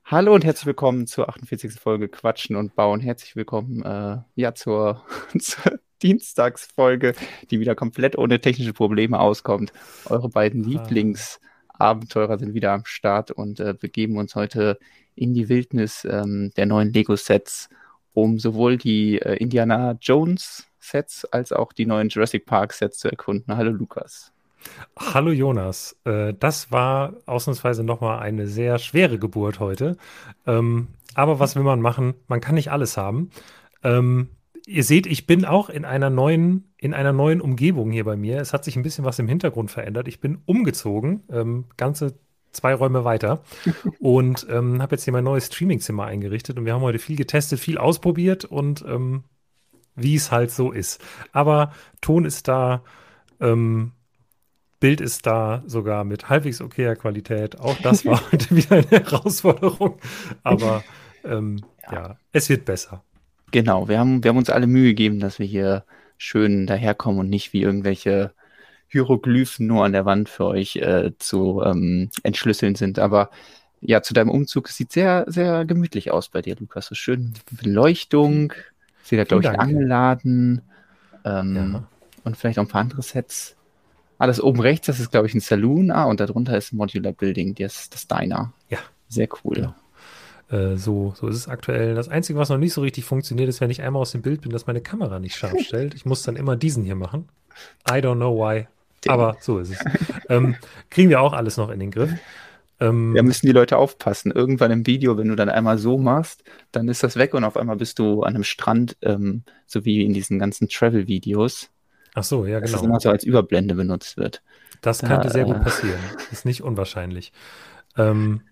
Hallo und herzlich willkommen zur 48. Folge Quatschen und Bauen. Herzlich willkommen zur Dienstagsfolge, die wieder komplett ohne technische Probleme auskommt. Eure beiden Lieblingsabenteurer sind wieder am Start und begeben uns heute in die Wildnis der neuen Lego-Sets, um sowohl die Indiana Jones-Sets als auch die neuen Jurassic Park-Sets zu erkunden. Hallo Lukas. Hallo Jonas, das war ausnahmsweise nochmal eine sehr schwere Geburt heute. Aber was will man machen? Man kann nicht alles haben. Ähm, Ihr seht, ich bin auch in einer neuen Umgebung hier bei mir. Es hat sich ein bisschen was im Hintergrund verändert. Ich bin umgezogen, ganze 2 Räume weiter und habe jetzt hier mein neues Streamingzimmer eingerichtet und wir haben heute viel getestet, viel ausprobiert und wie es halt so ist. Aber Ton ist da. Ähm, Bild ist da sogar mit halbwegs okayer Qualität. Auch das war heute wieder eine Herausforderung. Aber Ja, ja, es wird besser. genau, wir haben uns alle Mühe gegeben, dass wir hier schön daherkommen und nicht wie irgendwelche Hieroglyphen nur an der Wand für euch zu entschlüsseln sind. Aber ja, zu deinem Umzug, es sieht sehr, sehr gemütlich aus bei dir, Lukas. So schön Viel, Beleuchtung. Ich sehe da, glaube vielen ich, einen Dank. Angelladen ähm, Ja, und vielleicht auch ein paar andere Sets. Alles oben rechts, das ist, glaube ich, ein Saloon. Ah, und darunter ist ein Modular Building, das Diner. ja, Sehr cool. genau. So ist es aktuell. Das Einzige, was noch nicht so richtig funktioniert, ist, wenn ich einmal aus dem Bild bin, dass meine Kamera nicht scharf stellt. Ich muss dann immer diesen hier machen. I don't know why. Ding. Aber so ist es. Ähm, Kriegen wir auch alles noch in den Griff. Da Ähm, müssen die Leute aufpassen. Irgendwann im Video, wenn du dann einmal so machst, dann ist das weg und auf einmal bist du an einem Strand, so wie in diesen ganzen Travel-Videos, ach so, ja, dass das genau. immer so als Überblende benutzt wird. Das Da, könnte sehr gut passieren. Ist nicht unwahrscheinlich. Ähm,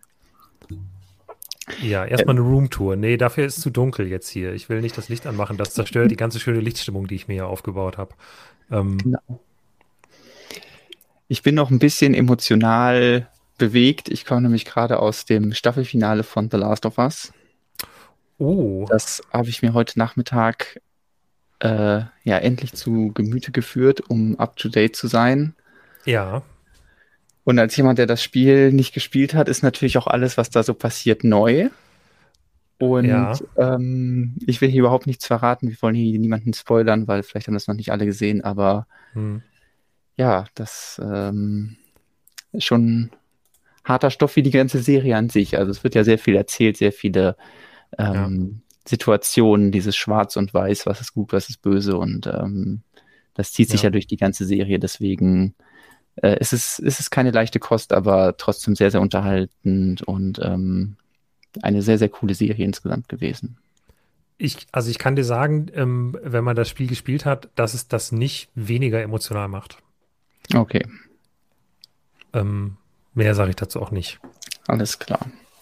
Ja, äh, erstmal eine Roomtour. Nee, dafür ist es zu dunkel jetzt hier. Ich will nicht das Licht anmachen. Das zerstört die ganze schöne Lichtstimmung, die ich mir hier aufgebaut habe. Ähm, genau. Ich bin noch ein bisschen emotional bewegt. Ich komme nämlich gerade aus dem Staffelfinale von The Last of Us. oh, Das habe ich mir heute Nachmittag ja endlich zu Gemüte geführt, um up to date zu sein. ja, Und als jemand, der das Spiel nicht gespielt hat, ist natürlich auch alles, was da so passiert, neu. ja, Und ich will hier überhaupt nichts verraten. Wir wollen hier niemanden spoilern, weil vielleicht haben das noch nicht alle gesehen. Aber hm, ja, das ist schon harter Stoff wie die ganze Serie an sich. Also es wird ja sehr viel erzählt, sehr viele ja, Situationen, dieses Schwarz und Weiß, was ist gut, was ist böse. Und das zieht sich ja ja. durch die ganze Serie. Deswegen ist es keine leichte Kost, aber trotzdem sehr, sehr unterhaltend und eine sehr, sehr coole Serie insgesamt gewesen. Also ich kann dir sagen, wenn man das Spiel gespielt hat, dass es das nicht weniger emotional macht. Okay, Ähm, Mehr sage ich dazu auch nicht. alles klar.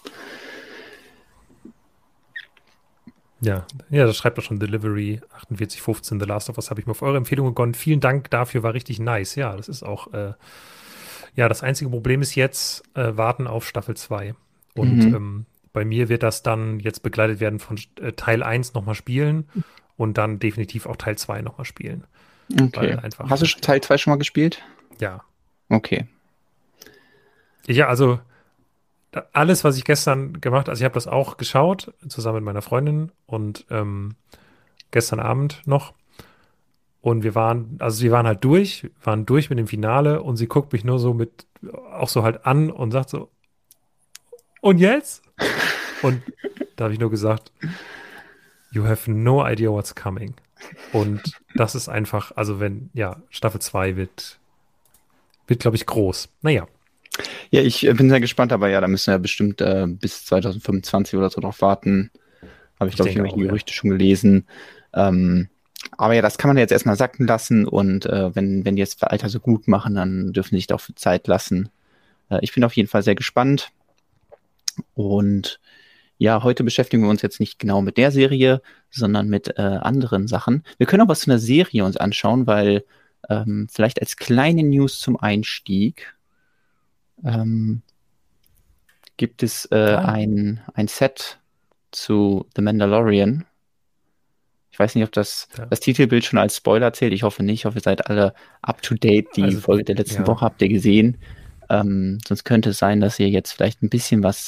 Ja, ja, das schreibt doch schon Delivery 4815 The Last of Us habe ich mir auf eure Empfehlung gegonnen. Vielen Dank dafür, war richtig nice. Ja, das ist auch, ja, das einzige Problem ist jetzt, warten auf Staffel 2. Und Mhm. bei mir wird das dann jetzt begleitet werden von Teil 1 nochmal spielen und dann definitiv auch Teil 2 nochmal spielen. Okay. Weil einfach, Hast du Teil ja, 2 schon mal gespielt? ja. Okay. Ja, also alles, was ich gestern gemacht, also ich habe das auch geschaut, zusammen mit meiner Freundin und gestern Abend noch. Und wir waren halt durch, waren durch mit dem Finale und sie guckt mich nur so auch so halt an und sagt so, und jetzt? Und da habe ich nur gesagt, you have no idea what's coming. Und das ist einfach, also wenn, ja, Staffel 2 wird glaube ich, groß. Naja, Ja, ich bin sehr gespannt, aber ja, da müssen wir bestimmt bis 2025 oder so drauf warten. Habe ich, ich glaube ich, denke irgendwelche auch, ja. Gerüchte schon gelesen. Ähm, aber ja, das kann man jetzt erstmal sacken lassen und wenn die jetzt für Alter so gut machen, dann dürfen sie sich da auch für Zeit lassen. Ich bin auf jeden Fall sehr gespannt und ja, heute beschäftigen wir uns jetzt nicht genau mit der Serie, sondern mit anderen Sachen. Wir können auch was zu einer Serie uns anschauen, weil vielleicht als kleine News zum Einstieg ähm, gibt es Ah, ein Set zu The Mandalorian. Ich weiß nicht, ob ja. das Titelbild schon als Spoiler zählt. Ich hoffe nicht. Ich hoffe, ihr seid alle up to date. Die Also, Folge der letzten ja, Woche habt ihr gesehen. Sonst könnte es sein, dass ihr jetzt vielleicht ein bisschen was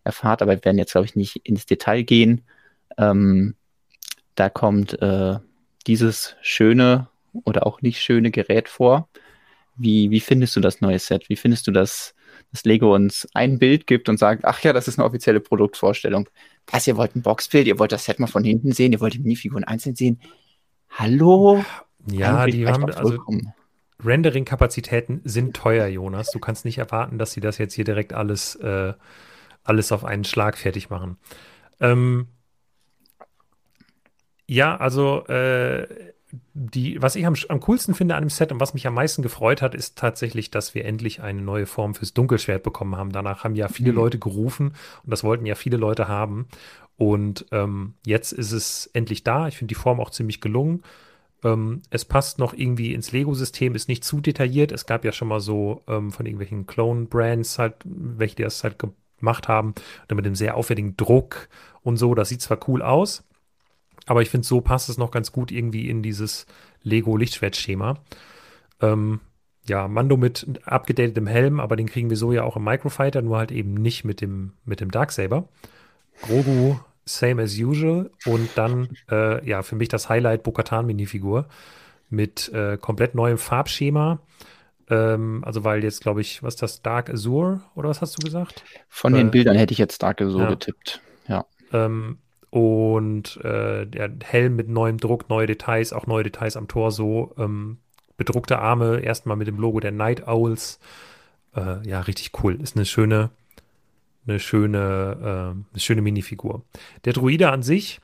erfahrt, aber wir werden jetzt, glaube ich, nicht ins Detail gehen. Ähm, Da kommt dieses schöne oder auch nicht schöne Gerät vor. Wie findest du das neue Set? Wie findest du, dass Lego uns ein Bild gibt und sagt, ach ja, das ist eine offizielle Produktvorstellung. Was, ihr wollt ein Boxbild? Ihr wollt das Set mal von hinten sehen? Ihr wollt die Minifiguren einzeln sehen? Hallo? Ja, Eigentlich die reicht haben, doch also vollkommen. Rendering-Kapazitäten sind teuer, Jonas. Du kannst nicht erwarten, dass sie das jetzt hier direkt alles auf einen Schlag fertig machen. Ähm, ja, also was ich am coolsten finde an dem Set und was mich am meisten gefreut hat, ist tatsächlich, dass wir endlich eine neue Form fürs Dunkelschwert bekommen haben. Danach haben ja viele Hm. Leute gerufen und das wollten ja viele Leute haben. Und jetzt ist es endlich da. Ich finde die Form auch ziemlich gelungen. Es passt noch irgendwie ins Lego-System, ist nicht zu detailliert. Es gab ja schon mal so von irgendwelchen Clone-Brands halt, welche die das halt gemacht haben, und mit dem sehr aufwendigen Druck und so. Das sieht zwar cool aus, aber ich finde, so passt es noch ganz gut irgendwie in dieses Lego-Lichtschwert-Schema. Ähm, ja, Mando mit abgedatetem Helm, aber den kriegen wir so ja auch im Microfighter, nur halt eben nicht mit dem Darksaber. Grogu, same as usual. Und dann, ja, für mich das Highlight Bo-Katan-Minifigur mit komplett neuem Farbschema. Also, weil jetzt, glaube ich, was ist das, Dark Azure oder was hast du gesagt? Von den Äh, Bildern hätte ich jetzt stark so ja. getippt. Ja. Und der Helm mit neuem Druck, neue Details, auch neue Details am Torso. Bedruckte Arme, erstmal mit dem Logo der Night Owls. Ja, richtig cool. Ist eine schöne Minifigur. Der Druide an sich,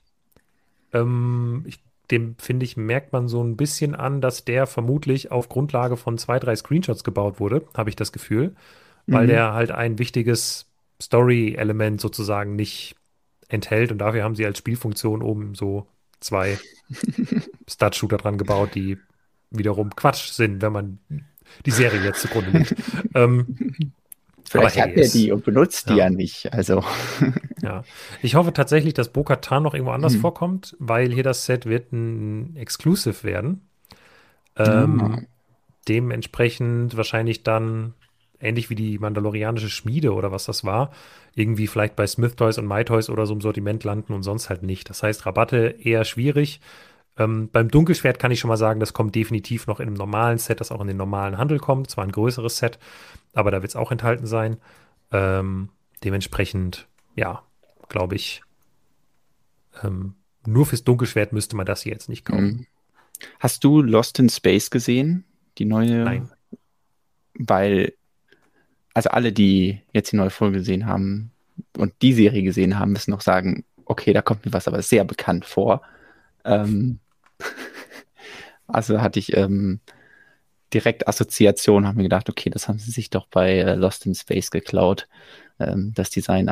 dem finde ich, merkt man so ein bisschen an, dass der vermutlich auf Grundlage von 2, 3 Screenshots gebaut wurde, habe ich das Gefühl, weil Mhm. der halt ein wichtiges Story-Element sozusagen nicht enthält und dafür haben sie als Spielfunktion oben so 2 Stud-Shooter dran gebaut, die wiederum Quatsch sind, wenn man die Serie jetzt zugrunde legt. Ähm, aber Vielleicht hey, hat er die und benutzt die ja, ja nicht. Also. ja. Ich hoffe tatsächlich, dass Bo-Katan noch irgendwo anders Mhm. vorkommt, weil hier das Set wird ein Exclusive werden. Ah. Ähm, Dementsprechend wahrscheinlich dann ähnlich wie die mandalorianische Schmiede oder was das war, irgendwie vielleicht bei Smith Toys und My Toys oder so im Sortiment landen und sonst halt nicht. Das heißt, Rabatte eher schwierig. Beim Dunkelschwert kann ich schon mal sagen, das kommt definitiv noch in einem normalen Set, das auch in den normalen Handel kommt. Zwar ein größeres Set, aber da wird es auch enthalten sein. Dementsprechend, ja, glaube ich, ähm, nur fürs Dunkelschwert müsste man das hier jetzt nicht kaufen. Mhm. Hast du Lost in Space gesehen? Die neue? Nein. Weil, also alle, die jetzt die neue Folge gesehen haben und die Serie gesehen haben, müssen noch sagen, okay, da kommt mir was aber sehr bekannt vor. Ähm, also hatte ich direkt Assoziation, habe mir gedacht, okay, das haben sie sich doch bei Lost in Space geklaut. Das Design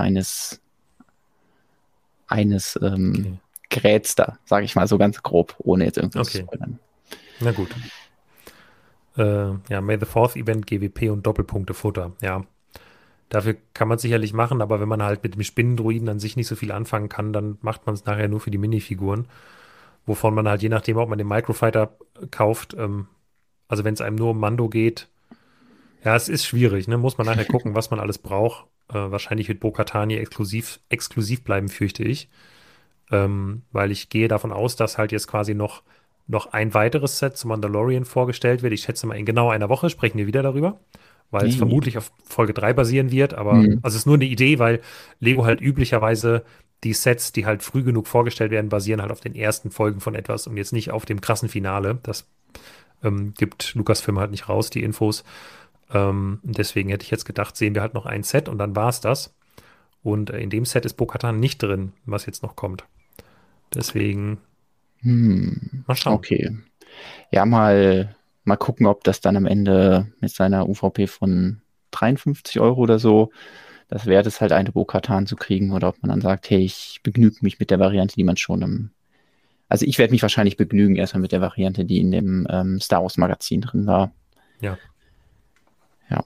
eines Okay. Geräts da, sage ich mal so ganz grob, ohne jetzt irgendwas zu Okay. spoilern. Na gut. Ja, May the Fourth Event, GWP und Doppelpunkte Futter. Ja, dafür kann man es sicherlich machen, aber wenn man halt mit dem Spinnendruiden an sich nicht so viel anfangen kann, dann macht man es nachher nur für die Minifiguren, wovon man halt je nachdem, ob man den Microfighter kauft, also wenn es einem nur um Mando geht, ja, es ist schwierig, ne? Muss man nachher gucken, was man alles braucht. Wahrscheinlich wird Bo-Katan hier exklusiv bleiben, fürchte ich. Weil ich gehe davon aus, dass halt jetzt quasi noch ein weiteres Set zu Mandalorian vorgestellt wird. Ich schätze mal, in genau einer Woche sprechen wir wieder darüber, weil es Nee. vermutlich auf Folge 3 basieren wird. Aber Hm. also es ist nur eine Idee, weil Lego halt üblicherweise die Sets, die halt früh genug vorgestellt werden, basieren halt auf den ersten Folgen von etwas und jetzt nicht auf dem krassen Finale. Das gibt Lucasfilm halt nicht raus, die Infos. Deswegen hätte ich jetzt gedacht, sehen wir halt noch ein Set und dann war es das. Und in dem Set ist Bo-Katan nicht drin, was jetzt noch kommt. Deswegen mal schauen. Okay. Ja, mal gucken, ob das dann am Ende mit seiner UVP von 53 € oder so das wert ist, halt eine Bo-Katan zu kriegen, oder ob man dann sagt, hey, ich begnüge mich mit der Variante, die man schon also ich werde mich wahrscheinlich begnügen erstmal mit der Variante, die in dem Star Wars Magazin drin war. Ja, Ja.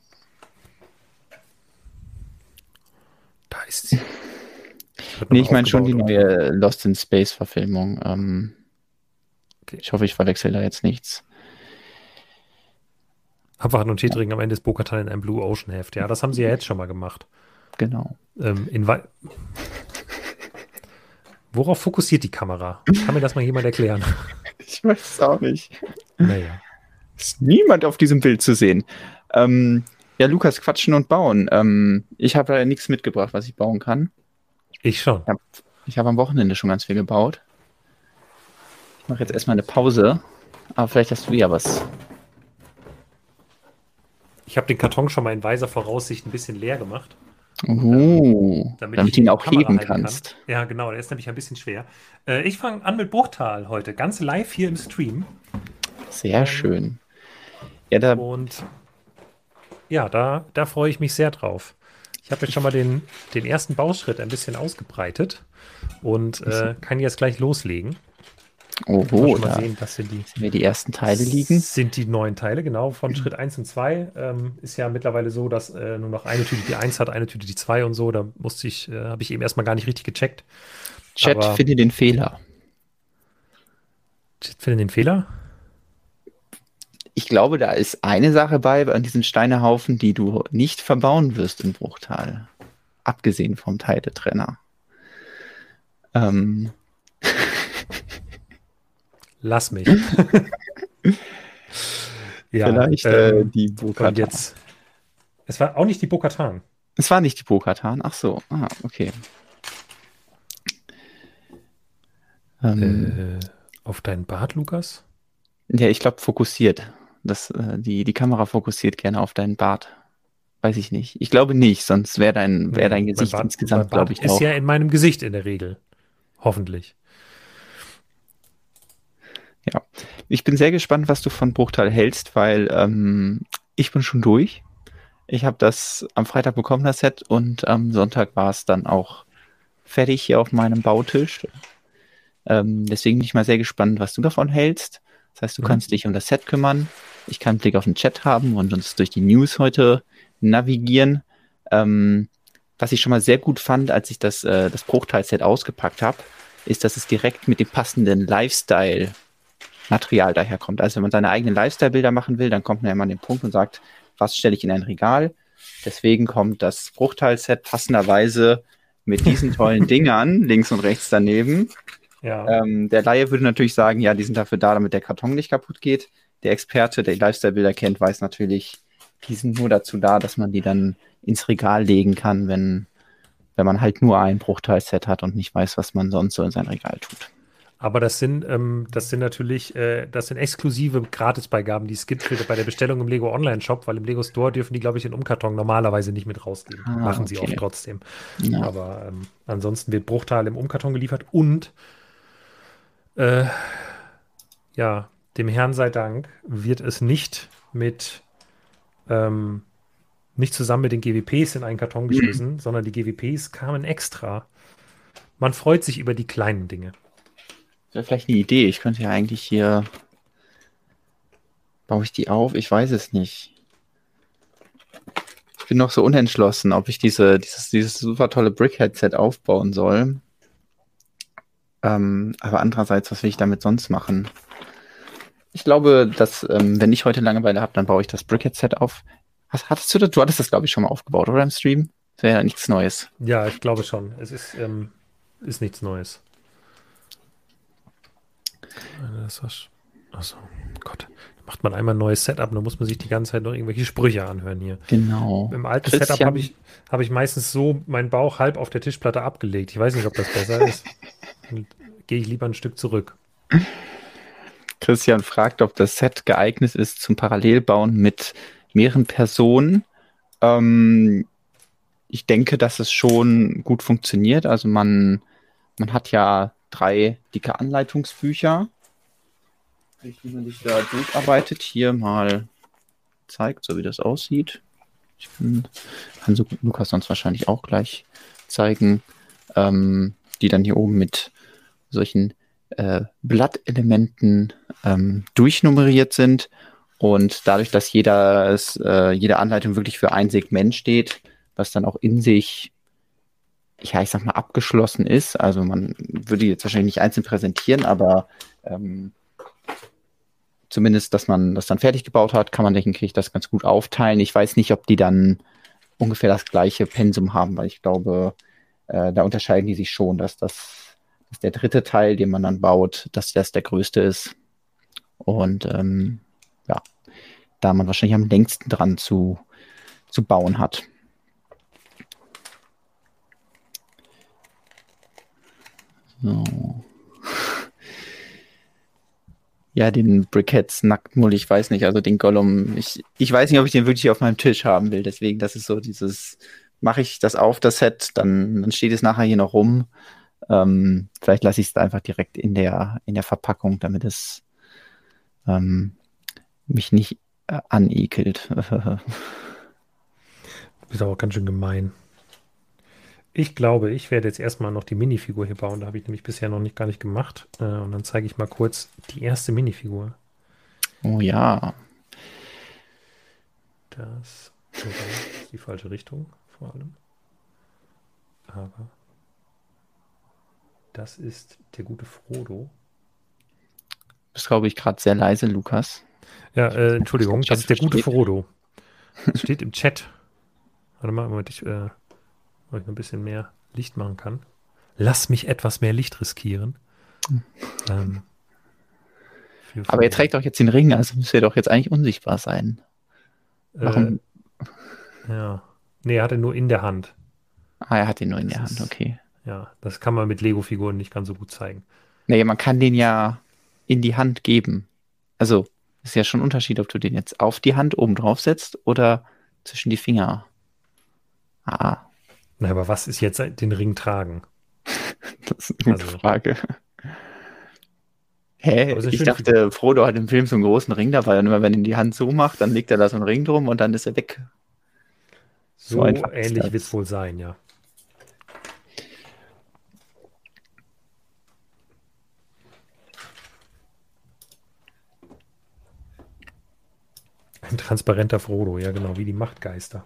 da ist sie. Es wird Nee, nochmal ich meine schon die aufgebaut und neue Lost in Space Verfilmung. okay. Ich hoffe, ich verwechsel da jetzt nichts. Abwarten und Ja, Tee am Ende ist Bo-Katan in einem Blue Ocean Heft. Ja, das haben sie ja jetzt schon mal gemacht. genau. in Wei- Worauf fokussiert die Kamera? Kann mir das mal jemand erklären? Ich weiß es auch nicht. Naja. Ist niemand auf diesem Bild zu sehen. Ja, Lukas, quatschen und bauen. Ich habe leider nichts mitgebracht, was ich bauen kann. Ich schon. Ich habe am Wochenende schon ganz viel gebaut. Ich mache jetzt erstmal eine Pause. Aber vielleicht hast du ja was. Ich habe den Karton schon mal in weiser Voraussicht ein bisschen leer gemacht. Damit ich du ihn die auch Kamera heben halten kannst. kann. Ja, genau, der ist nämlich ein bisschen schwer. Ich fange an mit Bruchtal heute, ganz live hier im Stream. Sehr schön. Ja, Und ja, da freue ich mich sehr drauf. Ich habe jetzt schon mal den ersten Bauschritt ein bisschen ausgebreitet und kann jetzt gleich loslegen. Mal sehen, das sind die ersten Teile liegen. Sind die neuen Teile, genau. Von Schritt 1 und 2 ist ja mittlerweile so, dass nur noch eine Tüte die 1 hat, eine Tüte die 2 und so. Da habe ich eben erstmal gar nicht richtig gecheckt. Chat, finde den Fehler. Chat, finde den Fehler? Ich glaube, da ist eine Sache bei an diesem Steinehaufen, die du nicht verbauen wirst im Bruchtal. Abgesehen vom Teiletrenner. Lass mich. Ja, vielleicht die Bo-Katan. Jetzt. Es war auch nicht die Bo-Katan. Es war nicht die Bo-Katan. Ach so. Okay. Auf deinen Bart, Lukas? Ja, ich glaube, fokussiert. Die Kamera fokussiert gerne auf deinen Bart. Weiß ich nicht. Ich glaube nicht, sonst wäre dein Gesicht insgesamt, glaube ich, auch. Ist ja in meinem Gesicht in der Regel. Hoffentlich. Ja, ich bin sehr gespannt, was du von Bruchtal hältst, weil ich bin schon durch. Ich habe das am Freitag bekommen, das Set, und am Sonntag war es dann auch fertig hier auf meinem Bautisch. Deswegen bin ich mal sehr gespannt, was du davon hältst. Das heißt, du kannst dich um das Set kümmern. Ich kann einen Blick auf den Chat haben und uns durch die News heute navigieren. Was ich schon mal sehr gut fand, als ich das Bruchtal-Set ausgepackt habe, ist, dass es direkt mit dem passenden Lifestyle-Material daherkommt. Also wenn man seine eigenen Lifestyle-Bilder machen will, dann kommt man ja immer an den Punkt und sagt, was stelle ich in ein Regal? Deswegen kommt das Bruchtal-Set passenderweise mit diesen tollen Dingern links und rechts daneben. Ja. Der Laie würde natürlich sagen, ja, die sind dafür da, damit der Karton nicht kaputt geht. Der Experte, der Lifestyle-Bilder kennt, weiß natürlich, die sind nur dazu da, dass man die dann ins Regal legen kann, wenn man halt nur ein Bruchtal-Set hat und nicht weiß, was man sonst so in sein Regal tut. Aber das sind natürlich exklusive Gratisbeigaben, die es gibt bei der Bestellung im Lego Online-Shop, weil im Lego Store dürfen die, glaube ich, den Umkarton normalerweise nicht mit rausgeben. Machen sie oft trotzdem. Ja. Aber ansonsten wird Bruchtal im Umkarton geliefert und dem Herrn sei Dank wird es nicht nicht zusammen mit den GWPs in einen Karton geschmissen, sondern die GWPs kamen extra. Man freut sich über die kleinen Dinge. Das wäre vielleicht eine Idee. Ich könnte ja eigentlich hier... Baue ich die auf? Ich weiß es nicht. Ich bin noch so unentschlossen, ob ich dieses super tolle Brickhead-Set aufbauen soll. Aber andererseits, was will ich damit sonst machen? Ich glaube, dass, wenn ich heute Langeweile habe, dann baue ich das Brickhead-Set auf. Du hattest das, glaube ich, schon mal aufgebaut, oder im Stream? Das wäre ja nichts Neues. Ja, ich glaube schon. Es ist nichts Neues. Achso, Gott. Da macht man einmal ein neues Setup, dann muss man sich die ganze Zeit noch irgendwelche Sprüche anhören hier. Genau. Im alten Setup habe ich meistens so meinen Bauch halb auf der Tischplatte abgelegt. Ich weiß nicht, ob das besser ist. Dann gehe ich lieber ein Stück zurück. Christian fragt, ob das Set geeignet ist zum Parallelbauen mit mehreren Personen. Ich denke, dass es schon gut funktioniert. Also man hat ja 3 dicke Anleitungsbücher, wie man sich da durcharbeitet. Hier mal zeigt, so wie das aussieht. Ich kann so Lukas sonst wahrscheinlich auch gleich zeigen, die dann hier oben mit solchen Blattelementen durchnummeriert sind. Und dadurch, dass jede Anleitung wirklich für ein Segment steht, was dann auch in sich, ich sag mal, abgeschlossen ist. Also man würde jetzt wahrscheinlich nicht einzeln präsentieren, aber zumindest, dass man das dann fertig gebaut hat, kann man, denke ich, das ganz gut aufteilen. Ich weiß nicht, ob die dann ungefähr das gleiche Pensum haben, weil ich glaube, da unterscheiden die sich schon, dass der dritte Teil, den man dann baut, dass das der größte ist. Und ja, da man wahrscheinlich am längsten dran zu bauen hat. So. Ja, den Briquettes Nacktmull, ich weiß nicht, also den Gollum, ich weiß nicht, ob ich den wirklich auf meinem Tisch haben will, deswegen, das ist so dieses, mache ich das auf, das Set, dann steht es nachher hier noch rum. Vielleicht lasse ich es einfach direkt in der Verpackung, damit es mich nicht anekelt. Du bist aber ganz schön gemein. Ich glaube, ich werde jetzt erstmal noch die Minifigur hier bauen. Da habe ich nämlich bisher gar nicht gemacht. Und dann zeige ich mal kurz die erste Minifigur. Oh ja. Das ist die falsche Richtung vor allem. Aber das ist der gute Frodo. Du bist, glaube ich, gerade sehr leise, Lukas. Ja, Entschuldigung, das ist der gute steht. Frodo. Das steht im Chat. Warte mal, damit ich ein bisschen mehr Licht machen kann. Lass mich etwas mehr Licht riskieren. Aber er trägt doch jetzt den Ring, also müsste er doch jetzt eigentlich unsichtbar sein. Warum? Ja. Nee, er hat ihn nur in der Hand. Ah, er hat ihn nur in der Hand, okay. Ja, das kann man mit Lego-Figuren nicht ganz so gut zeigen. Nee, man kann den ja in die Hand geben. Also, ist ja schon ein Unterschied, ob du den jetzt auf die Hand oben drauf setzt oder zwischen die Finger. Ah. Na, aber was ist jetzt den Ring tragen? Das ist eine gute Frage. Hä? Ich dachte, Figur. Frodo hat im Film so einen großen Ring dabei und immer wenn er die Hand so macht, dann legt er da so einen Ring drum und dann ist er weg. So ähnlich wird es wohl sein, ja. Ein transparenter Frodo, ja genau, wie die Machtgeister.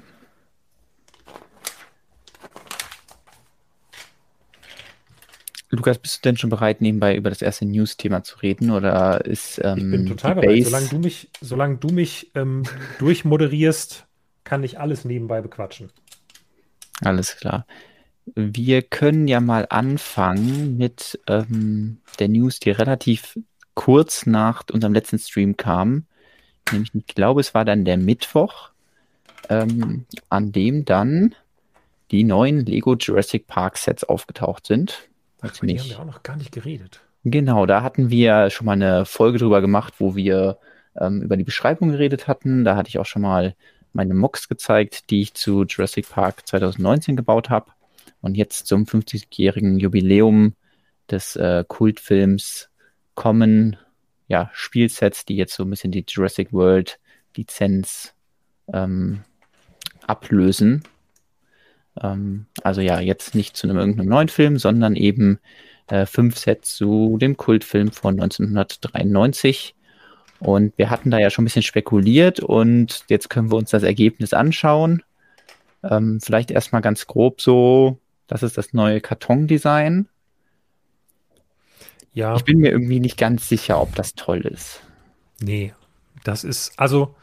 Lukas, bist du denn schon bereit, nebenbei über das erste News-Thema zu reden? Oder ist ich bin total bereit. Solange du mich durchmoderierst, kann ich alles nebenbei bequatschen. Alles klar. Wir können ja mal anfangen mit der News, die relativ kurz nach unserem letzten Stream kam. Nämlich, ich glaube, es war dann der Mittwoch, an dem dann die neuen Lego Jurassic Park Sets aufgetaucht sind. Ach, die haben wir auch noch gar nicht geredet. Genau, da hatten wir schon mal eine Folge drüber gemacht, wo wir über die Beschreibung geredet hatten. Da hatte ich auch schon mal meine Mocks gezeigt, die ich zu Jurassic Park 2019 gebaut habe. Und jetzt zum 50-jährigen Jubiläum des Kultfilms kommen ja Spielsets, die jetzt so ein bisschen die Jurassic World Lizenz ablösen. Also ja, jetzt nicht zu irgendeinem neuen Film, sondern eben 5 Sets zu dem Kultfilm von 1993. Und wir hatten da ja schon ein bisschen spekuliert und jetzt können wir uns das Ergebnis anschauen. Vielleicht erstmal ganz grob so, das ist das neue Kartondesign. Ja. Ich bin mir irgendwie nicht ganz sicher, ob das toll ist. Nee, das ist, also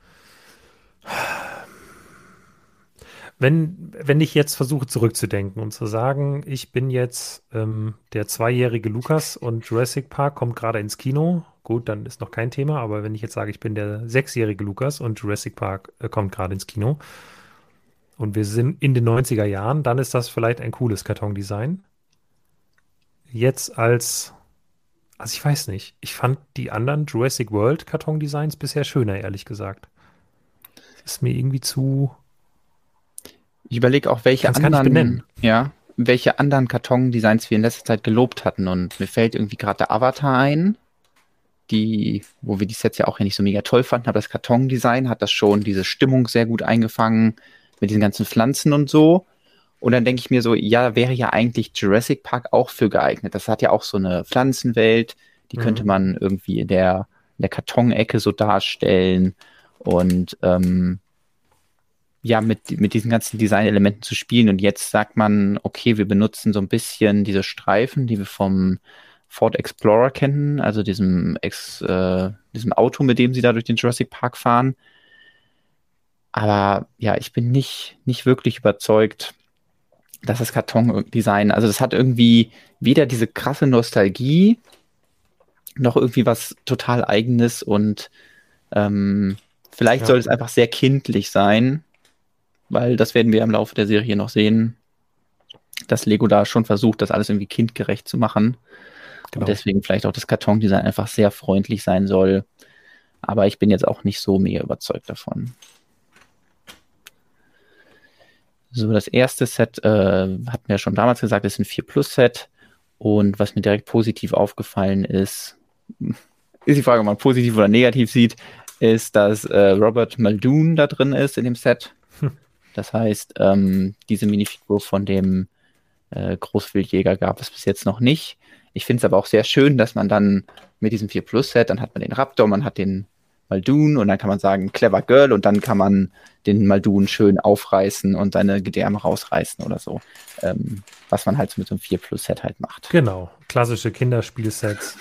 wenn ich jetzt versuche zurückzudenken und zu sagen, ich bin jetzt der 2-jährige Lukas und Jurassic Park kommt gerade ins Kino, gut, dann ist noch kein Thema, aber wenn ich jetzt sage, ich bin der 6-jährige Lukas und Jurassic Park kommt gerade ins Kino und wir sind in den 90er Jahren, dann ist das vielleicht ein cooles Kartondesign. Jetzt also ich weiß nicht, ich fand die anderen Jurassic World Kartondesigns bisher schöner, ehrlich gesagt. Das ist mir irgendwie zu... Ich überlege auch, welche anderen Kartondesigns wir in letzter Zeit gelobt hatten. Und mir fällt irgendwie gerade der Avatar ein, wo wir die Sets ja auch nicht so mega toll fanden, aber das Kartondesign hat das schon, diese Stimmung sehr gut eingefangen mit diesen ganzen Pflanzen und so. Und dann denke ich mir so, ja, wäre ja eigentlich Jurassic Park auch für geeignet. Das hat ja auch so eine Pflanzenwelt, die könnte man irgendwie in der Kartonecke so darstellen. Und ja, mit diesen ganzen Designelementen zu spielen. Und jetzt sagt man, okay, wir benutzen so ein bisschen diese Streifen, die wir vom Ford Explorer kennen, also diesem Auto, mit dem sie da durch den Jurassic Park fahren. Aber ja, ich bin nicht wirklich überzeugt, dass das Kartondesign, also das hat irgendwie weder diese krasse Nostalgie noch irgendwie was total Eigenes und vielleicht Ja, soll es einfach sehr kindlich sein, weil das werden wir im Laufe der Serie noch sehen, dass Lego da schon versucht, das alles irgendwie kindgerecht zu machen und genau. deswegen vielleicht auch das Kartondesign einfach sehr freundlich sein soll. Aber ich bin jetzt auch nicht so mega überzeugt davon. So, das erste Set, hatten wir schon damals gesagt, ist ein 4-Plus-Set. Und was mir direkt positiv aufgefallen ist die Frage, ob man positiv oder negativ sieht, ist, dass Robert Muldoon da drin ist in dem Set. Das heißt, diese Minifigur von dem Großwildjäger gab es bis jetzt noch nicht. Ich finde es aber auch sehr schön, dass man dann mit diesem 4-Plus-Set, dann hat man den Raptor, man hat den Muldoon und dann kann man sagen, clever Girl und dann kann man den Muldoon schön aufreißen und seine Gedärme rausreißen oder so. Was man halt so mit so einem 4-Plus-Set halt macht. Genau. Klassische Kinderspielsets,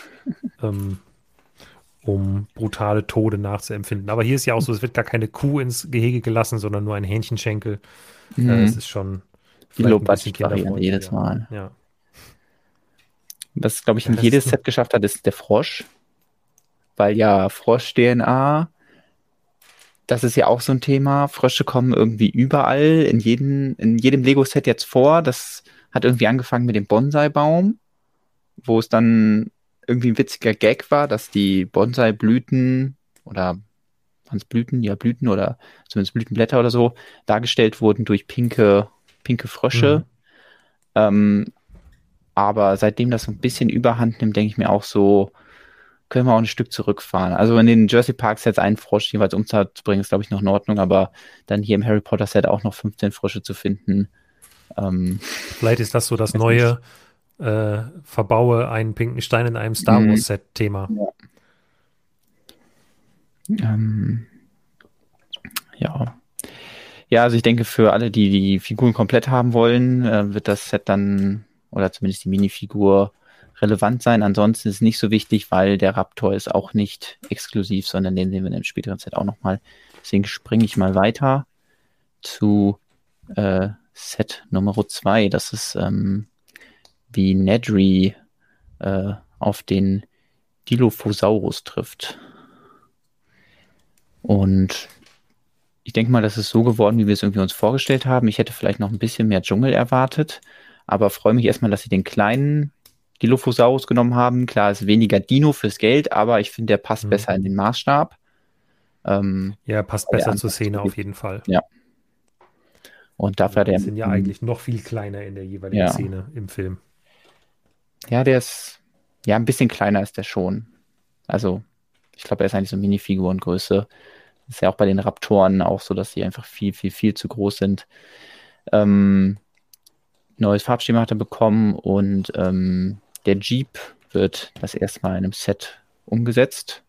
um brutale Tode nachzuempfinden. Aber hier ist ja auch so, es wird gar keine Kuh ins Gehege gelassen, sondern nur ein Hähnchenschenkel. Es ist schon Die vielleicht ein bisschen Low-Budget-Variante jedes kinderfreundlicher. Mal. Ja. Was, glaube ich, Ja, nicht das ist jedes Set geschafft hat, ist der Frosch. Weil ja Frosch-DNA, das ist ja auch so ein Thema. Frösche kommen irgendwie überall, in jedem Lego-Set jetzt vor. Das hat irgendwie angefangen mit dem Bonsai-Baum, wo es dann irgendwie ein witziger Gag war, dass die Bonsai-Blüten oder waren es Blüten? Ja, Blüten oder zumindest Blütenblätter oder so, dargestellt wurden durch pinke Frösche. Mhm. Ähm, aber seitdem das so ein bisschen Überhand nimmt, denke ich mir auch so, können wir auch ein Stück zurückfahren. Also in den Jersey Park Sets einen Frosch jeweils umzubringen, ist, glaube ich, noch in Ordnung, aber dann hier im Harry Potter Set auch noch 15 Frösche zu finden. Vielleicht ist das so das Weiß nicht. neue Verbaue einen pinken Stein in einem Star Mhm. Wars Set Thema. Ja. Ähm, ja. Ja, also ich denke, für alle, die die Figuren komplett haben wollen, wird das Set dann, oder zumindest die Minifigur, relevant sein. Ansonsten ist es nicht so wichtig, weil der Raptor ist auch nicht exklusiv, sondern den sehen wir in einem späteren Set auch nochmal. Deswegen springe ich mal weiter zu Set Nummer 2. Das ist wie Nedry auf den Dilophosaurus trifft. Und ich denke mal, das ist so geworden, wie wir es irgendwie uns vorgestellt haben. Ich hätte vielleicht noch ein bisschen mehr Dschungel erwartet, aber freue mich erstmal, dass sie den kleinen Dilophosaurus genommen haben. Klar, ist weniger Dino fürs Geld, aber ich finde, der passt Mhm. besser in den Maßstab. Ja, passt Weil der besser zur einfach Szene auf zugibt. jeden Fall. Ja, und dafür Also hat die er sind ja eigentlich noch viel kleiner in der jeweiligen ja, Szene im Film. ja, der ist, ja, ein bisschen kleiner ist der schon. Also, ich glaube, er ist eigentlich so Minifigurengröße. Ist ja auch bei den Raptoren auch so, dass sie einfach viel zu groß sind. Neues Farbschema hat er bekommen und der Jeep wird das erste Mal in einem Set umgesetzt.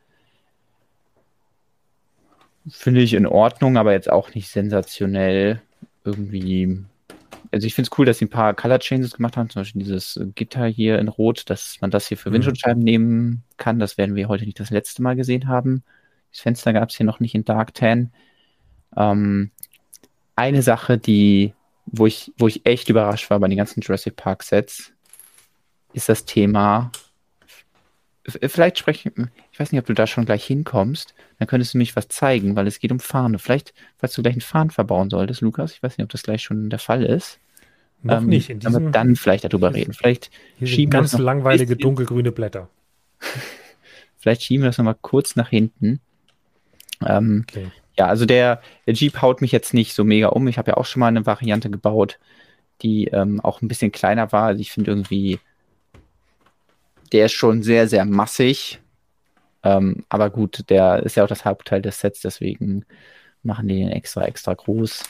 Finde ich in Ordnung, aber jetzt auch nicht sensationell. Irgendwie. Also ich finde es cool, dass sie ein paar Color Changes gemacht haben, zum Beispiel dieses Gitter hier in Rot, dass man das hier für Mhm. Windschutzscheiben nehmen kann. Das werden wir heute nicht das letzte Mal gesehen haben. Das Fenster gab es hier noch nicht in Dark Tan. Eine Sache, wo ich echt überrascht war bei den ganzen Jurassic Park Sets, ist das Thema. Vielleicht sprechen, ich weiß nicht, ob du da schon gleich hinkommst, dann könntest du mich was zeigen, weil es geht um Fahne. Vielleicht, falls du gleich einen Fahnen verbauen solltest, Lukas, ich weiß nicht, ob das gleich schon der Fall ist, Noch nicht. In können wir diesem, dann vielleicht darüber reden. hier sind ganz langweilige bisschen, dunkelgrüne Blätter. vielleicht schieben wir das nochmal kurz nach hinten. Okay. Ja, also der Jeep haut mich jetzt nicht so mega um. Ich habe ja auch schon mal eine Variante gebaut, die auch ein bisschen kleiner war. Also ich finde irgendwie, der ist schon sehr massig. Aber gut, der ist ja auch das Hauptteil des Sets, deswegen machen die den extra groß.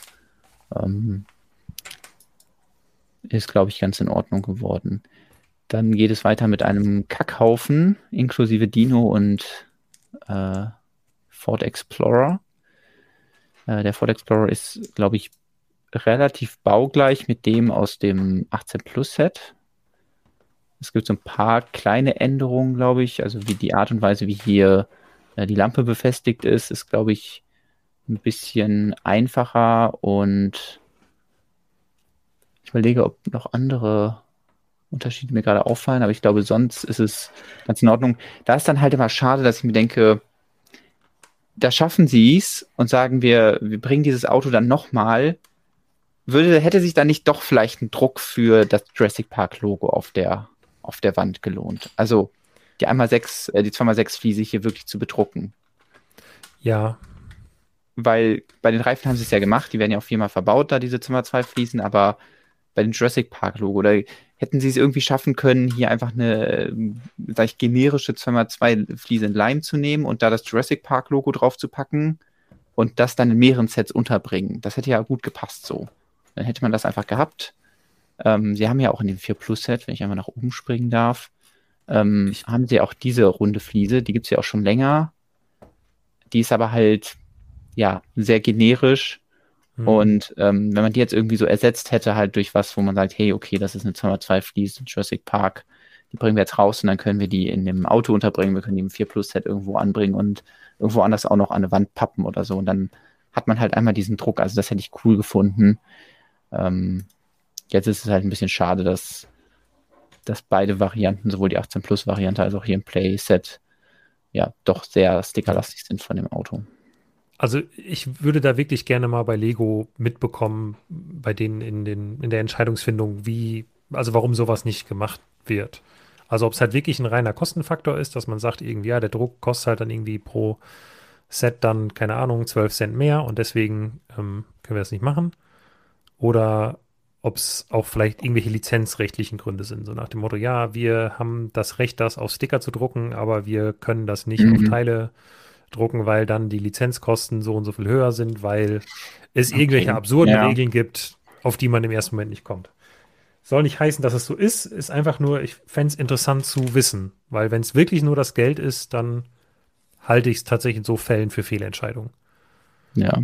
Ist, glaube ich, ganz in Ordnung geworden. Dann geht es weiter mit einem Kackhaufen, inklusive Dino und Ford Explorer. Der Ford Explorer ist, glaube ich, relativ baugleich mit dem aus dem 18 Plus Set. Es gibt so ein paar kleine Änderungen, glaube ich. Also wie die Art und Weise, wie hier die Lampe befestigt ist, glaube ich, ein bisschen einfacher und ich überlege, ob noch andere Unterschiede mir gerade auffallen, aber ich glaube, sonst ist es ganz in Ordnung. Da ist dann halt immer schade, dass ich mir denke, da schaffen sie es und sagen wir bringen dieses Auto dann nochmal. Hätte sich da nicht doch vielleicht ein Druck für das Jurassic Park Logo auf der Wand gelohnt? Also die 2x6 Fliese hier wirklich zu bedrucken. Ja, Weil bei den Reifen haben sie es ja gemacht, die werden ja auch viermal verbaut, da diese 2x2 Fliesen, aber bei dem Jurassic Park Logo, oder hätten sie es irgendwie schaffen können, hier einfach eine, sag ich, generische 2x2 Fliese in Leim zu nehmen und da das Jurassic Park Logo drauf zu packen und das dann in mehreren Sets unterbringen. Das hätte ja gut gepasst so. Dann hätte man das einfach gehabt. Sie haben ja auch in dem 4 Plus Set, wenn ich einmal nach oben springen darf, haben sie auch diese runde Fliese, die gibt es ja auch schon länger. Die ist aber halt, ja, sehr generisch. Und wenn man die jetzt irgendwie so ersetzt hätte, halt durch was, wo man sagt, hey, okay, das ist eine 2x2 Fliese, Jurassic Park, die bringen wir jetzt raus und dann können wir die in dem Auto unterbringen, wir können die im 4 Plus Set irgendwo anbringen und irgendwo anders auch noch an eine Wand pappen oder so. Und dann hat man halt einmal diesen Druck. Also das hätte ich cool gefunden. Jetzt ist es halt ein bisschen schade, dass beide Varianten, sowohl die 18 Plus Variante als auch hier im Playset, ja, doch sehr stickerlastig sind von dem Auto. also ich würde da wirklich gerne mal bei Lego mitbekommen, bei denen in der Entscheidungsfindung, also warum sowas nicht gemacht wird. Also ob es halt wirklich ein reiner Kostenfaktor ist, dass man sagt, irgendwie, ja, der Druck kostet halt dann irgendwie pro Set dann, keine Ahnung, 12 Cent mehr und deswegen können wir das nicht machen. Oder ob es auch vielleicht irgendwelche lizenzrechtlichen Gründe sind, so nach dem Motto, ja, wir haben das Recht, das auf Sticker zu drucken, aber wir können das nicht auf Teile drucken, weil dann die Lizenzkosten so und so viel höher sind, weil es irgendwelche absurden Ja, Regeln gibt, auf die man im ersten Moment nicht kommt. Soll nicht heißen, dass es so ist einfach nur, ich fände es interessant zu wissen, weil wenn es wirklich nur das Geld ist, dann halte ich es tatsächlich in so Fällen für Fehlentscheidungen. ja.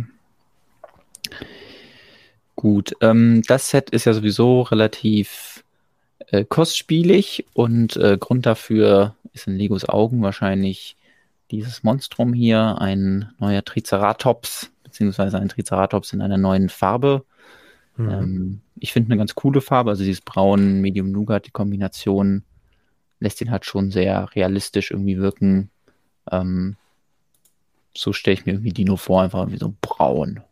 Gut. Das Set ist ja sowieso relativ kostspielig und Grund dafür ist in Legos Augen wahrscheinlich dieses Monstrum hier, ein neuer Triceratops, beziehungsweise ein Triceratops in einer neuen Farbe. Ich finde eine ganz coole Farbe, also dieses Braun, Medium Nougat, die Kombination lässt ihn halt schon sehr realistisch irgendwie wirken. So stelle ich mir irgendwie Dino vor, einfach wie so braun.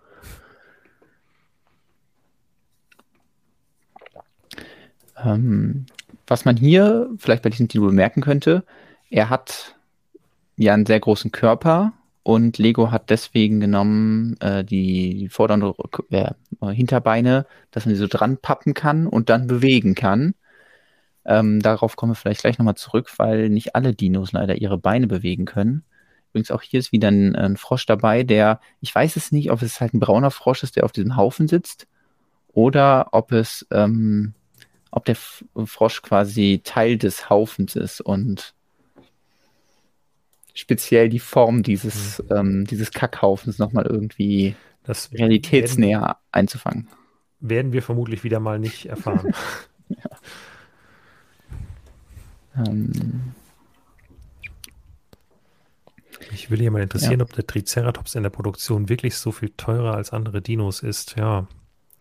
Was man hier vielleicht bei diesem Dino bemerken könnte, er hat ja einen sehr großen Körper und Lego hat deswegen genommen die vorderen Hinterbeine, dass man sie so dran pappen kann und dann bewegen kann. Darauf kommen wir vielleicht gleich nochmal zurück, weil nicht alle Dinos leider ihre Beine bewegen können. Übrigens auch hier ist wieder ein Frosch dabei, ich weiß es nicht, ob es halt ein brauner Frosch ist, der auf diesem Haufen sitzt oder ob der Frosch quasi Teil des Haufens ist und speziell die Form dieses Kackhaufens nochmal irgendwie Das realitätsnäher einzufangen. werden wir vermutlich wieder mal nicht erfahren. Ähm, Mich würde ja mal interessieren, ob der Triceratops in der Produktion wirklich so viel teurer als andere Dinos ist. Ja,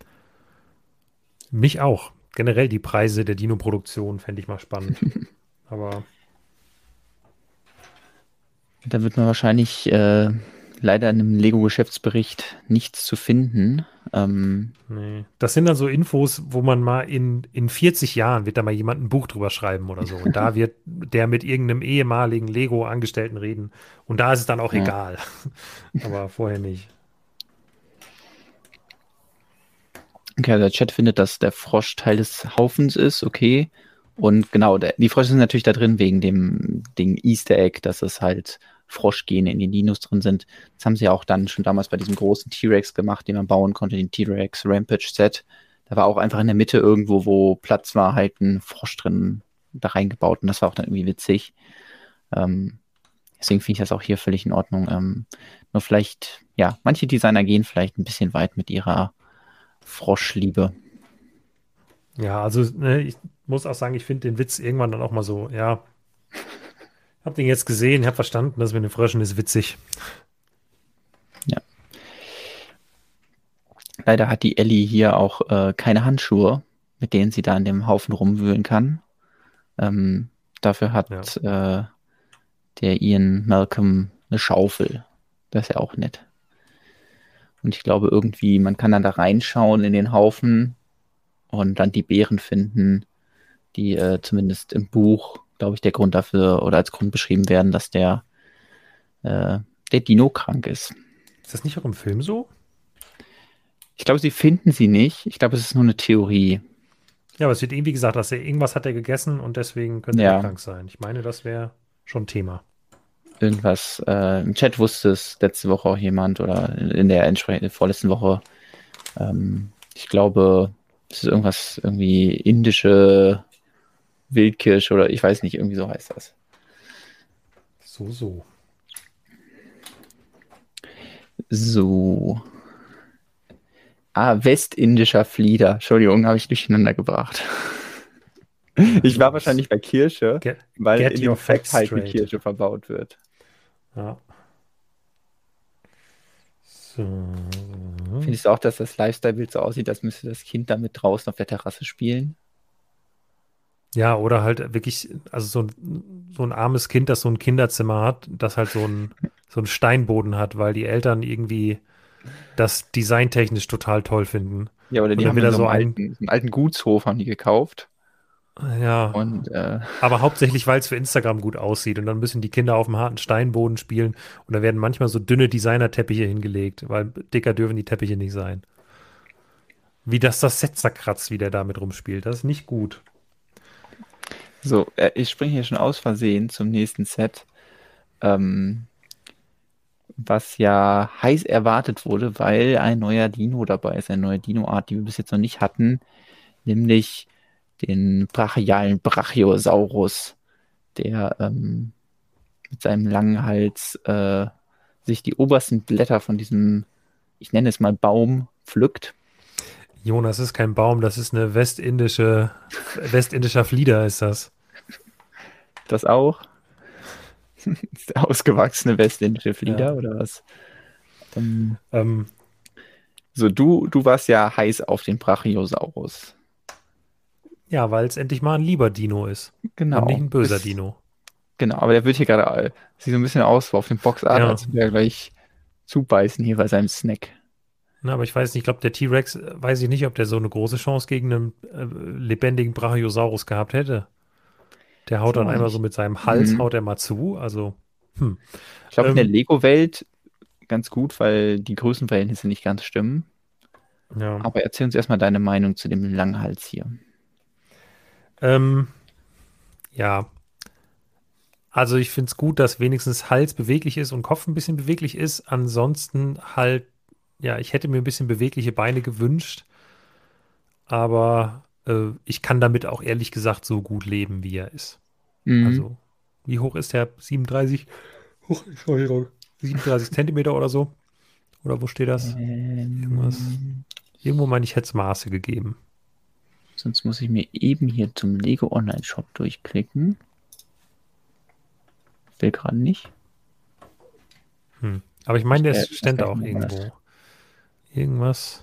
mich auch. Generell die Preise der Dino-Produktion fände ich mal spannend. Aber Da wird man wahrscheinlich leider in einem Lego-Geschäftsbericht nichts zu finden. nee. Das sind dann so Infos, wo man mal in 40 Jahren wird da mal jemand ein Buch drüber schreiben oder so. Und da wird der mit irgendeinem ehemaligen Lego-Angestellten reden. Und da ist es dann auch Ja. egal. Aber vorher nicht. Okay, also der Chat findet, dass der Frosch Teil des Haufens ist, okay. Und genau, die Frösche sind natürlich da drin wegen dem Ding Easter Egg, dass es halt Froschgene in den Dinos drin sind. Das haben sie ja auch dann schon damals bei diesem großen T-Rex gemacht, den man bauen konnte, den T-Rex Rampage Set. Da war auch einfach in der Mitte irgendwo, wo Platz war, halt ein Frosch drin da reingebaut und das war auch dann irgendwie witzig. Deswegen finde ich das auch hier völlig in Ordnung. Nur vielleicht, ja, manche Designer gehen vielleicht ein bisschen weit mit ihrer Froschliebe. Ja, also ne, ich muss auch sagen, ich finde den Witz irgendwann dann auch mal so, ja, hab den jetzt gesehen, hab verstanden, das mit den Fröschen ist witzig. Ja. Leider hat die Ellie hier auch keine Handschuhe, mit denen sie da in dem Haufen rumwühlen kann. Dafür hat der Ian Malcolm eine Schaufel. Das ist ja auch nett. Und ich glaube irgendwie, man kann dann da reinschauen in den Haufen und dann die Beeren finden, die zumindest im Buch, glaube ich, der Grund dafür oder als Grund beschrieben werden, dass der Dino krank ist. Ist das nicht auch im Film so? Ich glaube, sie finden sie nicht. Ich glaube, es ist nur eine Theorie. Ja, aber es wird irgendwie gesagt, dass irgendwas hat er gegessen und deswegen könnte er krank sein. Ich meine, das wäre schon Thema. Irgendwas, im Chat wusste es letzte Woche auch jemand oder in der vorletzten Woche. Ich glaube, es ist irgendwas, irgendwie indische Wildkirsche oder ich weiß nicht, irgendwie so heißt das. So. So. Westindischer Flieder. Entschuldigung, habe ich durcheinander gebracht. Ich war wahrscheinlich bei Kirsche, weil in dem Fact halt die Kirsche verbaut wird. Ja. So. Findest du auch, dass das Lifestyle-Bild so aussieht, als müsste das Kind damit draußen auf der Terrasse spielen? Ja, oder halt wirklich, also so ein armes Kind, das so ein Kinderzimmer hat, das halt so einen Steinboden hat, weil die Eltern irgendwie das designtechnisch total toll finden. Ja, oder Und die dann haben wieder so einen einen alten Gutshof haben die gekauft. Ja, Und aber hauptsächlich, weil es für Instagram gut aussieht. Und dann müssen die Kinder auf dem harten Steinboden spielen. Und da werden manchmal so dünne Designer-Teppiche hingelegt, weil dicker dürfen die Teppiche nicht sein. Wie das Set zerkratzt, wie der damit rumspielt. Das ist nicht gut. so, ich springe hier schon aus Versehen zum nächsten Set, was ja heiß erwartet wurde, weil ein neuer Dino dabei ist, eine neue Dino-Art, die wir bis jetzt noch nicht hatten, nämlich den brachialen Brachiosaurus, der mit seinem langen Hals sich die obersten Blätter von diesem, ich nenne es mal Baum, pflückt. Jonas, das ist kein Baum, das ist eine westindischer Flieder, ist das. Das auch? Ist der ausgewachsene westindische Flieder oder was? So, du warst ja heiß auf den Brachiosaurus. Ja, weil es endlich mal ein lieber Dino ist. Genau. Und nicht ein böser Dino. Genau, aber der wird hier gerade, sieht so ein bisschen aus auf dem Boxart, Ja. als würde er gleich zubeißen hier bei seinem Snack. Na, aber ich weiß nicht, ich glaube, der T-Rex, weiß ich nicht, ob der so eine große Chance gegen einen lebendigen Brachiosaurus gehabt hätte. Der haut dann einmal so mit seinem Hals, haut er mal zu. Also, Ich glaube, in der Lego-Welt ganz gut, weil die Größenverhältnisse nicht ganz stimmen. Ja. Aber erzähl uns erstmal deine Meinung zu dem Langhals hier. Ja. Also ich finde es gut, dass wenigstens Hals beweglich ist und Kopf ein bisschen beweglich ist. Ansonsten halt, ja, ich hätte mir ein bisschen bewegliche Beine gewünscht. Aber ich kann damit auch ehrlich gesagt so gut leben, wie er ist. Also, wie hoch ist der? 37? Entschuldigung. 37 Zentimeter oder so? Oder wo steht das? Irgendwas. Irgendwo meine ich, hätte es Maße gegeben. Sonst muss ich mir eben hier zum Lego Online Shop durchklicken. Will gerade nicht. Aber ich meine, der stand auch irgendwo. Irgendwas.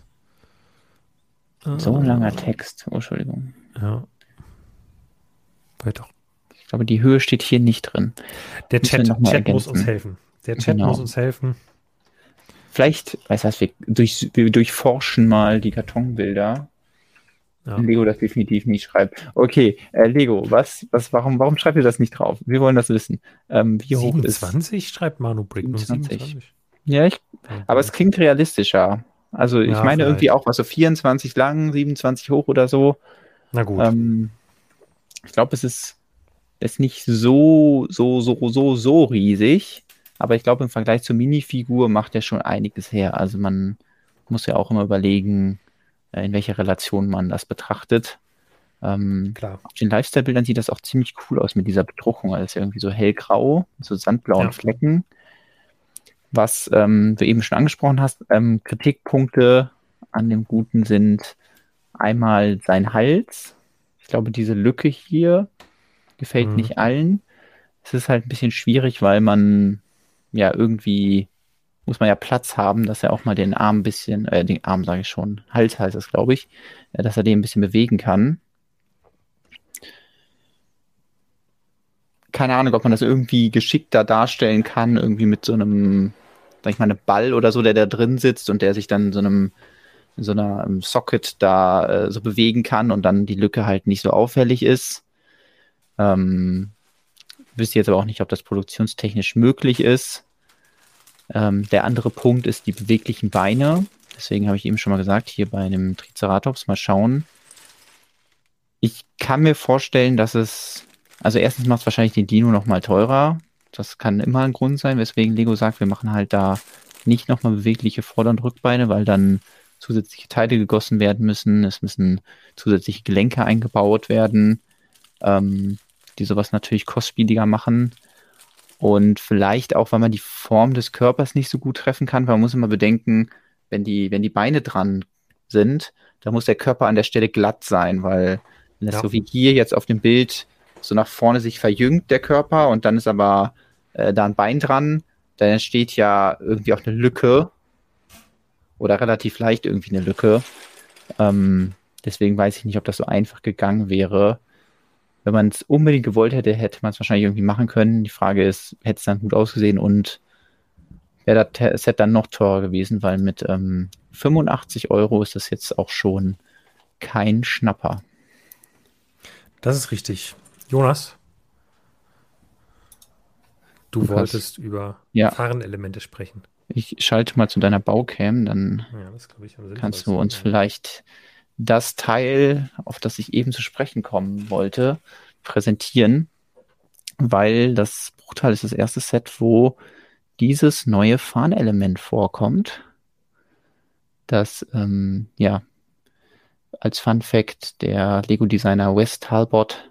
So ein langer Text. Oh, Entschuldigung. Ja. Doch. Ich glaube, die Höhe steht hier nicht drin. Der Chat muss uns helfen. Der Chat muss uns helfen. Vielleicht, weißt du was, wir durchforschen mal die Kartonbilder. Ja. Lego das definitiv nicht schreibt. Okay, Lego, warum schreibt ihr das nicht drauf? Wir wollen das wissen. Wie hoch ist 27 schreibt Manu Brick. 27. Ja, aber es klingt realistischer. Also ich meine vielleicht. Irgendwie auch was so 24 lang, 27 hoch oder so. Na gut. Ich glaube, es ist nicht so riesig, aber ich glaube im Vergleich zur Miniffigur macht er schon einiges her. Also man muss ja auch immer überlegen, in welcher Relation man das betrachtet. Klar. Auf den Lifestyle-Bildern sieht das auch ziemlich cool aus mit dieser Bedruckung. Also irgendwie so hellgrau, mit so sandblauen Flecken. Was du eben schon angesprochen hast, Kritikpunkte an dem Guten sind einmal sein Hals. Ich glaube, diese Lücke hier gefällt nicht allen. Es ist halt ein bisschen schwierig, weil man ja irgendwie muss man ja Platz haben, dass er auch mal den Arm ein bisschen, den Arm sage ich schon, Hals heißt das, glaube ich, dass er den ein bisschen bewegen kann. Keine Ahnung, ob man das irgendwie geschickter darstellen kann, irgendwie mit so einem, sag ich mal, einem Ball oder so, der da drin sitzt und der sich dann in so einer Socket da so bewegen kann und dann die Lücke halt nicht so auffällig ist. Wüsste jetzt aber auch nicht, ob das produktionstechnisch möglich ist. Der andere Punkt ist die beweglichen Beine. Deswegen habe ich eben schon mal gesagt, hier bei einem Triceratops mal schauen. Ich kann mir vorstellen, dass also erstens macht es wahrscheinlich den Dino nochmal teurer. Das kann immer ein Grund sein, weswegen Lego sagt, wir machen halt da nicht nochmal bewegliche Vorder- und Rückbeine, weil dann zusätzliche Teile gegossen werden müssen. Es müssen zusätzliche Gelenke eingebaut werden, die sowas natürlich kostspieliger machen. Und vielleicht auch, weil man die Form des Körpers nicht so gut treffen kann, weil man muss immer bedenken, wenn die Beine dran sind, dann muss der Körper an der Stelle glatt sein, weil wenn das Ja. so wie hier jetzt auf dem Bild so nach vorne sich verjüngt, der Körper, und dann ist aber da ein Bein dran, dann entsteht ja irgendwie auch eine Lücke oder relativ leicht irgendwie eine Lücke. Deswegen weiß ich nicht, ob das so einfach gegangen wäre. Wenn man es unbedingt gewollt hätte, hätte man es wahrscheinlich irgendwie machen können. Die Frage ist, hätte es dann gut ausgesehen und wäre das Set dann noch teurer gewesen, weil mit 85 Euro ist das jetzt auch schon kein Schnapper. Das ist richtig. Jonas, du Lukas, wolltest über ja, Fahrenelemente sprechen. ich schalte mal zu deiner Baucam, dann Ja, das glaube ich am kannst du sinnvollsten. uns Ja. vielleicht das Teil, auf das ich eben zu sprechen kommen wollte, präsentieren, weil das Bruchteil ist das erste Set, wo dieses neue Fahnenelement vorkommt, das ja als Fun Fact der Lego-Designer Wes Talbot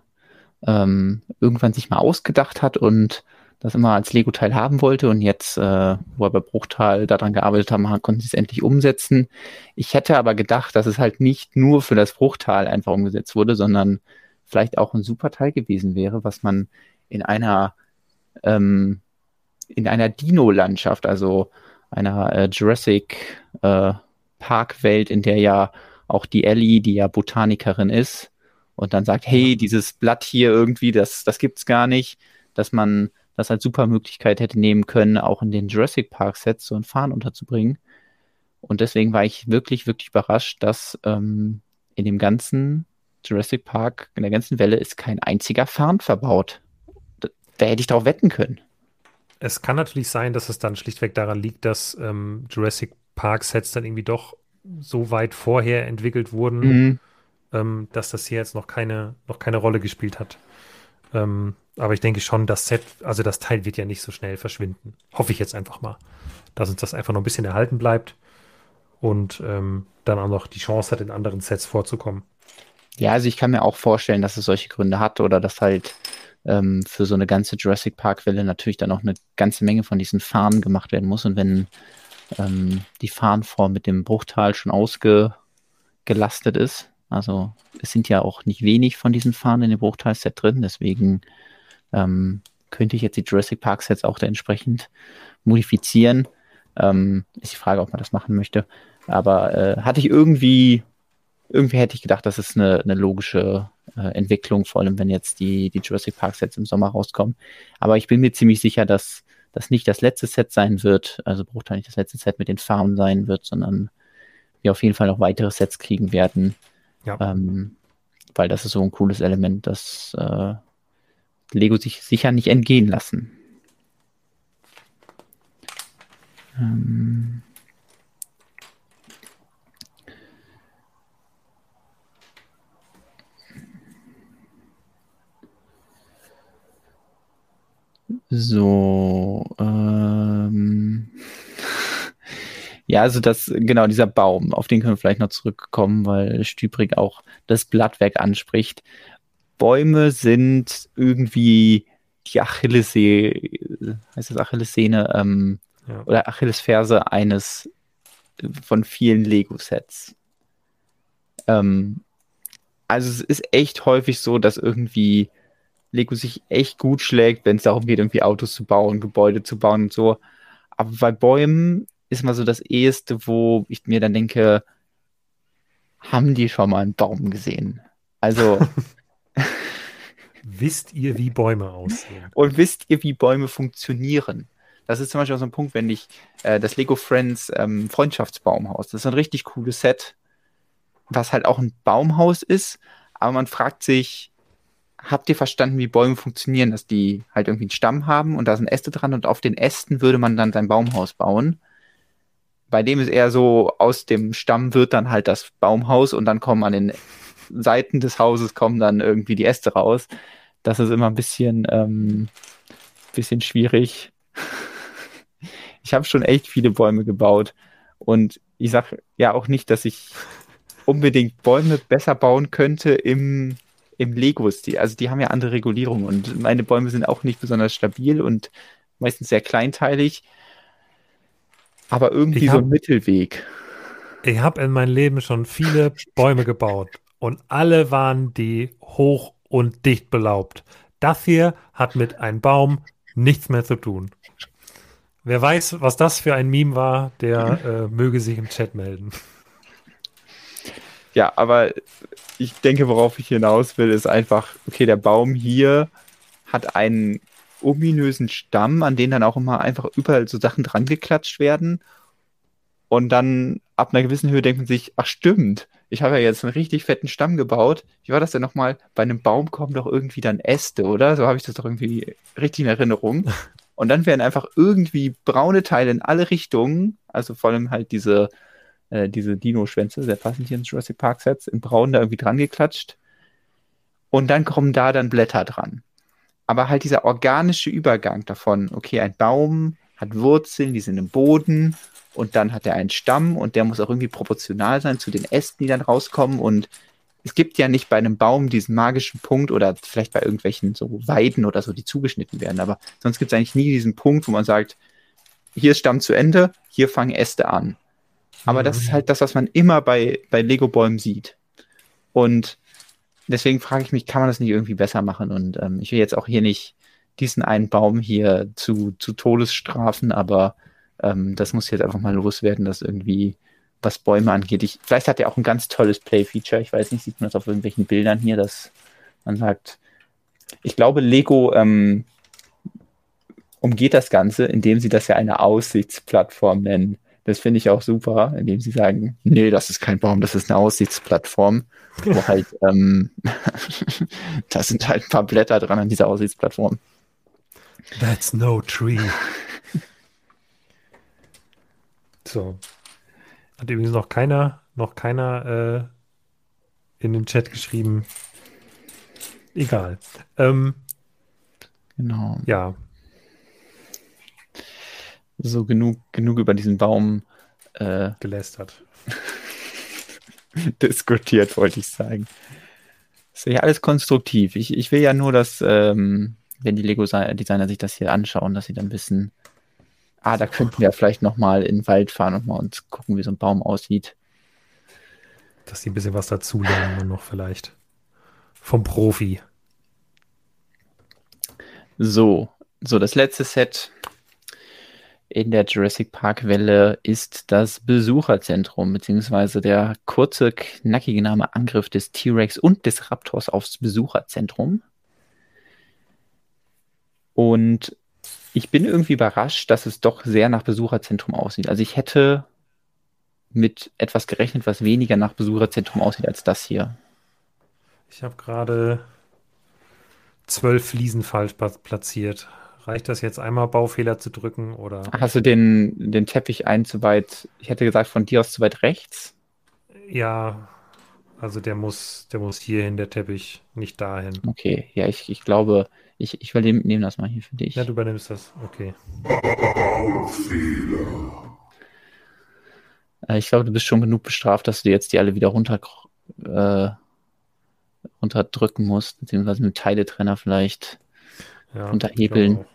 irgendwann sich mal ausgedacht hat und das immer als Lego-Teil haben wollte und jetzt, wo er bei Bruchtal daran gearbeitet haben, konnten sie es endlich umsetzen. Ich hätte aber gedacht, dass es halt nicht nur für das Bruchtal einfach umgesetzt wurde, sondern vielleicht auch ein super Teil gewesen wäre, was man in einer ähm, in einer Dino-Landschaft, also einer Jurassic Park-Welt, in der ja auch die Ellie, die ja Botanikerin ist, und dann sagt, Ja. hey, dieses Blatt hier irgendwie, das gibt's gar nicht, dass man das als super Möglichkeit hätte nehmen können, auch in den Jurassic Park Sets so ein Farn unterzubringen. Und deswegen war ich wirklich, wirklich überrascht, dass in dem ganzen Jurassic Park, in der ganzen Welle, ist kein einziger Farn verbaut. Da hätte ich drauf wetten können. Es kann natürlich sein, dass es dann schlichtweg daran liegt, dass Jurassic Park Sets dann irgendwie doch so weit vorher entwickelt wurden, Mhm. dass das hier jetzt noch keine Rolle gespielt hat. Aber ich denke schon, das Set, also das Teil wird ja nicht so schnell verschwinden. Hoffe ich jetzt einfach mal, dass uns das einfach noch ein bisschen erhalten bleibt und dann auch noch die Chance hat, in anderen Sets vorzukommen. Ja, also ich kann mir auch vorstellen, dass es solche Gründe hat oder dass halt für so eine ganze Jurassic Park-Welle natürlich dann auch eine ganze Menge von diesen Fahnen gemacht werden muss. Und wenn die Fahnenform mit dem Bruchtal schon ausgelastet ist, also es sind ja auch nicht wenig von diesen Fahnen in dem Bruchtal-Set drin, deswegen könnte ich jetzt die Jurassic Park-Sets auch da entsprechend modifizieren. Ist die Frage, ob man das machen möchte. Aber hatte ich irgendwie hätte ich gedacht, das ist eine logische Entwicklung, vor allem wenn jetzt die Jurassic Park Sets im Sommer rauskommen. Aber ich bin mir ziemlich sicher, dass das nicht das letzte Set sein wird, also Bruchteil nicht das letzte Set mit den Farmen sein wird, sondern wir auf jeden Fall noch weitere Sets kriegen werden, Ja. weil das ist so ein cooles Element, das Lego sich sicher nicht entgehen lassen. Ähm, so, ja, also genau, dieser Baum, auf den können wir vielleicht noch zurückkommen, weil Stübrig auch das Blattwerk anspricht. Bäume sind irgendwie die heißt das Achillessehne, Ja. oder Achillesferse eines von vielen Lego-Sets. Ähm, also es ist echt häufig so, dass irgendwie Lego sich echt gut schlägt, wenn es darum geht, irgendwie Autos zu bauen, Gebäude zu bauen und so. Aber bei Bäumen ist mal so das Eheste, wo ich mir dann denke, haben die schon mal einen Baum gesehen? Also, Wisst ihr, wie Bäume aussehen? und wisst ihr, wie Bäume funktionieren? Das ist zum Beispiel auch so ein Punkt, wenn ich das Lego Friends Freundschaftsbaumhaus, das ist ein richtig cooles Set, was halt auch ein Baumhaus ist, aber man fragt sich, habt ihr verstanden, wie Bäume funktionieren, dass die halt irgendwie einen Stamm haben und da sind Äste dran und auf den Ästen würde man dann sein Baumhaus bauen. Bei dem ist eher so, aus dem Stamm wird dann halt das Baumhaus und dann kommen an den Seiten des Hauses kommen dann irgendwie die Äste raus. Das ist immer ein bisschen schwierig. Ich habe schon echt viele Bäume gebaut und ich sage ja auch nicht, dass ich unbedingt Bäume besser bauen könnte im Lego-Stil. Also die haben ja andere Regulierungen und meine Bäume sind auch nicht besonders stabil und meistens sehr kleinteilig, aber irgendwie Ich so ein habe Mittelweg. ich hab in meinem Leben schon viele Bäume gebaut und alle waren die hoch und dicht belaubt. Das hier hat mit einem Baum nichts mehr zu tun. Wer weiß, was das für ein Meme war, der möge sich im Chat melden. Ja, aber ich denke, worauf ich hinaus will, ist einfach, okay, der Baum hier hat einen ominösen Stamm, an den dann auch immer einfach überall so Sachen dran geklatscht werden. Und dann ab einer gewissen Höhe denkt man sich, ach stimmt, ich habe ja jetzt einen richtig fetten Stamm gebaut. Wie war das denn nochmal? Bei einem Baum kommen doch irgendwie dann Äste, oder? So habe ich das doch irgendwie richtig in Erinnerung. Und dann werden einfach irgendwie braune Teile in alle Richtungen, also vor allem halt diese Dino-Schwänze, sehr passend hier in Jurassic Park Sets, in braun da irgendwie dran geklatscht. Und dann kommen da dann Blätter dran. Aber halt dieser organische Übergang davon, okay, ein Baum hat Wurzeln, die sind im Boden und dann hat er einen Stamm und der muss auch irgendwie proportional sein zu den Ästen, die dann rauskommen. Und es gibt ja nicht bei einem Baum diesen magischen Punkt oder vielleicht bei irgendwelchen so Weiden oder so, die zugeschnitten werden. Aber sonst gibt es eigentlich nie diesen Punkt, wo man sagt, hier ist Stamm zu Ende, hier fangen Äste an. Aber das ist halt das, was man immer bei Lego-Bäumen sieht. Und deswegen frage ich mich, kann man das nicht irgendwie besser machen? Und ich will jetzt auch hier nicht diesen einen Baum hier zu Todes strafen, aber das muss jetzt einfach mal loswerden, dass irgendwie, was Bäume angeht, vielleicht hat er auch ein ganz tolles Play-Feature. Ich weiß nicht, sieht man das auf irgendwelchen Bildern hier, dass man sagt, ich glaube, Lego umgeht das Ganze, indem sie das ja eine Aussichtsplattform nennen. Das finde ich auch super, indem sie sagen, nee, das ist kein Baum, das ist eine Aussichtsplattform, wo halt, da sind halt ein paar Blätter dran an dieser Aussichtsplattform. That's no tree. So. Hat übrigens noch keiner in den Chat geschrieben. Egal. Genau. Ja, So genug über diesen Baum gelästert. diskutiert, wollte ich sagen. Ist ja alles konstruktiv. Ich will ja nur, dass, wenn die Lego-Designer sich das hier anschauen, dass sie dann wissen, da könnten wir vielleicht nochmal in den Wald fahren und mal uns gucken, wie so ein Baum aussieht. Dass die ein bisschen was dazulernen und noch vielleicht. Vom Profi. So, das letzte Set in der Jurassic Park Welle ist das Besucherzentrum, beziehungsweise der kurze, knackige Name Angriff des T-Rex und des Raptors aufs Besucherzentrum. Und ich bin irgendwie überrascht, dass es doch sehr nach Besucherzentrum aussieht. Also ich hätte mit etwas gerechnet, was weniger nach Besucherzentrum aussieht als das hier. Ich habe gerade 12 Fliesen falsch platziert. Reicht das jetzt einmal Baufehler zu drücken oder? Hast du den Teppich zu weit, ich hätte gesagt, von dir aus zu weit rechts? Ja, also der muss hierhin, der Teppich, nicht dahin. Okay, ja, ich glaube, ich übernehme das mal hier für dich. Ja, du übernimmst das. Okay. Ich glaube, du bist schon genug bestraft, dass du jetzt die alle wieder runterdrücken musst, beziehungsweise mit Teiletrenner vielleicht Ja, runterhebeln.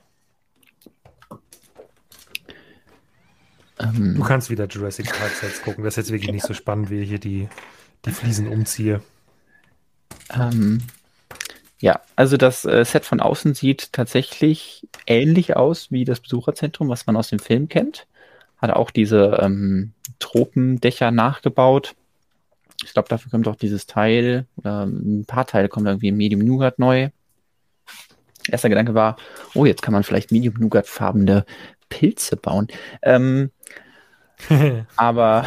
Du kannst wieder Jurassic Park Sets gucken. Das ist jetzt wirklich nicht so spannend, wie ich hier die Fliesen umziehe. Ja, also das Set von außen sieht tatsächlich ähnlich aus wie das Besucherzentrum, was man aus dem Film kennt. Hat auch diese Tropendächer nachgebaut. Ich glaube, dafür kommt auch dieses Teil, oder ein paar Teile kommen irgendwie im Medium Nougat neu. Erster Gedanke war, oh, jetzt kann man vielleicht Medium Nougat-farbene Pilze bauen. Aber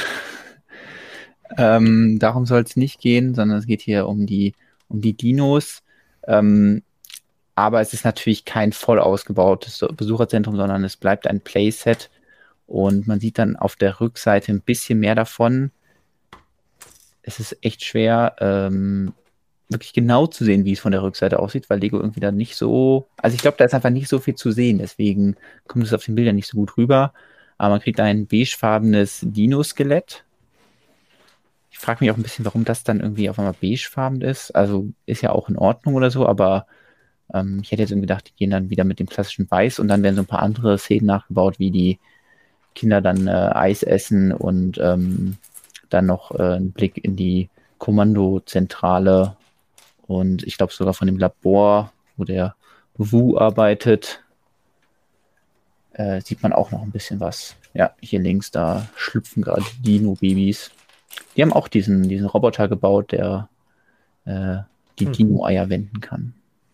darum soll es nicht gehen, sondern es geht hier um die Dinos. Aber es ist natürlich kein voll ausgebautes Besucherzentrum, sondern es bleibt ein Playset. Und man sieht dann auf der Rückseite ein bisschen mehr davon. Es ist echt schwer, wirklich genau zu sehen, wie es von der Rückseite aussieht, weil Lego irgendwie da nicht so. Also ich glaube, da ist einfach nicht so viel zu sehen. Deswegen kommt es auf den Bildern nicht so gut rüber. Aber man kriegt ein beigefarbenes Dino-Skelett. Ich frage mich auch ein bisschen, warum das dann irgendwie auf einmal beigefarben ist. Also ist ja auch in Ordnung oder so, aber ich hätte jetzt irgendwie gedacht, die gehen dann wieder mit dem klassischen Weiß und dann werden so ein paar andere Szenen nachgebaut, wie die Kinder dann Eis essen und dann noch ein Blick in die Kommandozentrale und ich glaube sogar von dem Labor, wo der Wu arbeitet, sieht man auch noch ein bisschen was. Ja, hier links, da schlüpfen gerade die Dino-Babys. Die haben auch diesen Roboter gebaut, der die Dino-Eier wenden kann.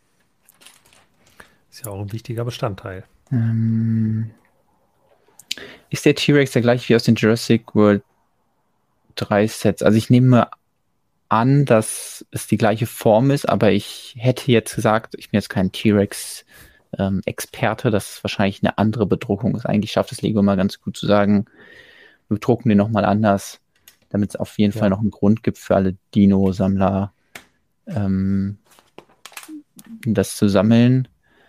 Ist ja auch ein wichtiger Bestandteil. Ist der T-Rex der gleiche wie aus den Jurassic World 3 Sets? Also ich nehme an, dass es die gleiche Form ist, aber ich hätte jetzt gesagt, ich bin jetzt kein T-Rex-Experte, dass es wahrscheinlich eine andere Bedruckung ist. Eigentlich schafft es Lego immer ganz gut zu sagen, wir bedrucken den nochmal anders, damit es auf jeden Fall noch einen Grund gibt für alle Dino-Sammler, das zu sammeln.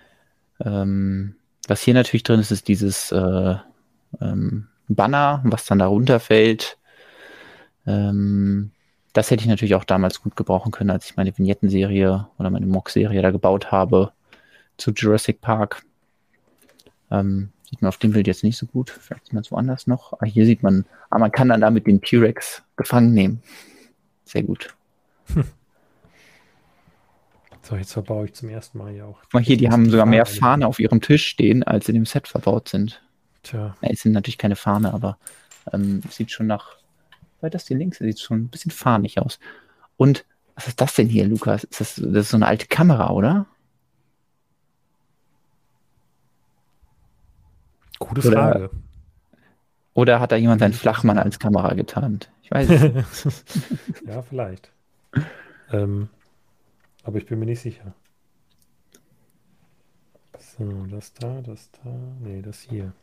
Was hier natürlich drin ist, ist dieses Banner, was dann da runterfällt. Das hätte ich natürlich auch damals gut gebrauchen können, als ich meine Vignetten-Serie oder meine Mock-Serie da gebaut habe zu Jurassic Park. Sieht man auf dem Bild jetzt nicht so gut. Vielleicht sieht man es woanders noch. Hier sieht man, man kann dann damit den T-Rex gefangen nehmen. Sehr gut. So, jetzt verbaue ich zum ersten Mal hier auch. Guck mal hier, die haben sogar mehr Fahne auf ihrem Tisch stehen, als in dem Set verbaut sind. Tja. Es sind natürlich keine Fahne, aber sieht schon nach, weil das hier links sieht schon ein bisschen fahnig aus. Und was ist das denn hier, Lukas? Das ist so eine alte Kamera, oder? Gute Frage. Oder hat da jemand seinen Flachmann als Kamera getarnt? Ich weiß es nicht. Ja, vielleicht. Aber ich bin mir nicht sicher. So, das da. Nee, das hier.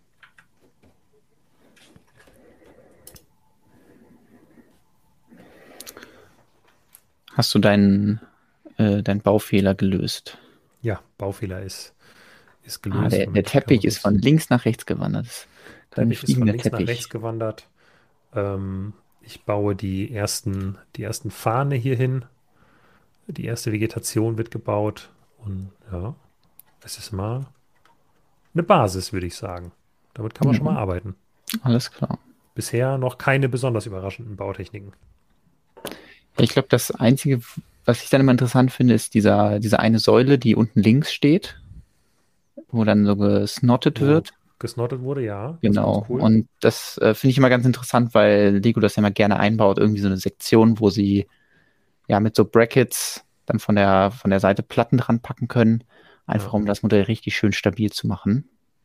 Hast du deinen Baufehler gelöst? Ja, Baufehler ist gelöst. Der Teppich ist von links nach rechts gewandert. Der Teppich ist von links nach rechts gewandert. Ich baue die ersten Fahne hier hin. Die erste Vegetation wird gebaut. Und ja, es ist mal eine Basis, würde ich sagen. Damit kann man schon mal arbeiten. Alles klar. Bisher noch keine besonders überraschenden Bautechniken. Ich glaube, das Einzige, was ich dann immer interessant finde, ist diese eine Säule, die unten links steht, wo dann so gesnottet wird. Gesnottet wurde, ja. Genau. Cool. Und das finde ich immer ganz interessant, weil Lego das ja immer gerne einbaut, irgendwie so eine Sektion, wo sie ja mit so Brackets dann von der Seite Platten dran packen können, einfach um das Modell richtig schön stabil zu machen.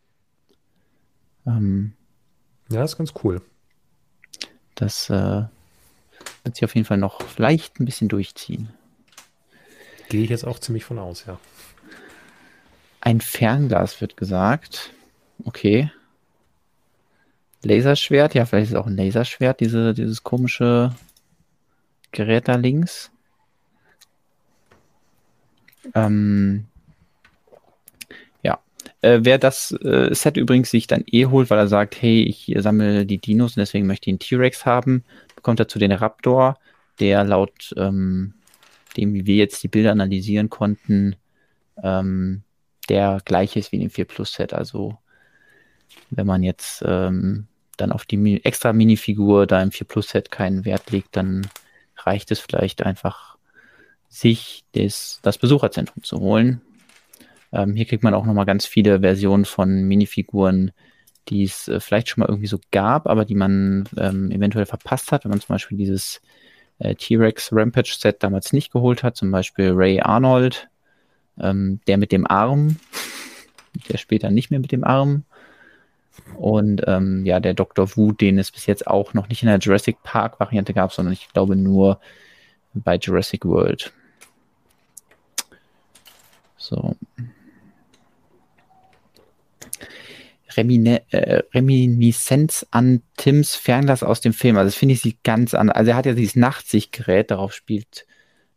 Ja, ist ganz cool. Das wird sich auf jeden Fall noch vielleicht ein bisschen durchziehen. Gehe ich jetzt auch ziemlich von aus, ja. Ein Fernglas wird gesagt. Okay. Laserschwert, ja, vielleicht ist es auch ein Laserschwert, dieses komische Gerät da links. Ja. Wer das Set übrigens sich dann holt, weil er sagt, hey, ich sammle die Dinos und deswegen möchte ich einen T-Rex haben, bekommt dazu den Raptor, der laut dem, wie wir jetzt die Bilder analysieren konnten, der gleiche ist wie in dem 4 Plus Set. Also wenn man jetzt dann auf die extra Minifigur da im 4 Plus Set keinen Wert legt, dann reicht es vielleicht einfach sich das Besucherzentrum zu holen. Hier kriegt man auch nochmal ganz viele Versionen von Minifiguren, die es vielleicht schon mal irgendwie so gab, aber die man eventuell verpasst hat, wenn man zum Beispiel dieses T-Rex Rampage Set damals nicht geholt hat, zum Beispiel Ray Arnold, der mit dem Arm, der später nicht mehr mit dem Arm, und ja, der Dr. Wu, den es bis jetzt auch noch nicht in der Jurassic Park Variante gab, sondern ich glaube nur bei Jurassic World. So. Reminiszenz an Tims Fernglas aus dem Film. Also das finde ich sieht ganz anders. Also er hat ja dieses Nachtsichtgerät, darauf spielt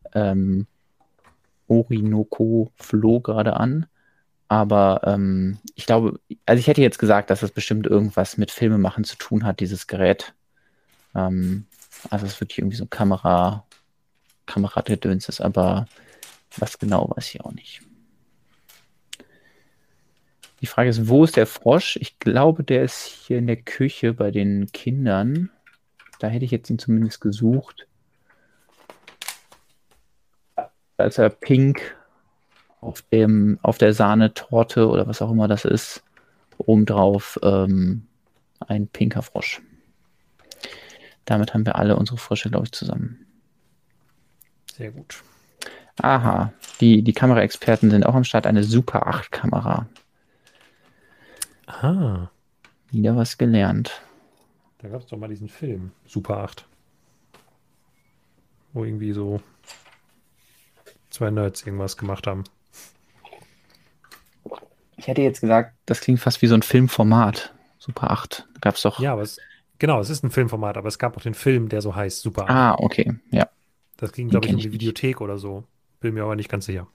Orinoco Flo gerade an. Aber ich glaube, also ich hätte jetzt gesagt, dass das bestimmt irgendwas mit Filmemachen zu tun hat, dieses Gerät. Also es ist wirklich irgendwie so Kameradedöns ist, aber was genau, weiß ich auch nicht. Die Frage ist, wo ist der Frosch? Ich glaube, der ist hier in der Küche bei den Kindern. Da hätte ich jetzt ihn zumindest gesucht. Da ist er pink auf der Sahnetorte oder was auch immer das ist. Obendrauf ein pinker Frosch. Damit haben wir alle unsere Frösche, glaube ich, zusammen. Sehr gut. Aha, die Kameraexperten sind auch am Start. Eine Super 8 Kamera. Aha. Wieder was gelernt. Da gab es doch mal diesen Film, Super 8. Wo irgendwie so 2 Nerds irgendwas gemacht haben. Ich hätte jetzt gesagt, das klingt fast wie so ein Filmformat. Super 8. Da gab es doch. Ja, aber es ist ein Filmformat, aber es gab auch den Film, der so heißt, Super 8. Ah, okay, ja. Das ging, Den glaube ich, kenn um ich die nicht. Videothek oder so. Bin mir aber nicht ganz sicher.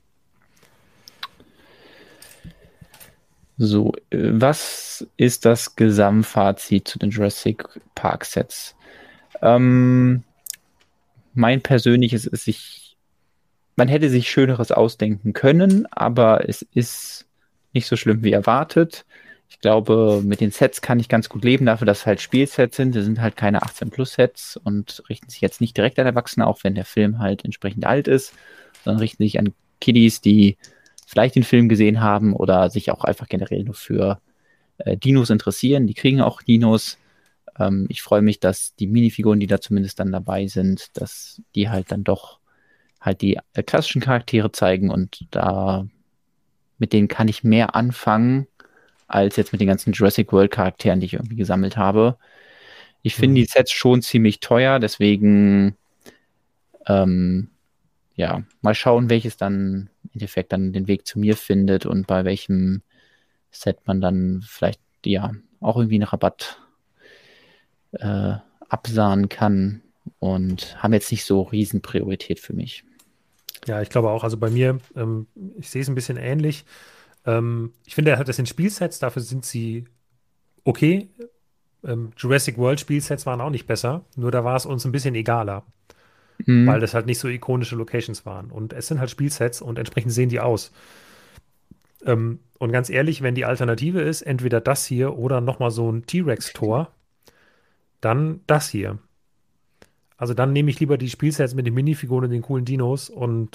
So, was ist das Gesamtfazit zu den Jurassic Park Sets? Mein persönliches ist man hätte sich Schöneres ausdenken können, aber es ist nicht so schlimm wie erwartet. Ich glaube, mit den Sets kann ich ganz gut leben, dafür, dass es halt Spielsets sind. Sie sind halt keine 18-Plus-Sets und richten sich jetzt nicht direkt an Erwachsene, auch wenn der Film halt entsprechend alt ist, sondern richten sich an Kiddies, die vielleicht den Film gesehen haben oder sich auch einfach generell nur für Dinos interessieren. Die kriegen auch Dinos. Ich freue mich, dass die Minifiguren, die da zumindest dann dabei sind, dass die halt dann doch halt die klassischen Charaktere zeigen und da mit denen kann ich mehr anfangen, als jetzt mit den ganzen Jurassic World Charakteren, die ich irgendwie gesammelt habe. Ich finde die Sets schon ziemlich teuer, deswegen ja, mal schauen, welches dann im Endeffekt dann den Weg zu mir findet und bei welchem Set man dann vielleicht ja auch irgendwie einen Rabatt absahnen kann und haben jetzt nicht so Riesenpriorität für mich. Ja, ich glaube auch. Also bei mir, ich sehe es ein bisschen ähnlich. Ich finde, er hat das in Spielsets, dafür sind sie okay. Jurassic World Spielsets waren auch nicht besser, nur da war es uns ein bisschen egaler, weil Mhm. das halt nicht so ikonische Locations waren. Und es sind halt Spielsets und entsprechend sehen die aus. Und ganz ehrlich, wenn die Alternative ist, entweder das hier oder nochmal so ein T-Rex-Tor, dann das hier. Also dann nehme ich lieber die Spielsets mit den Minifiguren und den coolen Dinos und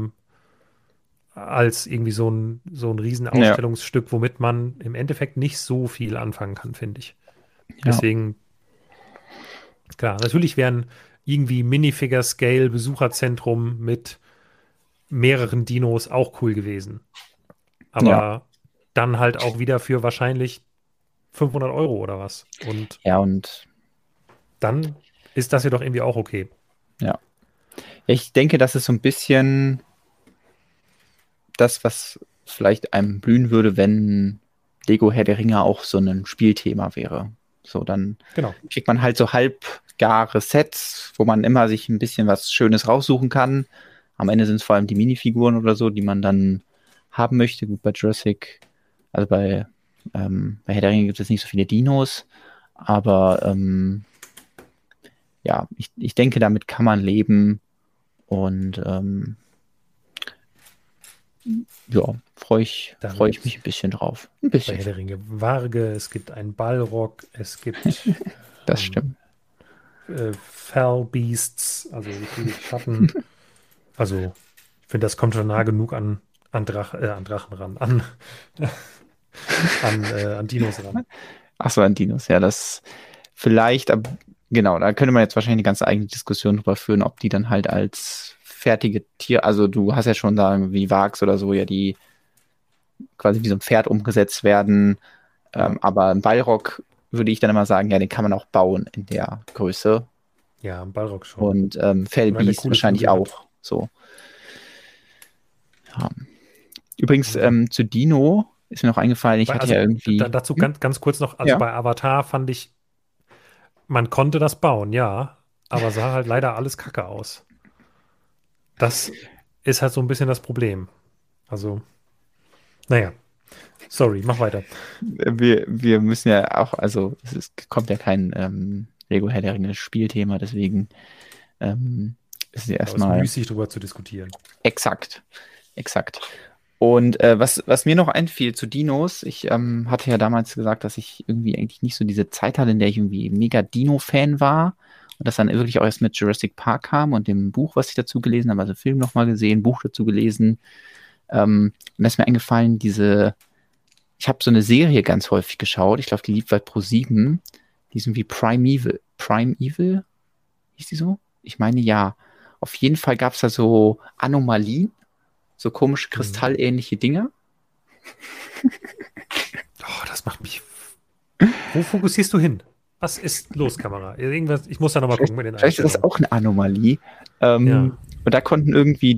als irgendwie so ein riesen Ja, Ausstellungsstück, womit man im Endeffekt nicht so viel anfangen kann, finde ich. ja, Deswegen, klar, natürlich wären irgendwie Minifigure-Scale Besucherzentrum mit mehreren Dinos auch cool gewesen. ja, Aber dann halt auch wieder für wahrscheinlich 500 Euro oder was. Und ja und dann ist das ja doch irgendwie auch okay. ja. Ich denke, das ist so ein bisschen das, was vielleicht einem blühen würde, wenn Lego Herr der Ringe auch so ein Spielthema wäre. So, dann Genau. kriegt man halt so halbgare Sets, wo man immer sich ein bisschen was Schönes raussuchen kann. Am Ende sind es vor allem die Minifiguren oder so, die man dann haben möchte. Gut, bei Jurassic, also bei Herr der Ringe gibt es nicht so viele Dinos, aber ja, ich denke, damit kann man leben und ja, freu ich mich Damit ein bisschen drauf. Ein bei bisschen. Herr der Ringe Warge, es gibt einen Balrog, es gibt Das stimmt. Fell Beasts, also geflügelte Schatten. Also Ich finde, das kommt schon nah genug an Drachen ran, an Dinos ran. Ach so, an Dinos, ja, das vielleicht, genau, da könnte man jetzt wahrscheinlich eine ganz eigene Diskussion drüber führen, ob die dann halt als fertige Tier, also du hast ja schon da wie Wags oder so, ja, die quasi wie so ein Pferd umgesetzt werden, Ja, aber ein Balrog würde ich dann immer sagen, ja, den kann man auch bauen in der Größe ja, ein Balrog schon. und Solange der Fellbeast coole wahrscheinlich Flügel hat. auch, so. Ja. Übrigens, Ja. zu Dino ist mir noch eingefallen, ich hatte Also ja irgendwie, dazu ganz kurz noch, also ja, bei Avatar fand ich, man konnte das bauen, ja, aber sah halt leider alles kacke aus. Das ist halt so ein bisschen das Problem. Also, naja, sorry, mach weiter. wir müssen ja auch, also kommt ja kein Lego Herr der Ringe Spielthema, deswegen ist ja Aber es ist erstmal müßig, drüber zu diskutieren. exakt, exakt. Und was mir noch einfiel zu Dinos, ich hatte ja damals gesagt, dass ich irgendwie eigentlich nicht so diese Zeit hatte, in der ich irgendwie mega Dino-Fan war. Und das dann wirklich auch erst mit Jurassic Park kam und dem Buch, was ich dazu gelesen habe, also Film nochmal gesehen, Buch dazu gelesen. Und da ist mir eingefallen, ich habe so eine Serie ganz häufig geschaut, ich glaube, die lief bei Pro7, die ist irgendwie Primeval. Primeval? Hieß die so? Ich meine, ja. Auf jeden Fall gab es da so Anomalien, so komische Mhm. kristallähnliche Dinge. Oh, das macht mich. Wo fokussierst du hin? Was ist los, Kamera? Irgendwas, ich muss da nochmal gucken mit den Vielleicht ist das Einstellungen. auch eine Anomalie. Ja. Und da konnten irgendwie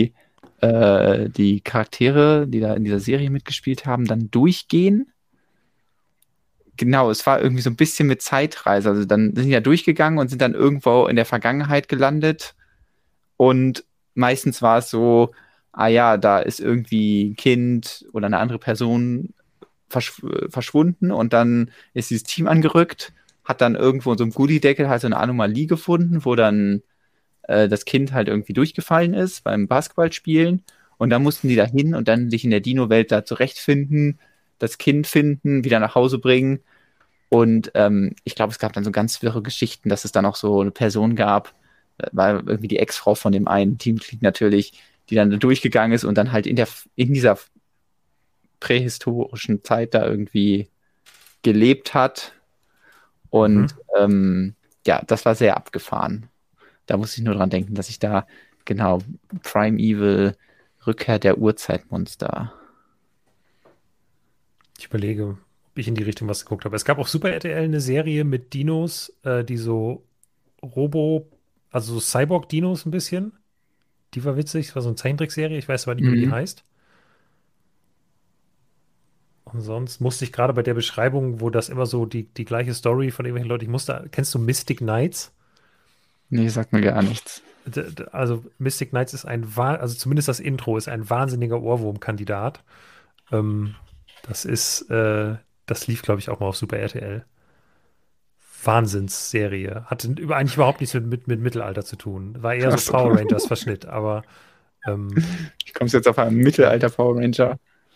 die Charaktere, die da in dieser Serie mitgespielt haben, dann durchgehen. Genau, es war irgendwie so ein bisschen mit Zeitreise. Also dann sind die ja durchgegangen und sind dann irgendwo in der Vergangenheit gelandet. Und meistens war es so, ah ja, da ist irgendwie ein Kind oder eine andere Person verschwunden und dann ist dieses Team angerückt, hat dann irgendwo in so einem Goodie-Deckel halt so eine Anomalie gefunden, wo dann das Kind halt irgendwie durchgefallen ist beim Basketballspielen. Und dann mussten die da hin und dann sich in der Dino-Welt da zurechtfinden, das Kind finden, wieder nach Hause bringen. Und ich glaube, es gab dann so ganz wirre Geschichten, dass es dann auch so eine Person gab, war irgendwie die Ex-Frau von dem einen Teammitglied natürlich, die dann durchgegangen ist und dann halt in dieser prähistorischen Zeit da irgendwie gelebt hat. Und Mhm. ja, das war sehr abgefahren. Da muss ich nur dran denken, dass ich da, genau, Primeval, Rückkehr der Urzeitmonster. Ich überlege, ob ich in die Richtung was geguckt habe. Es gab auf Super RTL eine Serie mit Dinos, die so Robo, also so Cyborg-Dinos ein bisschen. Die war witzig. Das war so eine Zeichentrickserie. Ich weiß aber nicht mehr, wie die Mhm. heißt. Und sonst musste ich gerade bei der Beschreibung, wo das immer so die gleiche Story von irgendwelchen Leuten, kennst du Mystic Knights? Nee, sagt mir gar nichts. Also Mystic Knights ist also zumindest das Intro ist ein wahnsinniger Ohrwurm-Kandidat. Ähm, das ist, das lief, glaube ich, auch mal auf Super RTL. Wahnsinnsserie. Hatte eigentlich überhaupt nichts mit Mittelalter zu tun. War eher so Achso. Power Rangers Verschnitt, aber ähm, Ich komme jetzt auf einen ja. Mittelalter Power Ranger.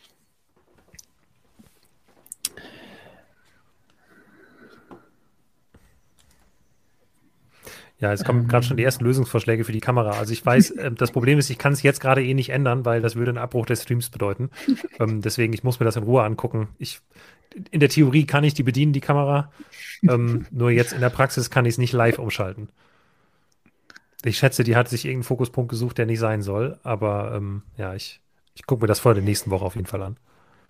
Ja, es kommen gerade schon die Ähm, ersten Lösungsvorschläge für die Kamera. Also ich weiß, das Problem ist, ich kann es jetzt gerade eh nicht ändern, weil das würde einen Abbruch des Streams bedeuten. Deswegen, ich muss mir das in Ruhe angucken. In der Theorie kann ich die bedienen, die Kamera. Nur jetzt in der Praxis kann ich es nicht live umschalten. Ich schätze, die hat sich irgendeinen Fokuspunkt gesucht, der nicht sein soll. Aber ja, ich gucke mir das vor der nächsten Woche auf jeden Fall an.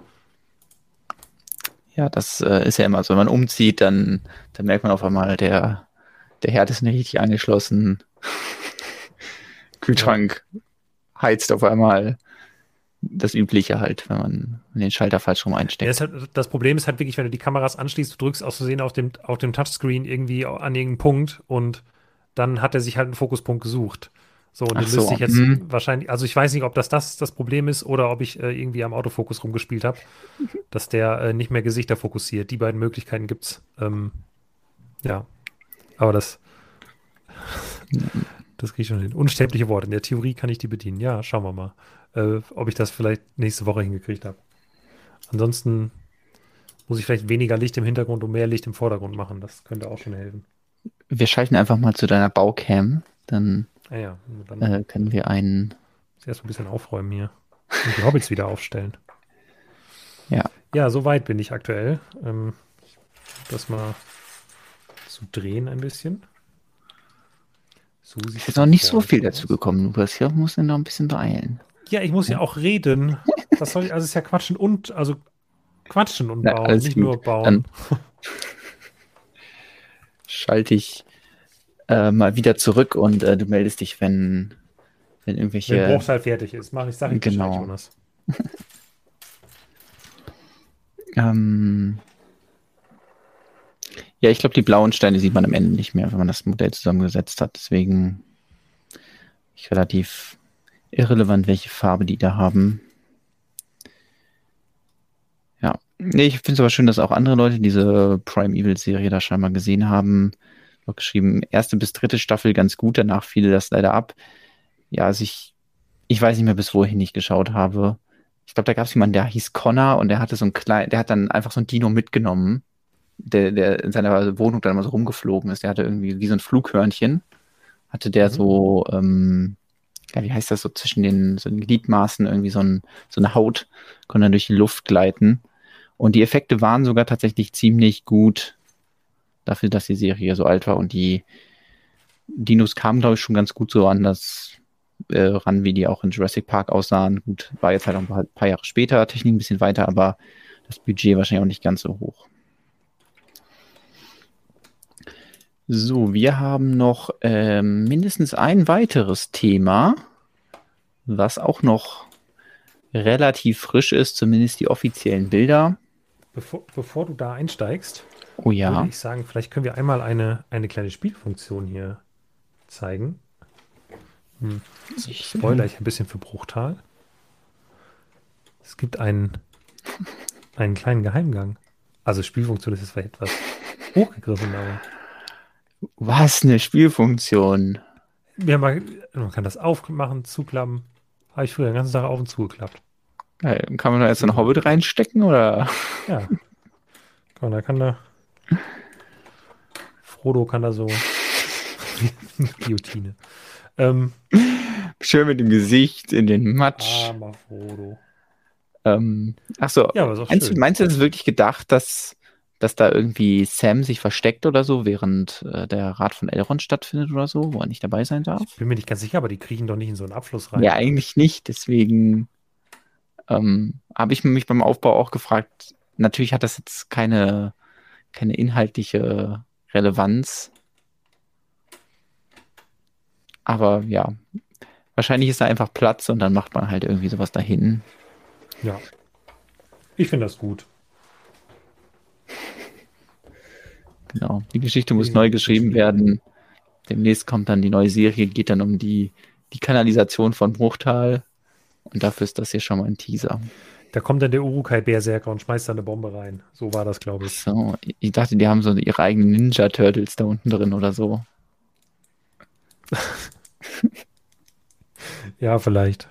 ja, das ist ja immer so. Wenn man umzieht, dann merkt man auf einmal, der Herd ist nicht richtig angeschlossen. Ja. Kühlschrank heizt auf einmal. Das Übliche halt, wenn man den Schalter falsch rum Ja, einsteckt. das Problem ist halt wirklich, wenn du die Kameras anschließt, du drückst aus Versehen auf dem Touchscreen irgendwie an irgendeinen Punkt und dann hat er sich halt einen Fokuspunkt gesucht. So, und Ach den müsste so. ich jetzt wahrscheinlich, also ich weiß nicht, ob das Problem ist oder ob ich irgendwie am Autofokus rumgespielt habe, dass der nicht mehr Gesichter fokussiert. Die beiden Möglichkeiten gibt's. Ja, aber das kriege ich schon hin. Unsterbliche Worte. In der Theorie kann ich die bedienen. Ja, schauen wir mal, ob ich das vielleicht nächste Woche hingekriegt habe. Ansonsten muss ich vielleicht weniger Licht im Hintergrund und mehr Licht im Vordergrund machen. Das könnte auch schon helfen. Wir schalten einfach mal zu deiner Baucam. Dann Ah ja, dann können wir einen Erst mal ein bisschen aufräumen hier. Und die Hobbits wieder aufstellen. Ja. Ja, so weit bin ich aktuell. Das mal zu drehen ein bisschen. So sieht Ist es jetzt noch da nicht so vorne viel schon dazu aus. gekommen, Lukas. Hier muss man noch ein bisschen beeilen. Ja, ich muss ja auch reden. Was soll ich? Also es ist ja Quatschen und Na, bauen, alles nicht gut. nur bauen. Dann schalte ich mal wieder zurück und du meldest dich, wenn Wenn irgendwelche. Bruchteil fertig ist, sag ich Bescheid, Genau. Jonas. Ähm, ja, ich glaube, die blauen Steine sieht man am Ende nicht mehr, wenn man das Modell zusammengesetzt hat. Deswegen ist relativ irrelevant, welche Farbe die da haben. Ja. Nee, ich finde es aber schön, dass auch andere Leute diese Primeval-Serie da scheinbar gesehen haben. Auch geschrieben, erste bis dritte Staffel ganz gut, danach fiel das leider ab. Ja, also ich weiß nicht mehr, bis wohin ich geschaut habe. Ich glaube, da gab es jemanden, der hieß Connor und der hatte so ein der hat dann einfach so ein Dino mitgenommen, der in seiner Wohnung dann mal so rumgeflogen ist. Der hatte irgendwie wie so ein Flughörnchen, hatte der so, ja, wie heißt das, so zwischen so den Gliedmaßen irgendwie so eine Haut, konnte dann durch die Luft gleiten. Und die Effekte waren sogar tatsächlich ziemlich gut dafür, dass die Serie so alt war. Und die Dinos kamen, glaube ich, schon ganz gut so an das ran, wie die auch in Jurassic Park aussahen. Gut, war jetzt halt auch ein paar Jahre später, Technik ein bisschen weiter, aber das Budget wahrscheinlich auch nicht ganz so hoch. So, wir haben noch mindestens ein weiteres Thema, was auch noch relativ frisch ist, zumindest die offiziellen Bilder. Bevor du da einsteigst, Oh würde ja. ich sagen, vielleicht können wir einmal eine kleine Spielfunktion hier zeigen. Spoiler ich ein bisschen für Bruchtal. Es gibt einen kleinen Geheimgang. Also Spielfunktion ist jetzt vielleicht etwas hochgegriffen, aber Was eine Spielfunktion. ja, man kann das aufmachen, zuklappen. Habe ich früher den ganzen Tag auf und zugeklappt. Kann man da jetzt so einen Hobbit reinstecken oder? Ja. Kann da Frodo kann da so Guillotine. Schön mit dem Gesicht in den Matsch. Armer Frodo. Ach so, Ja, aber ist auch schön. meinst du, es ist wirklich gedacht, dass da irgendwie Sam sich versteckt oder so, während der Rat von Elrond stattfindet oder so, wo er nicht dabei sein darf? Ich bin mir nicht ganz sicher, aber die kriechen doch nicht in so einen Abfluss rein. Ja, eigentlich nicht. Deswegen habe ich mich beim Aufbau auch gefragt, natürlich hat das jetzt keine inhaltliche Relevanz. Aber ja, wahrscheinlich ist da einfach Platz und dann macht man halt irgendwie sowas dahin. Ja. Ich finde das gut. Genau. Die Geschichte muss neu geschrieben werden. Demnächst kommt dann die neue Serie, geht dann um die Kanalisation von Bruchtal. Und dafür ist das hier schon mal ein Teaser. Da kommt dann der Urukai-Berserker und schmeißt da eine Bombe rein. So war das, glaube ich. So, ich dachte, die haben so ihre eigenen Ninja-Turtles da unten drin oder so. Ja, vielleicht.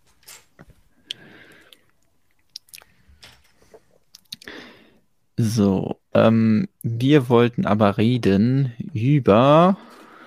So, wir wollten aber reden über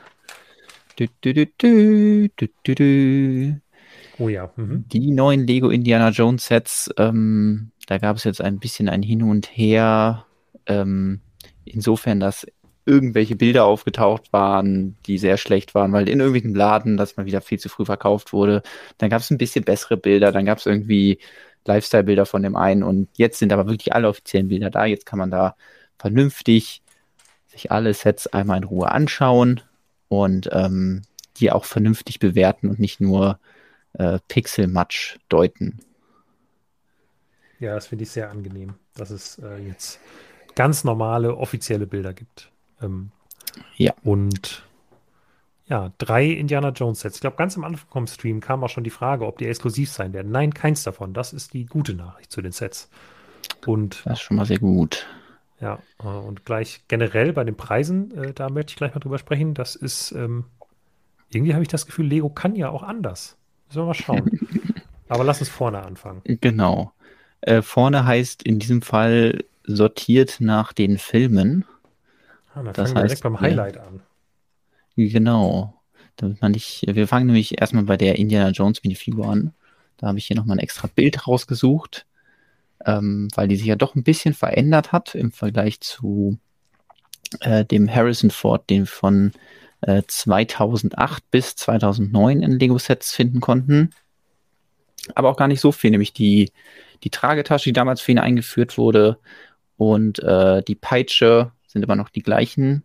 Oh ja. die neuen Lego Indiana Jones Sets. Da gab es jetzt ein bisschen ein Hin und Her. Insofern, dass irgendwelche Bilder aufgetaucht waren, die sehr schlecht waren, weil in irgendwelchen Laden das mal wieder viel zu früh verkauft wurde. Dann gab es ein bisschen bessere Bilder, dann gab es irgendwie Lifestyle-Bilder von dem einen und jetzt sind aber wirklich alle offiziellen Bilder da. Jetzt kann man da vernünftig sich alle Sets einmal in Ruhe anschauen und die auch vernünftig bewerten und nicht nur Pixelmatch deuten. Ja, das finde ich sehr angenehm, dass es jetzt ganz normale offizielle Bilder gibt. Ja. Und ja, 3 Indiana Jones Sets. Ich glaube, ganz am Anfang vom Stream kam auch schon die Frage, ob die exklusiv sein werden. Nein, keins davon. Das ist die gute Nachricht zu den Sets. Und Das ist schon mal sehr gut. ja, und gleich generell bei den Preisen, da möchte ich gleich mal drüber sprechen. Das ist, irgendwie habe ich das Gefühl, Lego kann ja auch anders. Müssen wir mal schauen. Aber lass uns vorne anfangen. Genau. Vorne heißt in diesem Fall sortiert nach den Filmen. Dann Das fangen wir heißt, direkt beim Highlight an. Genau. Damit man nicht, wir fangen nämlich erstmal bei der Indiana Jones Minifigur an. Da habe ich hier nochmal ein extra Bild rausgesucht, weil die sich ja doch ein bisschen verändert hat im Vergleich zu dem Harrison Ford, den wir von 2008 bis 2009 in Lego-Sets finden konnten. Aber auch gar nicht so viel, nämlich die Tragetasche, die damals für ihn eingeführt wurde, und die Peitsche sind immer noch die gleichen.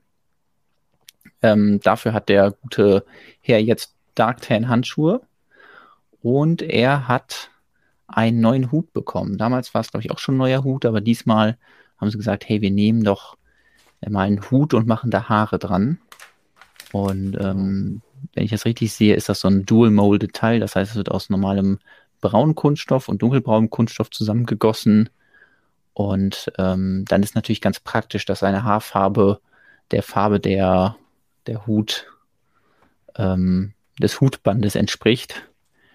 Dafür hat der gute Herr jetzt Darktan-Handschuhe und er hat einen neuen Hut bekommen. Damals war es, glaube ich, auch schon ein neuer Hut, aber diesmal haben sie gesagt, hey, wir nehmen doch mal einen Hut und machen da Haare dran. Und wenn ich das richtig sehe, ist das so ein Dual-Molded Teil. Das heißt, es wird aus normalem braunen Kunststoff und dunkelbraunem Kunststoff zusammengegossen. Und dann ist natürlich ganz praktisch, dass eine Haarfarbe der Farbe der Hut, des Hutbandes entspricht.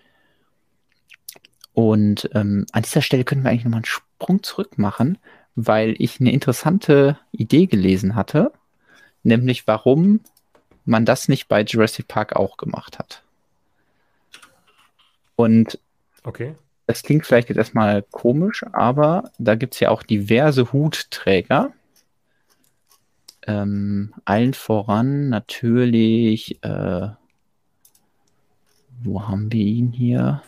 Und an dieser Stelle können wir eigentlich nochmal einen Sprung zurück machen, weil ich eine interessante Idee gelesen hatte, nämlich warum man das nicht bei Jurassic Park auch gemacht hat. Und Okay. das klingt vielleicht jetzt erstmal komisch, aber da gibt es ja auch diverse Hutträger. Allen voran natürlich, wo haben wir ihn hier?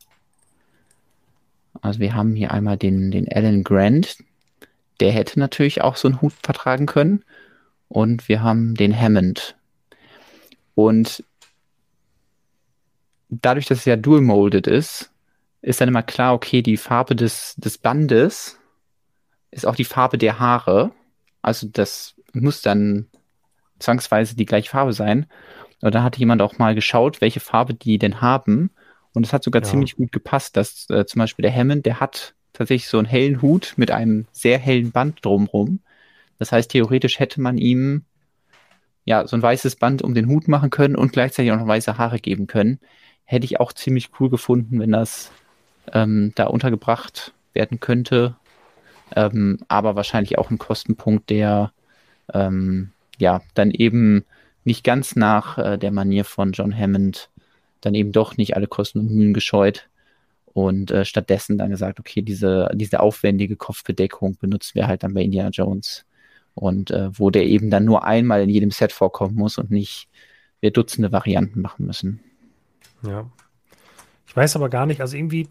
Also wir haben hier einmal den Alan Grant, der hätte natürlich auch so einen Hut vertragen können. Und wir haben den Hammond. Und dadurch, dass es ja dual-molded ist dann immer klar, okay, die Farbe des Bandes ist auch die Farbe der Haare. Also das muss dann zwangsweise die gleiche Farbe sein. Und da hatte jemand auch mal geschaut, welche Farbe die denn haben. Und es hat sogar ziemlich gut gepasst, dass zum Beispiel der Hammond, der hat tatsächlich so einen hellen Hut mit einem sehr hellen Band drumrum. Das heißt, theoretisch hätte man ihm ja so ein weißes Band um den Hut machen können und gleichzeitig auch noch weiße Haare geben können. Hätte ich auch ziemlich cool gefunden, wenn das da untergebracht werden könnte. Aber wahrscheinlich auch ein Kostenpunkt, der ja dann eben nicht ganz nach der Manier von John Hammond dann eben doch nicht alle Kosten und Mühen gescheut und stattdessen dann gesagt, okay, diese aufwendige Kopfbedeckung benutzen wir halt dann bei Indiana Jones und wo der eben dann nur einmal in jedem Set vorkommen muss und nicht wir Dutzende Varianten machen müssen. Ja. Ich weiß aber gar nicht, also irgendwie,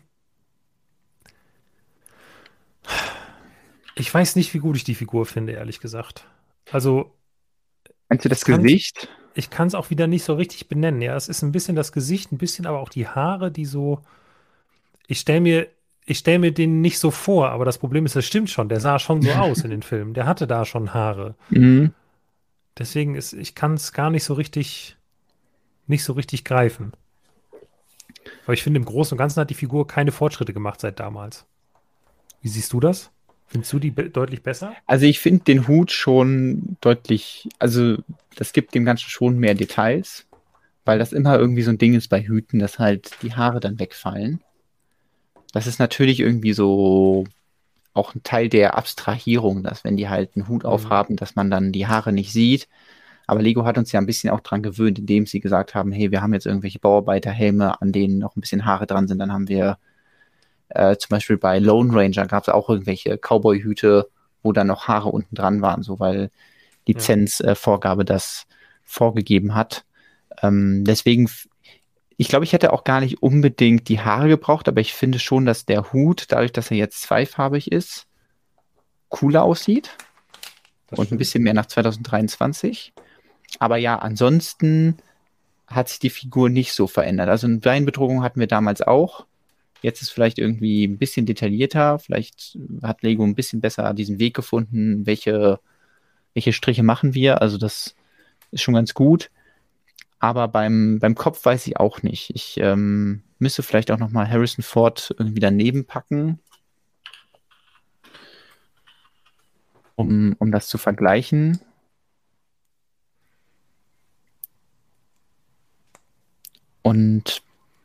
ich weiß nicht, wie gut ich die Figur finde, ehrlich gesagt. Also, Meinst du das ich kann Gesicht? ich kann es auch wieder nicht so richtig benennen. Ja, es ist ein bisschen das Gesicht, ein bisschen aber auch die Haare, die so. Ich stelle mir, ich stell mir den nicht so vor, aber das Problem ist, das stimmt schon. Der sah schon so aus in den Filmen. Der hatte da schon Haare. Mhm. Deswegen ich kann es gar nicht so richtig greifen. Aber ich finde, im Großen und Ganzen hat die Figur keine Fortschritte gemacht seit damals. Wie siehst du das? Findest du die deutlich besser? Also ich finde den Hut schon deutlich, also das gibt dem Ganzen schon mehr Details, weil das immer irgendwie so ein Ding ist bei Hüten, dass halt die Haare dann wegfallen. Das ist natürlich irgendwie so auch ein Teil der Abstrahierung, dass wenn die halt einen Hut Hm. aufhaben, dass man dann die Haare nicht sieht. Aber Lego hat uns ja ein bisschen auch dran gewöhnt, indem sie gesagt haben, hey, wir haben jetzt irgendwelche Bauarbeiterhelme, an denen noch ein bisschen Haare dran sind. Dann haben wir zum Beispiel bei Lone Ranger gab es auch irgendwelche Cowboy-Hüte, wo dann noch Haare unten dran waren, so weil Ja. Lizenzvorgabe das vorgegeben hat. Deswegen, ich glaube, ich hätte auch gar nicht unbedingt die Haare gebraucht, aber ich finde schon, dass der Hut, dadurch, dass er jetzt zweifarbig ist, cooler aussieht Das und ein stimmt. bisschen mehr nach 2023. Aber ja, ansonsten hat sich die Figur nicht so verändert. Also eine Beinbedrohung hatten wir damals auch. Jetzt ist vielleicht irgendwie ein bisschen detaillierter. Vielleicht hat Lego ein bisschen besser diesen Weg gefunden, welche Striche machen wir. Also das ist schon ganz gut. Aber beim Kopf weiß ich auch nicht. Ich müsste vielleicht auch nochmal Harrison Ford irgendwie daneben packen, um das zu vergleichen. Und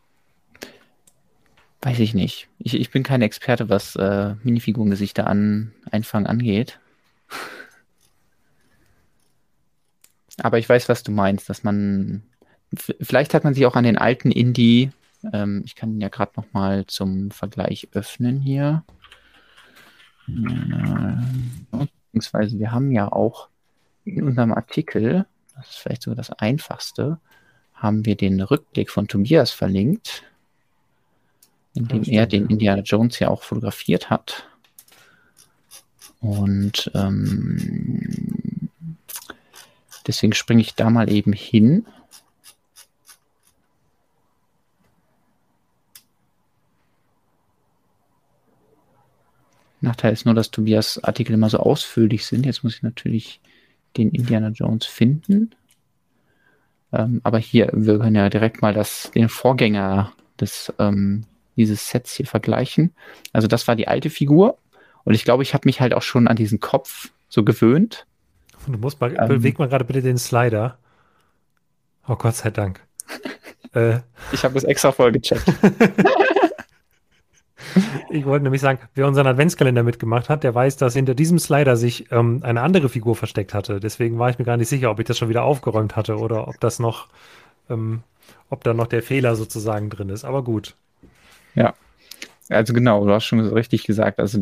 weiß ich nicht. Ich bin kein Experte, was Minifigurengesichter einfangen angeht. Aber ich weiß, was du meinst, dass man Vielleicht hat man sich auch an den alten Indie, ich kann ihn ja gerade noch mal zum Vergleich öffnen hier. Beziehungsweise wir haben ja auch in unserem Artikel, das ist vielleicht sogar das Einfachste, haben wir den Rückblick von Tobias verlinkt, in dem er den Indiana Jones ja auch fotografiert hat. Und deswegen springe ich da mal eben hin. Nachteil ist nur, dass Tobias Artikel immer so ausführlich sind. Jetzt muss ich natürlich den Indiana Jones finden. Aber hier, wir können ja direkt mal den Vorgänger dieses Sets hier vergleichen. Also das war die alte Figur. Und ich glaube, ich habe mich halt auch schon an diesen Kopf so gewöhnt. Du musst mal, beweg mal gerade bitte den Slider. Oh Gott sei Dank. Ich habe das extra voll gecheckt. Ich wollte nämlich sagen, wer unseren Adventskalender mitgemacht hat, der weiß, dass hinter diesem Slider sich eine andere Figur versteckt hatte. Deswegen war ich mir gar nicht sicher, ob ich das schon wieder aufgeräumt hatte oder ob das noch, ob da noch der Fehler sozusagen drin ist. Aber gut. Ja, also genau, du hast schon richtig gesagt. Also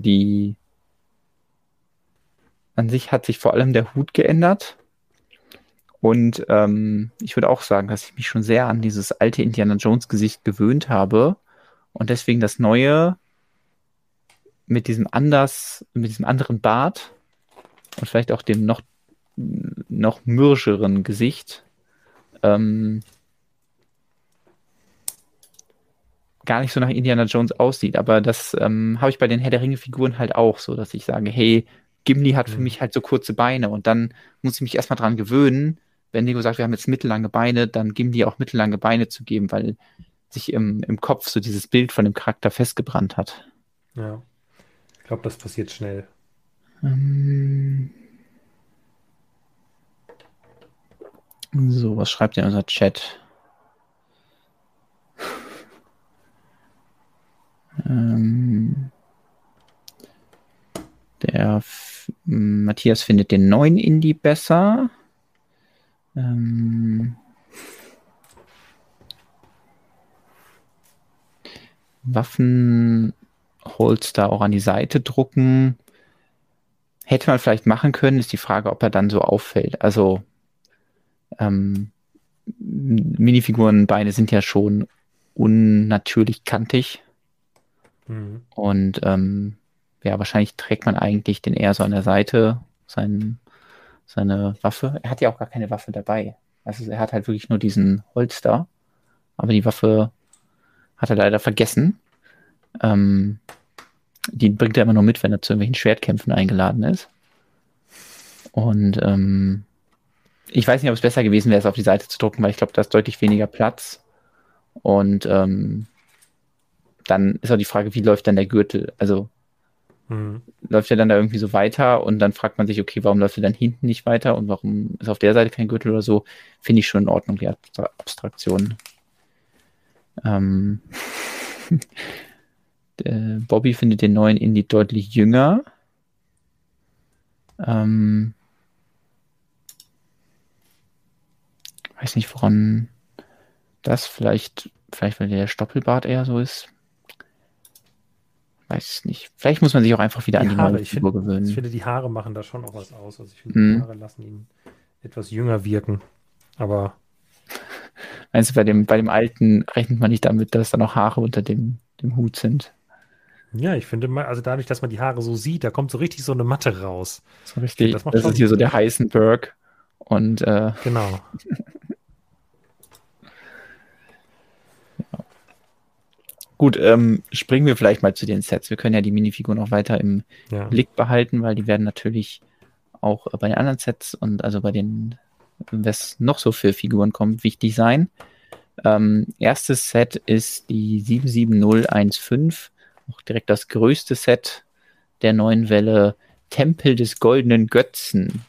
an sich hat sich vor allem der Hut geändert. Und ich würde auch sagen, dass ich mich schon sehr an dieses alte Indiana Jones Gesicht gewöhnt habe. Und deswegen das Neue mit diesem anderen Bart und vielleicht auch dem noch mürrischeren Gesicht gar nicht so nach Indiana Jones aussieht. Aber das habe ich bei den Herr der Ringe-Figuren halt auch so, dass ich sage, hey, Gimli hat für mich halt so kurze Beine und dann muss ich mich erstmal dran gewöhnen, wenn Lego sagt, wir haben jetzt mittellange Beine, dann Gimli auch mittellange Beine zu geben, weil sich im Kopf so dieses Bild von dem Charakter festgebrannt hat. Ja. Ich glaube, das passiert schnell. So, was schreibt denn unser Chat? Der Matthias findet den neuen Indie besser. Waffenholster auch an die Seite drucken. Hätte man vielleicht machen können, ist die Frage, ob er dann so auffällt. Also Minifigurenbeine sind ja schon unnatürlich kantig. Und ja, wahrscheinlich trägt man eigentlich den eher so an der Seite, seine Waffe. Er hat ja auch gar keine Waffe dabei. Also er hat halt wirklich nur diesen Holster. Aber die Waffe hat er leider vergessen. Die bringt er immer nur mit, wenn er zu irgendwelchen Schwertkämpfen eingeladen ist. Und ich weiß nicht, ob es besser gewesen wäre, es auf die Seite zu drucken, weil ich glaube, da ist deutlich weniger Platz. Und dann ist auch die Frage, wie läuft dann der Gürtel? Also läuft er dann da irgendwie so weiter und dann fragt man sich, okay, warum läuft er dann hinten nicht weiter und warum ist auf der Seite kein Gürtel oder so? Finde ich schon in Ordnung, die Abstraktion. Bobby findet den neuen Indie deutlich jünger. Weiß nicht, woran das vielleicht weil der Stoppelbart eher so ist. Weiß es nicht. Vielleicht muss man sich auch einfach wieder an die neue Figur gewöhnen. Ich finde, die Haare machen da schon auch was aus. Also ich finde, die Haare lassen ihn etwas jünger wirken. Aber meinst du, bei dem Alten rechnet man nicht damit, dass da noch Haare unter dem Hut sind? Ja, ich finde, also dadurch, dass man die Haare so sieht, da kommt so richtig so eine Matte raus. So richtig, das ist hier so der Heisenberg. Und genau. Gut, springen wir vielleicht mal zu den Sets. Wir können ja die Minifiguren noch weiter im Blick behalten, weil die werden natürlich auch bei den anderen Sets und also bei den, was noch so für Figuren kommt, wichtig sein. Erstes Set ist die 77015, auch direkt das größte Set der neuen Welle, Tempel des goldenen Götzen.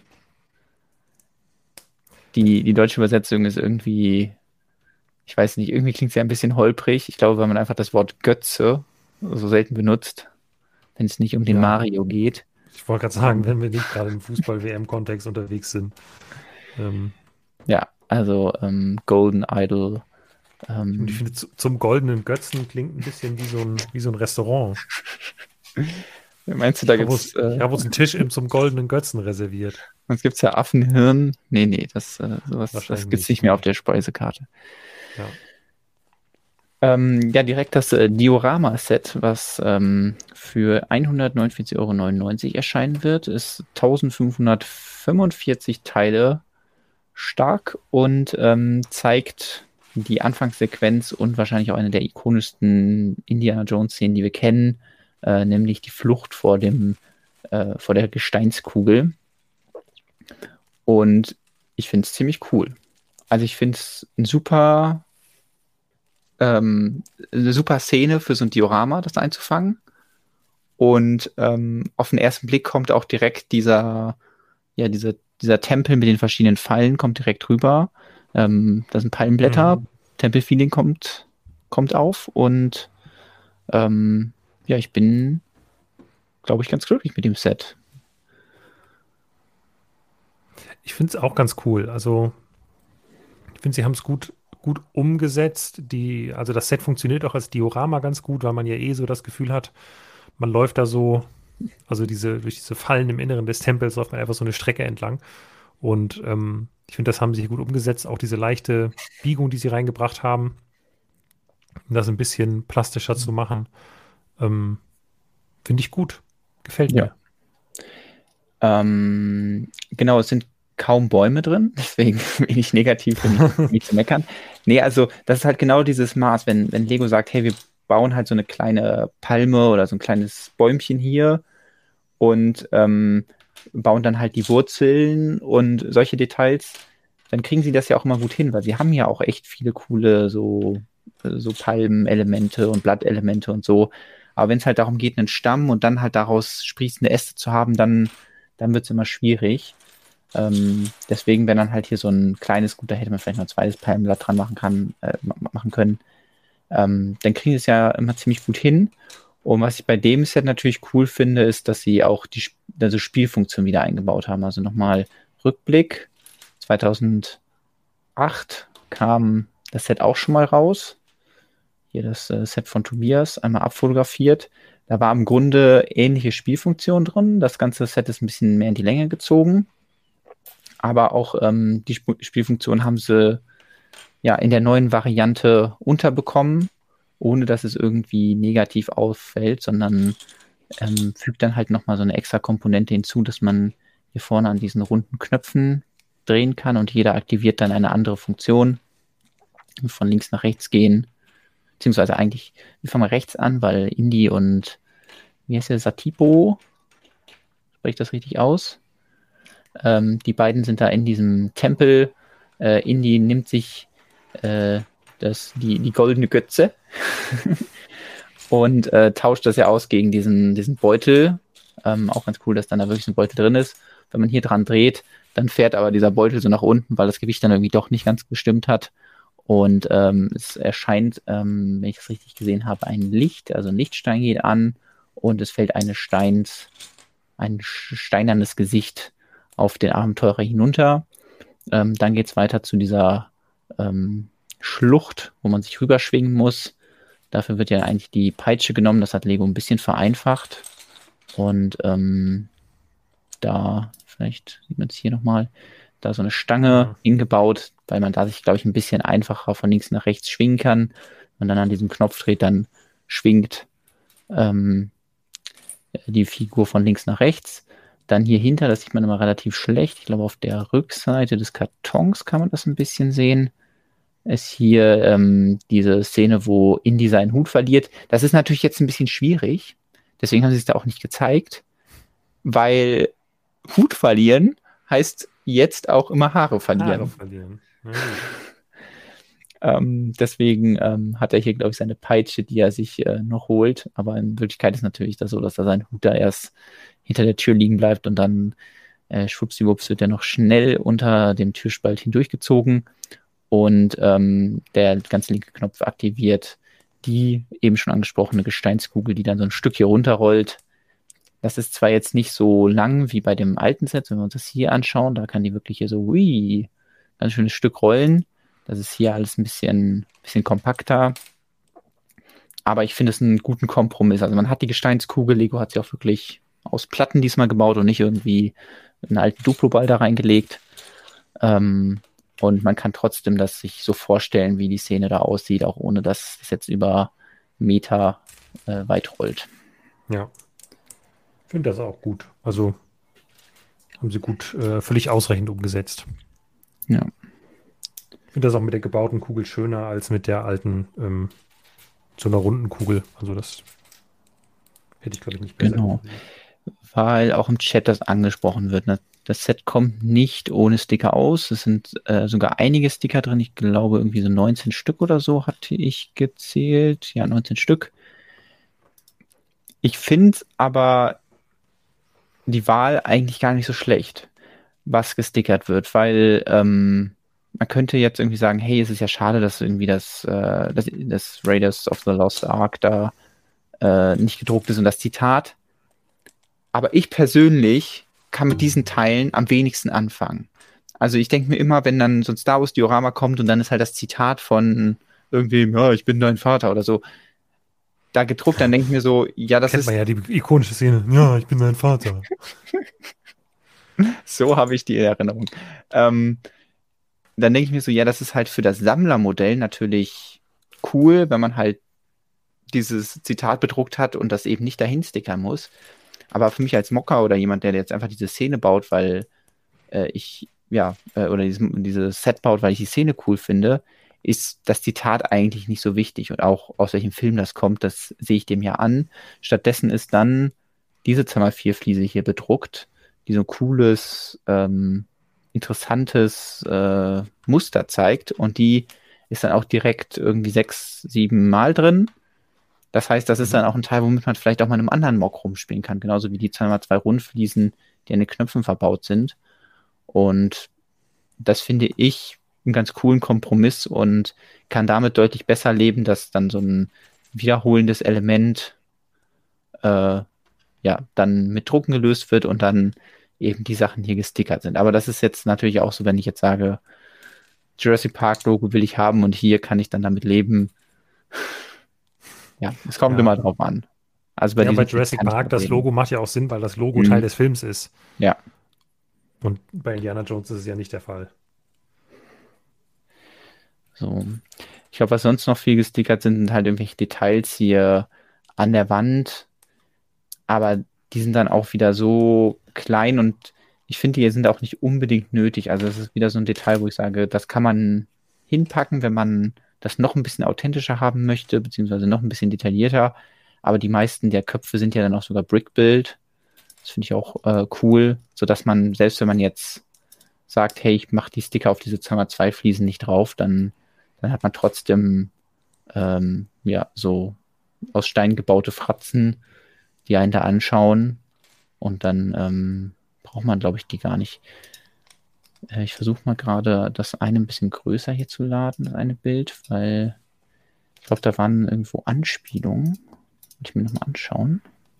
Die deutsche Übersetzung ist irgendwie, ich weiß nicht, irgendwie klingt es ja ein bisschen holprig. Ich glaube, weil man einfach das Wort Götze so selten benutzt, wenn es nicht um den Mario geht. Ich wollte gerade sagen, wenn wir nicht gerade im Fußball-WM-Kontext unterwegs sind. Ja, Also Golden Idol. Und ich finde, zum goldenen Götzen klingt ein bisschen wie so ein Restaurant. Meinst du, da gibt's, Ich habe uns einen Tisch zum goldenen Götzen reserviert. sonst gibt's ja Affenhirn? Nee, sowas Wahrscheinlich gibt's nicht nicht, mehr auf nee. der Speisekarte. Ja. Ja, direkt das Diorama-Set, was für 149,99 € erscheinen wird, ist 1545 Teile stark und zeigt die Anfangssequenz und wahrscheinlich auch eine der ikonischsten Indiana Jones-Szenen, die wir kennen, nämlich die Flucht vor der Gesteinskugel. Und ich finde es ziemlich cool. Also ich finde es eine super Szene für so ein Diorama, das einzufangen. Und auf den ersten Blick kommt auch direkt dieser Tempel mit den verschiedenen Pfeilen kommt direkt rüber. Da sind Palmenblätter, Mhm. Tempelfeeling kommt auf und ja, ich bin, glaube ich, ganz glücklich mit dem Set. Ich finde es auch ganz cool. Also, ich finde, sie haben es gut umgesetzt. Also das Set funktioniert auch als Diorama ganz gut, weil man ja eh so das Gefühl hat, man läuft da so, also durch diese Fallen im Inneren des Tempels läuft man einfach so eine Strecke entlang. Und ich finde, das haben sie gut umgesetzt. Auch diese leichte Biegung, die sie reingebracht haben, um das ein bisschen plastischer zu machen, ähm, finde ich gut. Gefällt Ja. mir. Genau, es sind kaum Bäume drin, deswegen wenig negativ nicht zu meckern. Nee, also das ist halt genau dieses Maß, wenn Lego sagt, hey, wir bauen halt so eine kleine Palme oder so ein kleines Bäumchen hier und bauen dann halt die Wurzeln und solche Details, dann kriegen sie das ja auch immer gut hin, weil sie haben ja auch echt viele coole so Palmenelemente und Blattelemente und so. Aber wenn es halt darum geht, einen Stamm und dann halt daraus sprießende Äste zu haben, dann wird es immer schwierig. Deswegen, wenn dann halt hier so ein kleines, gut, da hätte man vielleicht noch ein zweites Palmenblatt dran machen können, dann kriegen sie es ja immer ziemlich gut hin. Und was ich bei dem Set natürlich cool finde, ist, dass sie auch die Spielfunktion wieder eingebaut haben. Also nochmal Rückblick. 2008 kam das Set auch schon mal raus. Hier das Set von Tobias, einmal abfotografiert. Da war im Grunde ähnliche Spielfunktion drin. Das ganze Set ist ein bisschen mehr in die Länge gezogen. Aber auch die Spielfunktion haben sie ja in der neuen Variante unterbekommen, ohne dass es irgendwie negativ auffällt, sondern fügt dann halt nochmal so eine extra Komponente hinzu, dass man hier vorne an diesen runden Knöpfen drehen kann und jeder aktiviert dann eine andere Funktion. Von links nach rechts gehen. Beziehungsweise eigentlich, wir fangen mal rechts an, weil Indy und wie heißt der, Satipo, spreche ich das richtig aus? Die beiden sind da in diesem Tempel. Indy nimmt sich die goldene Götze und tauscht das ja aus gegen diesen Beutel. Auch ganz cool, dass dann da wirklich so ein Beutel drin ist. Wenn man hier dran dreht, dann fährt aber dieser Beutel so nach unten, weil das Gewicht dann irgendwie doch nicht ganz gestimmt hat. Und es erscheint, wenn ich es richtig gesehen habe, ein Licht, also ein Lichtstein geht an und es fällt ein steinernes Gesicht auf den Abenteurer hinunter. Dann geht es weiter zu dieser Schlucht, wo man sich rüberschwingen muss. Dafür wird ja eigentlich die Peitsche genommen. Das hat Lego ein bisschen vereinfacht. Und da, vielleicht sieht man es hier nochmal, da so eine Stange hingebaut, weil man da sich, glaube ich, ein bisschen einfacher von links nach rechts schwingen kann. Und dann an diesem Knopf dreht, dann schwingt die Figur von links nach rechts. Dann hier hinter, das sieht man immer relativ schlecht. Ich glaube, auf der Rückseite des Kartons kann man das ein bisschen sehen. Ist hier diese Szene, wo Indy seinen Hut verliert. Das ist natürlich jetzt ein bisschen schwierig. Deswegen haben sie es da auch nicht gezeigt. Weil Hut verlieren heißt jetzt auch immer Haare verlieren. Haare verlieren. Deswegen hat er hier, glaube ich, seine Peitsche, die er sich noch holt. Aber in Wirklichkeit ist natürlich das so, dass er seinen Hut da erst hinter der Tür liegen bleibt und dann schwuppsiwupps wird er noch schnell unter dem Türspalt hindurchgezogen und der ganze linke Knopf aktiviert die eben schon angesprochene Gesteinskugel, die dann so ein Stück hier runterrollt. Das ist zwar jetzt nicht so lang wie bei dem alten Set, wenn wir uns das hier anschauen, da kann die wirklich hier so ganz schönes Stück Rollen. Das ist hier alles ein bisschen kompakter. Aber ich finde es einen guten Kompromiss. Also man hat die Gesteinskugel, Lego hat sie auch wirklich aus Platten diesmal gebaut und nicht irgendwie einen alten Duplo-Ball da reingelegt. Und man kann trotzdem das sich so vorstellen, wie die Szene da aussieht, auch ohne dass es jetzt über Meter weit rollt. Ja. Ich finde das auch gut. Also haben sie gut, völlig ausreichend umgesetzt. Ja. Ich finde das auch mit der gebauten Kugel schöner als mit der alten, so einer runden Kugel. Also das hätte ich, glaube ich, nicht besser Genau. gefunden. Weil auch im Chat das angesprochen wird. Ne? Das Set kommt nicht ohne Sticker aus. Es sind sogar einige Sticker drin. Ich glaube, irgendwie so 19 Stück oder so hatte ich gezählt. Ja, 19 Stück. Ich finde aber die Wahl eigentlich gar nicht so schlecht, was gestickert wird, weil man könnte jetzt irgendwie sagen, hey, es ist ja schade, dass irgendwie das Raiders of the Lost Ark da nicht gedruckt ist und das Zitat. Aber ich persönlich kann mit diesen Teilen am wenigsten anfangen. Also ich denke mir immer, wenn dann so ein Star Wars Diorama kommt und dann ist halt das Zitat von irgendwem, ja, ich bin dein Vater oder so, da gedruckt, dann denke ich mir so, ja, das Kennt ist, man ja die ikonische Szene. Ja, ich bin dein Vater. so habe ich die Erinnerung. Dann denke ich mir so, ja, das ist halt für das Sammlermodell natürlich cool, wenn man halt dieses Zitat bedruckt hat und das eben nicht dahin stickern muss. Aber für mich als Mocker oder jemand, der jetzt einfach diese Szene baut, weil oder dieses Set baut, weil ich die Szene cool finde, ist das Zitat eigentlich nicht so wichtig. Und auch aus welchem Film das kommt, das sehe ich dem ja an. Stattdessen ist dann diese 2x4 Fliese hier bedruckt, die so ein cooles, interessantes Muster zeigt. Und die ist dann auch direkt irgendwie 6, 7 Mal drin. Das heißt, das ist dann auch ein Teil, womit man vielleicht auch mal in einem anderen Mock rumspielen kann. Genauso wie die 2x2 Rundfliesen, die an den Knöpfen verbaut sind. Und das finde ich einen ganz coolen Kompromiss und kann damit deutlich besser leben, dass dann so ein wiederholendes Element dann mit Drucken gelöst wird und dann eben die Sachen hier gestickert sind. Aber das ist jetzt natürlich auch so, wenn ich jetzt sage, Jurassic Park Logo will ich haben und hier kann ich dann damit leben. Ja, es kommt immer drauf an. Also bei diesem Jurassic kann ich Park, das mitreden. Logo macht ja auch Sinn, weil das Logo Teil des Films ist. Ja. Und bei Indiana Jones ist es ja nicht der Fall. So. Ich glaube, was sonst noch viel gestickert sind halt irgendwelche Details hier an der Wand. Aber die sind dann auch wieder so klein und ich finde, die sind auch nicht unbedingt nötig. Also es ist wieder so ein Detail, wo ich sage, das kann man hinpacken, wenn man das noch ein bisschen authentischer haben möchte, beziehungsweise noch ein bisschen detaillierter. Aber die meisten der Köpfe sind ja dann auch sogar Brick-Build. Das finde ich auch cool, sodass man, selbst wenn man jetzt sagt, hey, ich mache die Sticker auf diese 2x2 Fliesen nicht drauf, dann hat man trotzdem so aus Stein gebaute Fratzen, die einen da anschauen und dann braucht man, glaube ich, die gar nicht. Ich versuche mal gerade, das eine ein bisschen größer hier zu laden, das eine Bild, weil ich glaube, da waren irgendwo Anspielungen. Muss ich mir nochmal anschauen.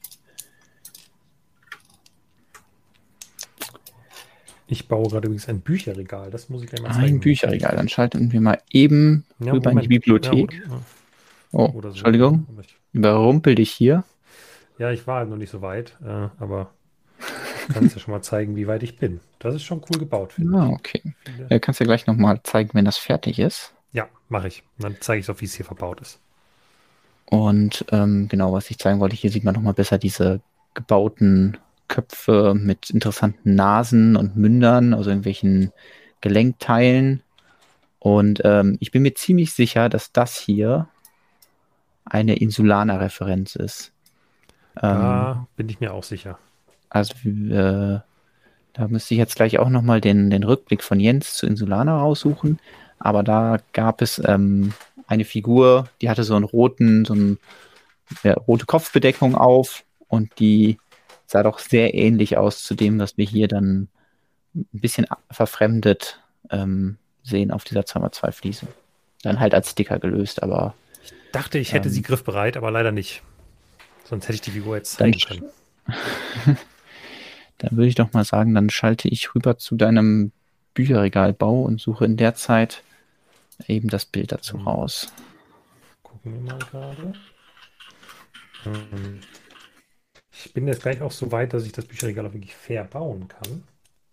Ich baue gerade übrigens ein Bücherregal, das muss ich gleich mal zeigen. Ein Bücherregal, dann schalten wir mal eben rüber in die Bibliothek. Oh, so. Entschuldigung, überrumpel dich hier. Ja, ich war halt noch nicht so weit, aber ich kann es ja schon mal zeigen, wie weit ich bin. Das ist schon cool gebaut, finde ich. Okay. Kannst du gleich nochmal zeigen, wenn das fertig ist? Ja, mache ich. Und dann zeige ich auch, wie es hier verbaut ist. Und genau, was ich zeigen wollte, hier sieht man nochmal besser diese gebauten Köpfe mit interessanten Nasen und Mündern, also irgendwelchen Gelenkteilen. Und ich bin mir ziemlich sicher, dass das hier eine Insulaner-Referenz ist. Da bin ich mir auch sicher. Also da müsste ich jetzt gleich auch nochmal den Rückblick von Jens zu Insulaner raussuchen. Aber da gab es eine Figur, die hatte so eine rote Kopfbedeckung auf und die sah doch sehr ähnlich aus zu dem, was wir hier dann ein bisschen verfremdet sehen auf dieser 2x2 Fliese. Dann halt als Sticker gelöst, aber ich dachte, ich hätte sie griffbereit, aber leider nicht. Sonst hätte ich die Figur jetzt zeigen können. Dann würde ich doch mal sagen, dann schalte ich rüber zu deinem Bücherregal baue und suche in der Zeit eben das Bild dazu Hm, raus. gucken wir mal gerade. Ähm, Ich bin jetzt gleich auch so weit, dass ich das Bücherregal auch wirklich fair bauen kann.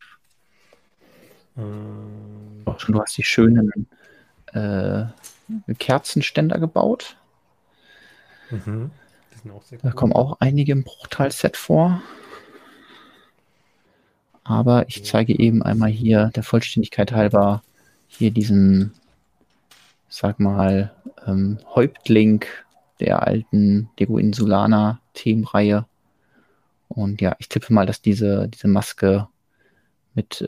Ähm, Auch schon, du hast die schönen äh, Kerzenständer gebaut. mhm. Die sind auch sehr Da kommen cool. auch einige im Bruchteil-Set vor. Aber ich So, zeige eben einmal hier der Vollständigkeit halber hier diesen, sag mal, Häuptling der alten Lego Insulaner Themenreihe. Und ja, ich tippe mal, dass diese Maske mit,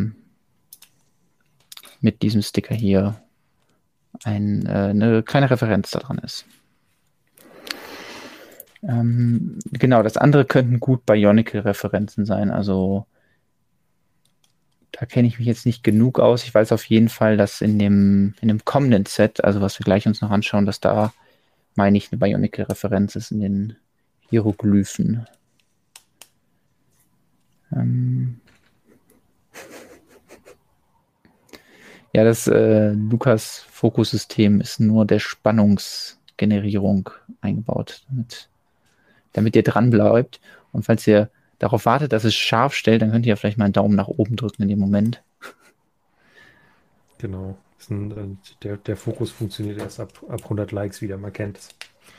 mit diesem Sticker hier eine kleine Referenz daran ist. Genau, das andere könnten gut Bionicle-Referenzen sein. Also da kenne ich mich jetzt nicht genug aus. Ich weiß auf jeden Fall, dass in dem kommenden Set, also was wir gleich uns noch anschauen, dass da, meine ich, eine Bionicle-Referenz ist in den Hieroglyphen. Ähm, ja, das Lukas-Fokussystem ist nur der Spannungsgenerierung eingebaut, damit ihr dran bleibt. Und falls ihr darauf wartet, dass es scharf stellt, dann könnt ihr ja vielleicht mal einen Daumen nach oben drücken in dem Moment. genau. Der Fokus funktioniert erst ab 100 Likes wieder. Man kennt es.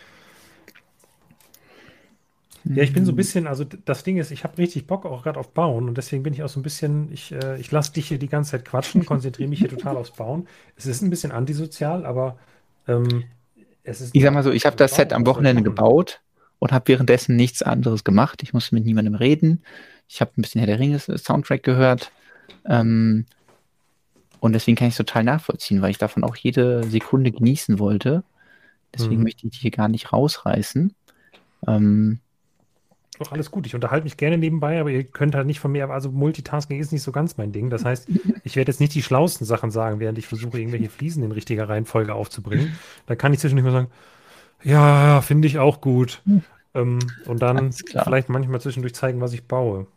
Ja, ich bin so ein Mhm. bisschen, also das Ding ist, ich habe richtig Bock auch gerade auf Bauen und deswegen bin ich auch so ein bisschen, ich lasse dich hier die ganze Zeit quatschen, konzentriere mich hier total aufs Bauen. Es ist ein bisschen antisozial, aber ähm, es ist Ich sag nur mal so, ich habe also das Set Bauen, am was soll ich Wochenende machen? gebaut und habe währenddessen nichts anderes gemacht. Ich musste mit niemandem reden. Ich habe ein bisschen Herr der Ringe Soundtrack gehört. Ähm, und deswegen kann ich es total nachvollziehen, weil ich davon auch jede Sekunde genießen wollte. Deswegen Mhm. möchte ich die hier gar nicht rausreißen. Ähm, Doch, alles gut. Ich unterhalte mich gerne nebenbei, aber ihr könnt halt nicht von mir, also Multitasking ist nicht so ganz mein Ding. Das heißt, ich werde jetzt nicht die schlauesten Sachen sagen, während ich versuche, irgendwelche Fliesen in richtiger Reihenfolge aufzubringen. Da kann ich zwischendurch mal sagen, ja, finde ich auch gut. Und dann alles klar. vielleicht manchmal zwischendurch zeigen, was ich baue.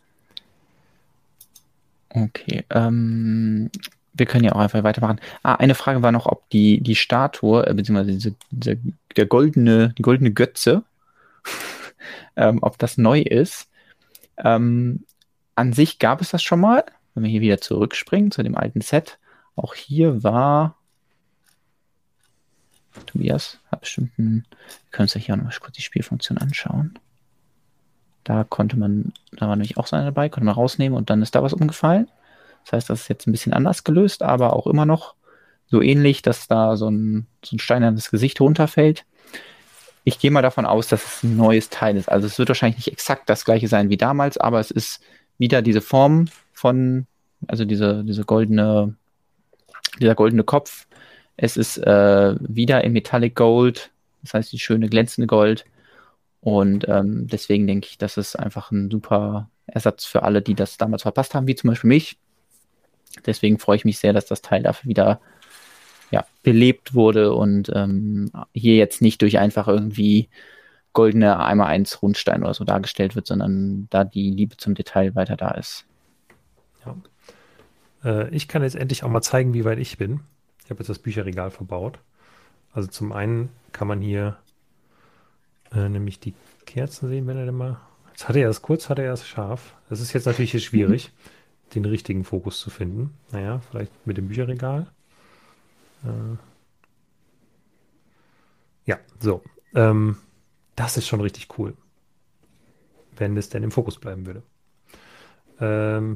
Okay. Wir können ja auch einfach weitermachen. Eine Frage war noch, ob die Statue, beziehungsweise die goldene Götze, ob das neu ist. Ähm, an sich gab es das schon mal, wenn wir hier wieder zurückspringen zu dem alten Set. Auch hier war Tobias, hat bestimmt wir können uns ja hier auch noch mal kurz die Spielfunktion anschauen. Da war nämlich auch so eine dabei, konnte man rausnehmen und dann ist da was umgefallen. Das heißt, das ist jetzt ein bisschen anders gelöst, aber auch immer noch so ähnlich, dass da so ein steinernes Gesicht runterfällt. Ich gehe mal davon aus, dass es ein neues Teil ist. Also es wird wahrscheinlich nicht exakt das gleiche sein wie damals, aber es ist wieder diese Form von, also dieser goldene Kopf. Es ist wieder in Metallic Gold, das heißt die schöne glänzende Gold. Und deswegen denke ich, das ist einfach ein super Ersatz für alle, die das damals verpasst haben, wie zum Beispiel mich. Deswegen freue ich mich sehr, dass das Teil dafür wieder ja, belebt wurde und hier jetzt nicht durch einfach irgendwie goldene 1x1 Rundstein oder so dargestellt wird, sondern da die Liebe zum Detail weiter da ist. Ja. Ich kann jetzt endlich auch mal zeigen, wie weit ich bin. Ich habe jetzt das Bücherregal verbaut. Also zum einen kann man hier nämlich die Kerzen sehen, wenn er denn mal. Jetzt hatte er es kurz, hatte er es scharf. Das ist jetzt natürlich hier schwierig, den richtigen Fokus zu finden. Naja, vielleicht mit dem Bücherregal. Äh, ja, so. Ähm, Das ist schon richtig cool, wenn es denn im Fokus bleiben würde. Ähm,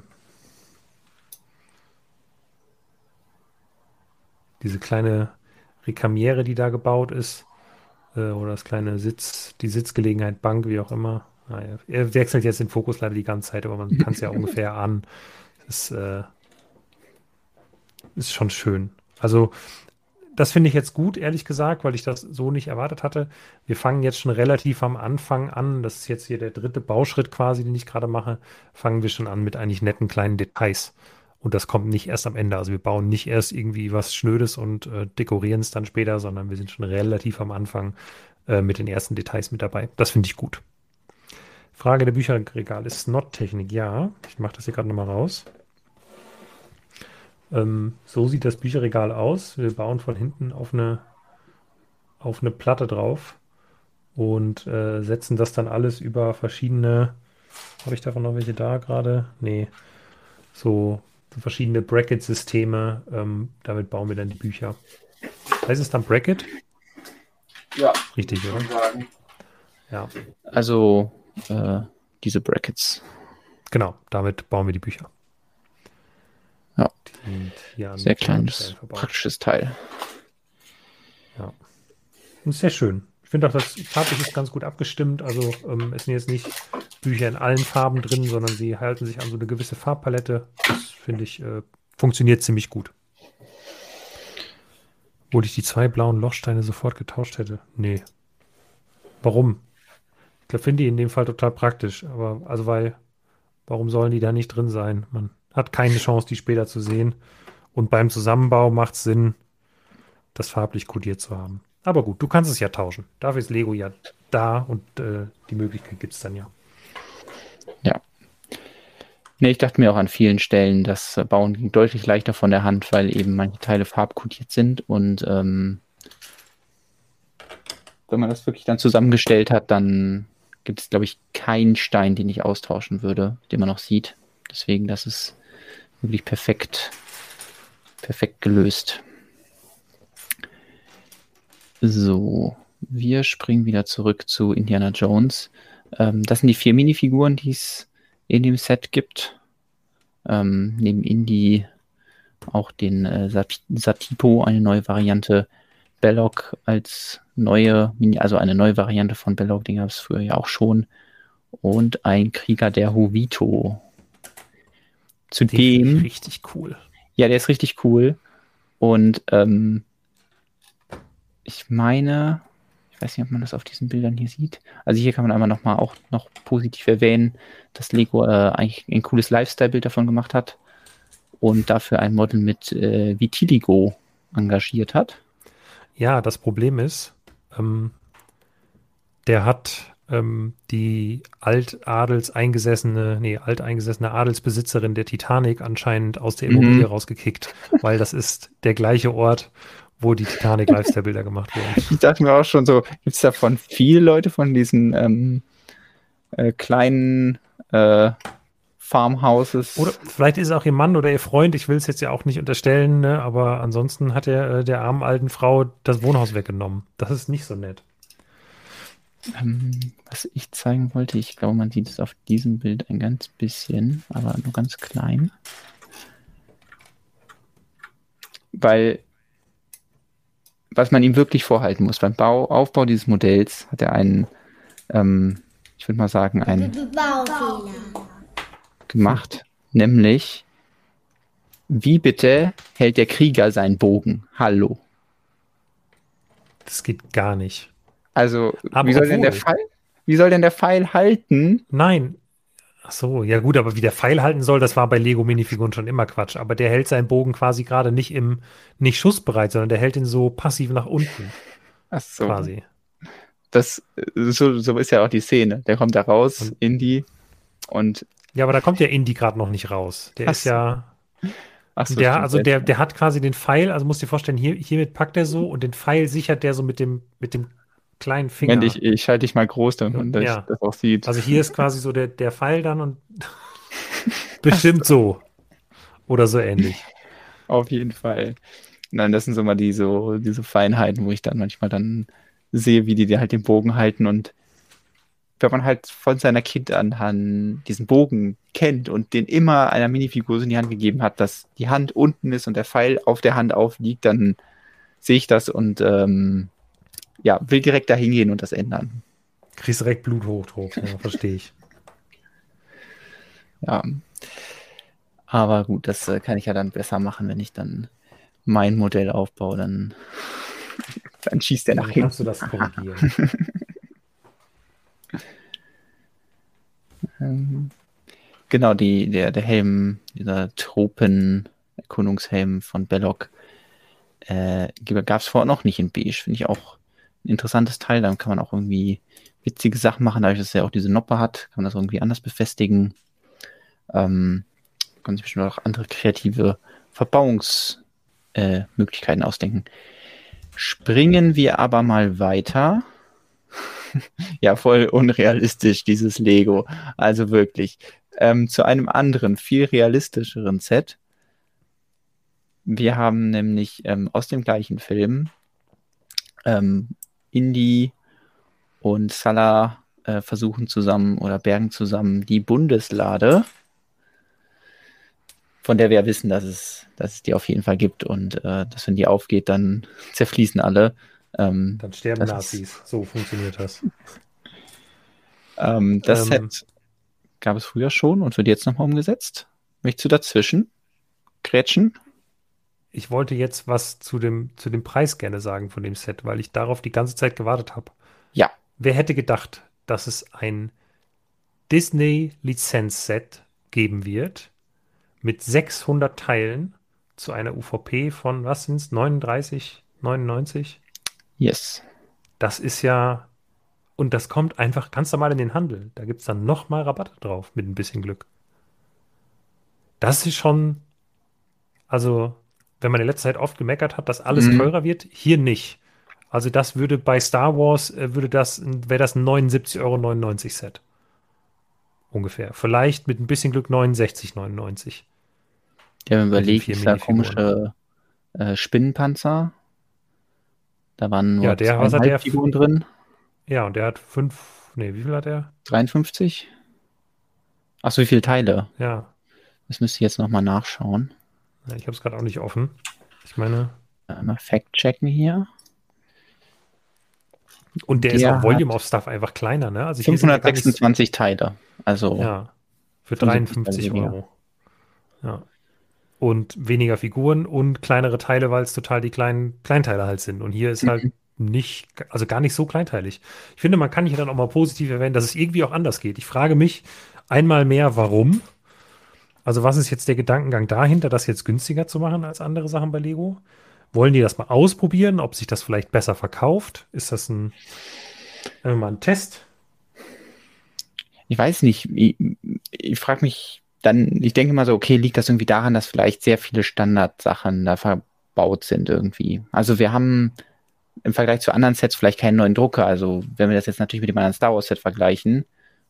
Diese kleine Rekamiere, die da gebaut ist, oder das kleine die Sitzgelegenheit, Bank, wie auch immer. Naja, er wechselt jetzt den Fokus leider die ganze Zeit, aber man kann es ja ungefähr ahnen. Es ist schon schön. Also, das finde ich jetzt gut, ehrlich gesagt, weil ich das so nicht erwartet hatte. Wir fangen jetzt schon relativ am Anfang an. Das ist jetzt hier der dritte Bauschritt quasi, den ich gerade mache. Fangen wir schon an mit eigentlich netten kleinen Details. Und das kommt nicht erst am Ende. Also wir bauen nicht erst irgendwie was Schnödes und dekorieren es dann später, sondern wir sind schon relativ am Anfang mit den ersten Details mit dabei. Das finde ich gut. Frage der Bücherregal. Ist Not-Technik? Ja. Ich mache das hier gerade nochmal raus. So sieht das Bücherregal aus. Wir bauen von hinten auf eine Platte drauf und setzen das dann alles über verschiedene. Habe ich davon noch welche da gerade? Nee, so verschiedene Bracket-Systeme. Damit bauen wir dann die Bücher. Heißt es dann Bracket? Ja, Richtig, kann oder? man sagen. Ja, Also diese Brackets. genau. Damit bauen wir die Bücher. Ja. Die sind hier an Sehr verschiedenen kleines, Stellen verbaut. praktisches Teil. Ja. Und sehr schön. Ich finde auch, das farblich ist ganz gut abgestimmt. Also es sind jetzt nicht Bücher in allen Farben drin, sondern sie halten sich an so eine gewisse Farbpalette. Das finde ich, funktioniert ziemlich gut. Obwohl ich die 2 blauen Lochsteine sofort getauscht hätte. Nee. Warum? Ich finde die in dem Fall total praktisch. Aber also warum sollen die da nicht drin sein? Man hat keine Chance, die später zu sehen. Und beim Zusammenbau macht es Sinn, das farblich kodiert zu haben. Aber gut, du kannst es ja tauschen. Dafür ist Lego ja da und die Möglichkeit gibt es dann ja. Ja. Nee, ich dachte mir auch an vielen Stellen, das Bauen ging deutlich leichter von der Hand, weil eben manche Teile farbkodiert sind und wenn man das wirklich dann zusammengestellt hat, dann gibt es, glaube ich, keinen Stein, den ich austauschen würde, den man noch sieht. Deswegen, das ist wirklich perfekt gelöst. So, wir springen wieder zurück zu Indiana Jones. Das sind die 4 Minifiguren, die es in dem Set gibt. Neben Indy auch den Satipo, eine neue Variante, Belloc als also eine neue Variante von Belloc, den gab es früher ja auch schon. Und ein Krieger der Hovito. Zudem. Richtig cool. Ja, der ist richtig cool. Und ich meine, ich weiß nicht, ob man das auf diesen Bildern hier sieht. Also hier kann man einmal noch positiv erwähnen, dass Lego eigentlich ein cooles Lifestyle-Bild davon gemacht hat und dafür ein Model mit Vitiligo engagiert hat. Ja, das Problem ist, der hat die alteingesessene Adelsbesitzerin der Titanic anscheinend aus der Immobilie rausgekickt, weil das ist der gleiche Ort, wo die Titanic-Lifestyle-Bilder gemacht wurden. Ich dachte mir auch schon so, gibt es davon viele Leute von diesen kleinen Farmhouses? Oder vielleicht ist es auch ihr Mann oder ihr Freund, ich will es jetzt ja auch nicht unterstellen, ne, aber ansonsten hat er der armen alten Frau das Wohnhaus weggenommen. Das ist nicht so nett. Was ich zeigen wollte, ich glaube, man sieht es auf diesem Bild ein ganz bisschen, aber nur ganz klein. Weil, was man ihm wirklich vorhalten muss, beim Aufbau dieses Modells hat er einen, ich würde mal sagen, einen Baufehler gemacht, nämlich, wie bitte hält der Krieger seinen Bogen? Hallo. Das geht gar nicht. Also, Aber wie soll denn der Pfeil halten? Nein. Ach so, ja gut, aber wie der Pfeil halten soll, das war bei Lego-Minifiguren schon immer Quatsch. Aber der hält seinen Bogen quasi gerade nicht nicht schussbereit, sondern der hält ihn so passiv nach unten. Ach so. Quasi. So ist ja auch die Szene. Der kommt da raus, Indy, und. Ja, aber da kommt ja Indy gerade noch nicht raus. Der ist ja. Ach so, der hat quasi den Pfeil, also musst dir vorstellen, hiermit packt er so und den Pfeil sichert der so mit dem kleinen Finger. Moment, ich schalte dich mal groß, damit man das auch sieht. Also hier ist quasi so der Pfeil dann und bestimmt so. Oder so ähnlich. Auf jeden Fall. Nein, das sind so mal diese Feinheiten, wo ich dann manchmal dann sehe, wie die halt den Bogen halten. Und wenn man halt von seiner Kindheit an diesen Bogen kennt und den immer einer Minifigur so in die Hand gegeben hat, dass die Hand unten ist und der Pfeil auf der Hand aufliegt, dann sehe ich das und will direkt da hingehen und das ändern. Kriegst direkt Bluthochdruck, ja, verstehe ich. Ja. Aber gut, das kann ich ja dann besser machen, wenn ich dann mein Modell aufbaue, dann schießt der nach hinten. Kannst du das korrigieren? Genau, der Helm, dieser Tropen-Erkundungshelm von Belloc, gab es vorher noch nicht in Beige. Finde ich auch ein interessantes Teil. Dann kann man auch irgendwie witzige Sachen machen, dadurch, dass er auch diese Noppe hat, kann man das irgendwie anders befestigen. Kann sich bestimmt auch andere kreative Verbauungsmöglichkeiten ausdenken. Springen wir aber mal weiter. Ja, voll unrealistisch, dieses Lego. Also wirklich. Zu einem anderen, viel realistischeren Set. Wir haben nämlich aus dem gleichen Film Indy und Salah versuchen zusammen oder bergen zusammen die Bundeslade, von der wir ja wissen, dass es die auf jeden Fall gibt und dass, wenn die aufgeht, dann zerfließen alle. Dann sterben Nazis. So funktioniert das. Das Set gab es früher schon und wird jetzt nochmal umgesetzt. Möchtest du dazwischen grätschen? Ich wollte jetzt was zu dem Preis gerne sagen von dem Set, weil ich darauf die ganze Zeit gewartet habe. Ja. Wer hätte gedacht, dass es ein Disney-Lizenz-Set geben wird mit 600 Teilen zu einer UVP von, was sind es, 39,99? Yes. Das ist ja, und das kommt einfach ganz normal in den Handel. Da gibt es dann nochmal Rabatte drauf mit ein bisschen Glück. Das ist schon, also, wenn man in letzter Zeit oft gemeckert hat, dass alles teurer wird, hier nicht. Also das würde bei Star Wars, wäre das ein 79,99 € Set. Ungefähr. Vielleicht mit ein bisschen Glück 69,99. Ja, wenn man überlegt, dieser komische Spinnenpanzer. Da waren nur zweieinhalb Figuren drin. Ja, und der hat wie viel hat er? 53. Achso, wie viele Teile? Ja. Das müsste ich jetzt nochmal nachschauen. Ja, ich habe es gerade auch nicht offen. Ich meine. Mal fact-checken hier. Und der ist auch Volume of Stuff einfach kleiner, ne? Also 526 Teile. Also. Ja. Für 53 €. Ja. Und weniger Figuren und kleinere Teile, weil es total die Kleinteile halt sind. Und hier ist halt gar nicht so kleinteilig. Ich finde, man kann hier dann auch mal positiv erwähnen, dass es irgendwie auch anders geht. Ich frage mich einmal mehr, warum. Also was ist jetzt der Gedankengang dahinter, das jetzt günstiger zu machen als andere Sachen bei Lego? Wollen die das mal ausprobieren, ob sich das vielleicht besser verkauft? Ist das mal ein Test? Ich weiß nicht. Ich frage mich dann, ich denke mal so, okay, liegt das irgendwie daran, dass vielleicht sehr viele Standardsachen da verbaut sind irgendwie? Also wir haben im Vergleich zu anderen Sets vielleicht keinen neuen Drucker. Also wenn wir das jetzt natürlich mit dem anderen Star Wars Set vergleichen,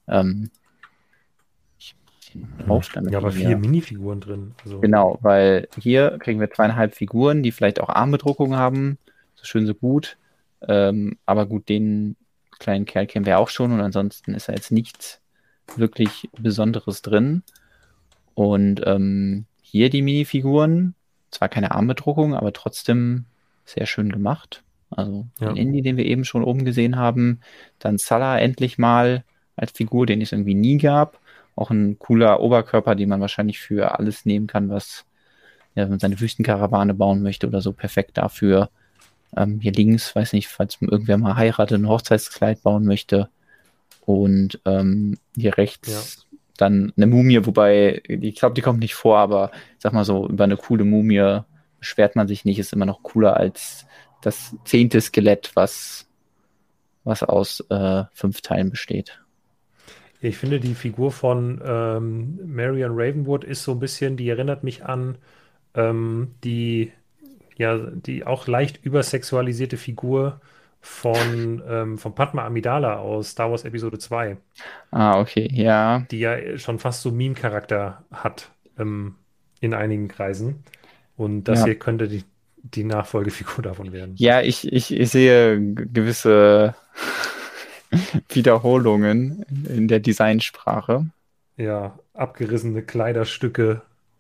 ja, aber 4 Minifiguren drin. Also. Genau, weil hier kriegen wir 2,5 Figuren, die vielleicht auch Armbedruckung haben. So schön, so gut. Aber gut, den kleinen Kerl kennen wir auch schon und ansonsten ist da jetzt nichts wirklich Besonderes drin. Und hier die Minifiguren, zwar keine Armbedruckung, aber trotzdem sehr schön gemacht. Also den Indy, den wir eben schon oben gesehen haben. Dann Salah endlich mal als Figur, den es irgendwie nie gab. Auch ein cooler Oberkörper, den man wahrscheinlich für alles nehmen kann, was wenn man seine Wüstenkarawane bauen möchte oder so, perfekt dafür. Hier links, weiß nicht, falls irgendwer mal heiratet, ein Hochzeitskleid bauen möchte. Und hier rechts dann eine Mumie, wobei, ich glaube, die kommt nicht vor, aber ich sag mal so, über eine coole Mumie beschwert man sich nicht, ist immer noch cooler als das 10. Skelett, was aus 5 Teilen besteht. Ich finde, die Figur von Marion Ravenwood ist so ein bisschen, die erinnert mich an die auch leicht übersexualisierte Figur von Padma Amidala aus Star Wars Episode 2. Ah, okay, ja. Die ja schon fast so Meme-Charakter hat in einigen Kreisen. Und das hier könnte die Nachfolgefigur davon werden. Ja, ich sehe gewisse Wiederholungen in der Designsprache. Ja, abgerissene Kleiderstücke.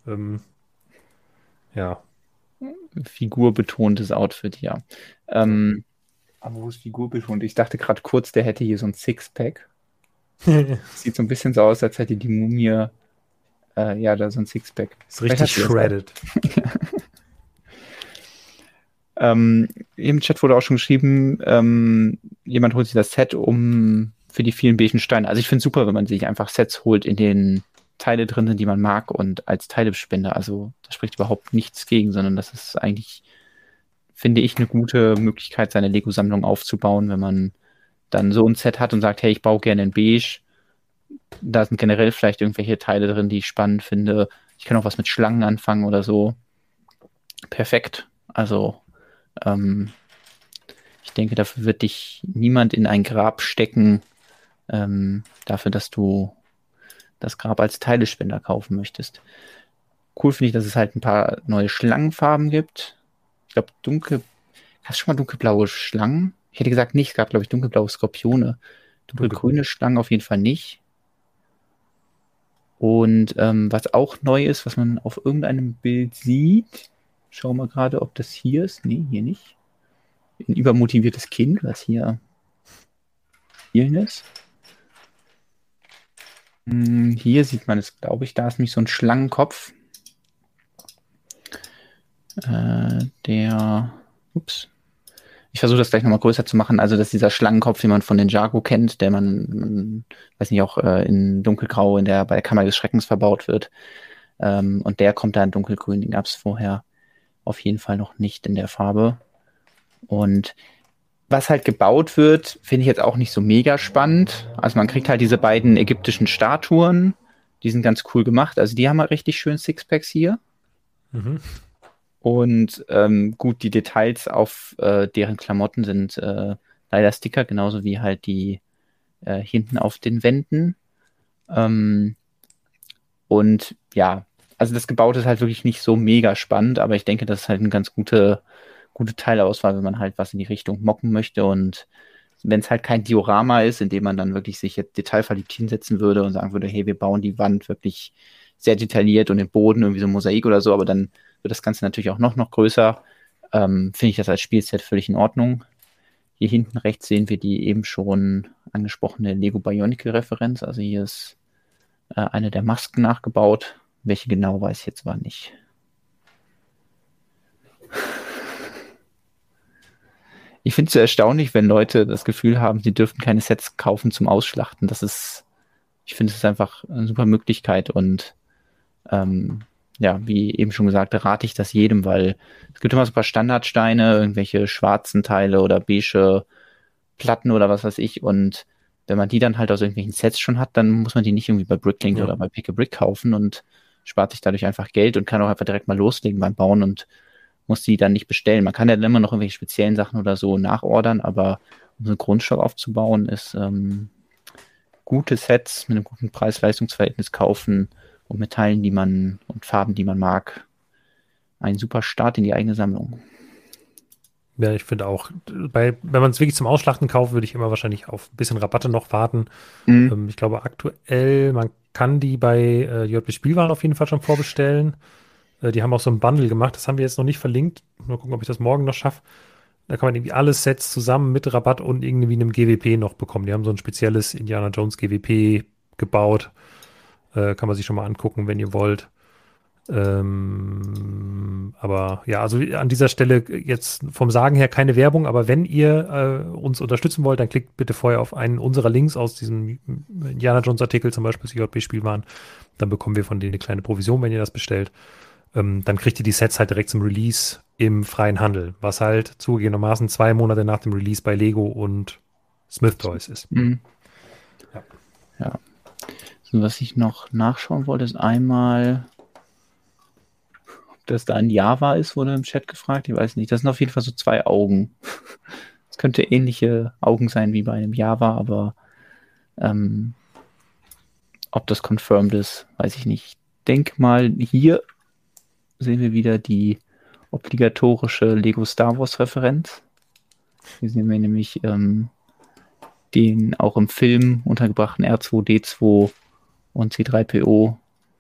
Figurbetontes Outfit, ja. Aber wo ist figurbetont? Ich dachte gerade kurz, der hätte hier so ein Sixpack. Sieht so ein bisschen so aus, als hätte die Mumie da so ein Sixpack. Ist richtig shredded. Im Chat wurde auch schon geschrieben, jemand holt sich das Set für die vielen beigen Steine. Also ich finde es super, wenn man sich einfach Sets holt, in denen Teile drin sind, die man mag und als Teilespender. Also da spricht überhaupt nichts gegen, sondern das ist eigentlich, finde ich, eine gute Möglichkeit, seine Lego-Sammlung aufzubauen, wenn man dann so ein Set hat und sagt, hey, ich baue gerne in Beige. Da sind generell vielleicht irgendwelche Teile drin, die ich spannend finde. Ich kann auch was mit Schlangen anfangen oder so. perfekt. Also ich denke, dafür wird dich niemand in ein Grab stecken, dafür, dass du das Grab als Teilespender kaufen möchtest. Cool finde ich, dass es halt ein paar neue Schlangenfarben gibt. Ich glaube, hast du schon mal dunkelblaue Schlangen? Ich hätte gesagt nicht, es gab, glaube ich, dunkelblaue Skorpione. Dunkelgrüne Schlangen auf jeden Fall nicht. Und was auch neu ist, was man auf irgendeinem Bild sieht, schauen wir gerade, ob das hier ist. Nee, hier nicht. Ein übermotiviertes Kind, was hier ist. Hier sieht man es, glaube ich, da ist nämlich so ein Schlangenkopf. Ich versuche das gleich nochmal größer zu machen. Also, das ist dieser Schlangenkopf, den man von den Jago kennt, der man weiß nicht, auch in dunkelgrau bei der Kammer des Schreckens verbaut wird. Und der kommt da in dunkelgrün. Den gab es vorher auf jeden Fall noch nicht in der Farbe. Und was halt gebaut wird, finde ich jetzt auch nicht so mega spannend. Also man kriegt halt diese beiden ägyptischen Statuen. Die sind ganz cool gemacht. Also die haben halt richtig schön Sixpacks hier. Mhm. Und gut, die Details auf deren Klamotten sind leider Sticker, genauso wie halt die hinten auf den Wänden. Und ja, also das Gebaute ist halt wirklich nicht so mega spannend, aber ich denke, das ist halt eine ganz gute Teilauswahl, wenn man halt was in die Richtung mocken möchte. Und wenn es halt kein Diorama ist, in dem man dann wirklich sich jetzt detailverliebt hinsetzen würde und sagen würde, hey, wir bauen die Wand wirklich sehr detailliert und den Boden irgendwie so ein Mosaik oder so, aber dann wird das Ganze natürlich auch noch größer. Finde ich das als Spielset völlig in Ordnung. Hier hinten rechts sehen wir die eben schon angesprochene Lego Bionicle-Referenz. Also hier ist eine der Masken nachgebaut. Welche genau, weiß ich jetzt aber nicht. Ich finde es so erstaunlich, wenn Leute das Gefühl haben, sie dürfen keine Sets kaufen zum Ausschlachten. Ich finde, es ist einfach eine super Möglichkeit und ja, wie eben schon gesagt, rate ich das jedem, weil es gibt immer so ein paar Standardsteine, irgendwelche schwarzen Teile oder beige Platten oder was weiß ich. Und wenn man die dann halt aus irgendwelchen Sets schon hat, dann muss man die nicht irgendwie bei Bricklink oder bei Pick-a-Brick kaufen und spart sich dadurch einfach Geld und kann auch einfach direkt mal loslegen beim Bauen und muss die dann nicht bestellen. Man kann ja dann immer noch irgendwelche speziellen Sachen oder so nachordern, aber um so einen Grundstock aufzubauen, ist gute Sets mit einem guten Preis-Leistungs-Verhältnis kaufen und mit Teilen, und Farben, die man mag, ein super Start in die eigene Sammlung. Ja, ich finde auch, wenn man es wirklich zum Ausschlachten kauft, würde ich immer wahrscheinlich auf ein bisschen Rabatte noch warten. Ich glaube aktuell, man kann die bei JB Spielwaren auf jeden Fall schon vorbestellen. Die haben auch so ein Bundle gemacht, das haben wir jetzt noch nicht verlinkt. Mal gucken, ob ich das morgen noch schaffe. Da kann man irgendwie alle Sets zusammen mit Rabatt und irgendwie einem GWP noch bekommen. Die haben so ein spezielles Indiana Jones GWP gebaut. Kann man sich schon mal angucken, wenn ihr wollt. Aber ja, also an dieser Stelle jetzt vom Sagen her keine Werbung, aber wenn ihr uns unterstützen wollt, dann klickt bitte vorher auf einen unserer Links aus diesem Indiana Jones Artikel, zum Beispiel das JB-Spielwaren. Dann bekommen wir von denen eine kleine Provision, wenn ihr das bestellt. Dann kriegt ihr die Sets halt direkt zum Release im freien Handel, was halt zugegebenermaßen 2 Monate nach dem Release bei Lego und Smith Toys ist. Ja. So, was ich noch nachschauen wollte, ist einmal, ob das da ein Java ist, wurde im Chat gefragt. Ich weiß nicht. Das sind auf jeden Fall so 2 Augen. Es könnte ähnliche Augen sein wie bei einem Java, aber ob das confirmed ist, weiß ich nicht. Ich denke mal, hier sehen wir wieder die obligatorische Lego Star Wars Referenz. Hier sehen wir nämlich den auch im Film untergebrachten R2D2 und C3PO,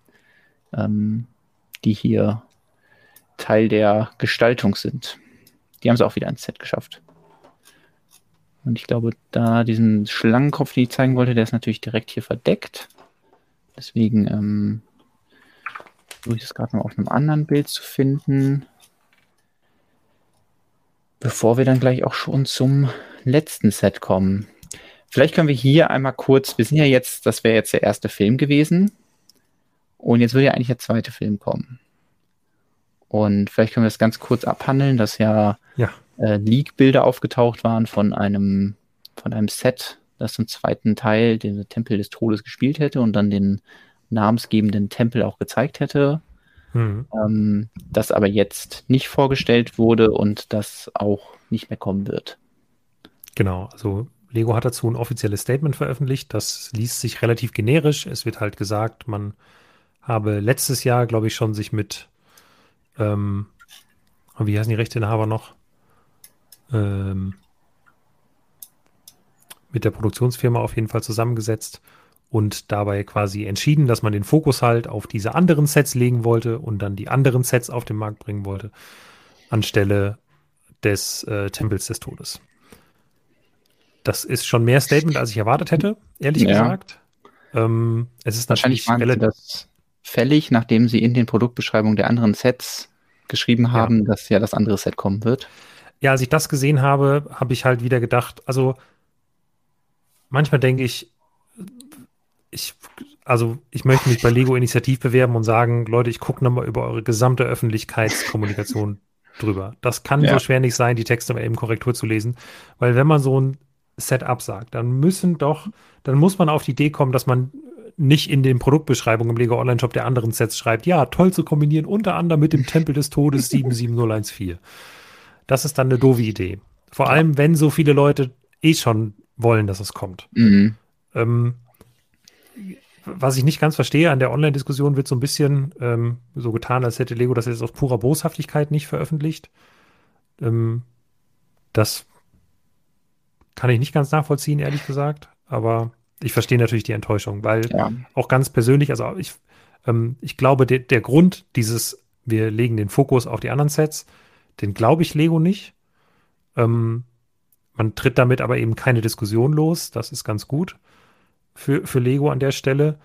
die hier Teil der Gestaltung sind. Die haben es auch wieder ins Set geschafft. Und ich glaube, da diesen Schlangenkopf, den ich zeigen wollte, der ist natürlich direkt hier verdeckt. Deswegen versuche ich das gerade noch auf einem anderen Bild zu finden. Bevor wir dann gleich auch schon zum letzten Set kommen. Vielleicht können wir hier einmal kurz, das wäre jetzt der erste Film gewesen. Und jetzt würde ja eigentlich der zweite Film kommen. Und vielleicht können wir das ganz kurz abhandeln, dass Leak-Bilder aufgetaucht waren von einem Set, das zum zweiten Teil den Tempel des Todes gespielt hätte und dann den namensgebenden Tempel auch gezeigt hätte. das aber jetzt nicht vorgestellt wurde und das auch nicht mehr kommen wird. Genau, also Lego hat dazu ein offizielles Statement veröffentlicht, das liest sich relativ generisch. Es wird halt gesagt, man habe letztes Jahr, glaube ich, schon sich mit, wie heißen die Rechteinhaber noch? Mit der Produktionsfirma auf jeden Fall zusammengesetzt und dabei quasi entschieden, dass man den Fokus halt auf diese anderen Sets legen wollte und dann die anderen Sets auf den Markt bringen wollte, anstelle des Tempels des Todes. Das ist schon mehr Statement, als ich erwartet hätte, ehrlich gesagt. Es ist Wahrscheinlich natürlich waren sie das fällig, nachdem sie in den Produktbeschreibungen der anderen Sets geschrieben haben, dass ja das andere Set kommen wird. Ja, als ich das gesehen habe, habe ich halt wieder gedacht, also manchmal denke ich, ich möchte mich bei Lego Initiativ bewerben und sagen, Leute, ich gucke nochmal über eure gesamte Öffentlichkeitskommunikation drüber. Das kann so schwer nicht sein, die Texte mal eben Korrektur zu lesen, weil wenn man so ein Setup sagt, dann muss man auf die Idee kommen, dass man nicht in den Produktbeschreibungen im Lego Online Shop der anderen Sets schreibt, ja, toll zu kombinieren, unter anderem mit dem Tempel des Todes 77014. Das ist dann eine doofe Idee. Vor allem, wenn so viele Leute schon wollen, dass es kommt. Was ich nicht ganz verstehe an der Online-Diskussion, wird so ein bisschen so getan, als hätte Lego das jetzt aus purer Boshaftigkeit nicht veröffentlicht. Das kann ich nicht ganz nachvollziehen, ehrlich gesagt. Aber ich verstehe natürlich die Enttäuschung, weil auch ganz persönlich, also ich glaube, der Grund wir legen den Fokus auf die anderen Sets, den glaube ich Lego nicht. Man tritt damit aber eben keine Diskussion los. Das ist ganz gut für Lego an der Stelle.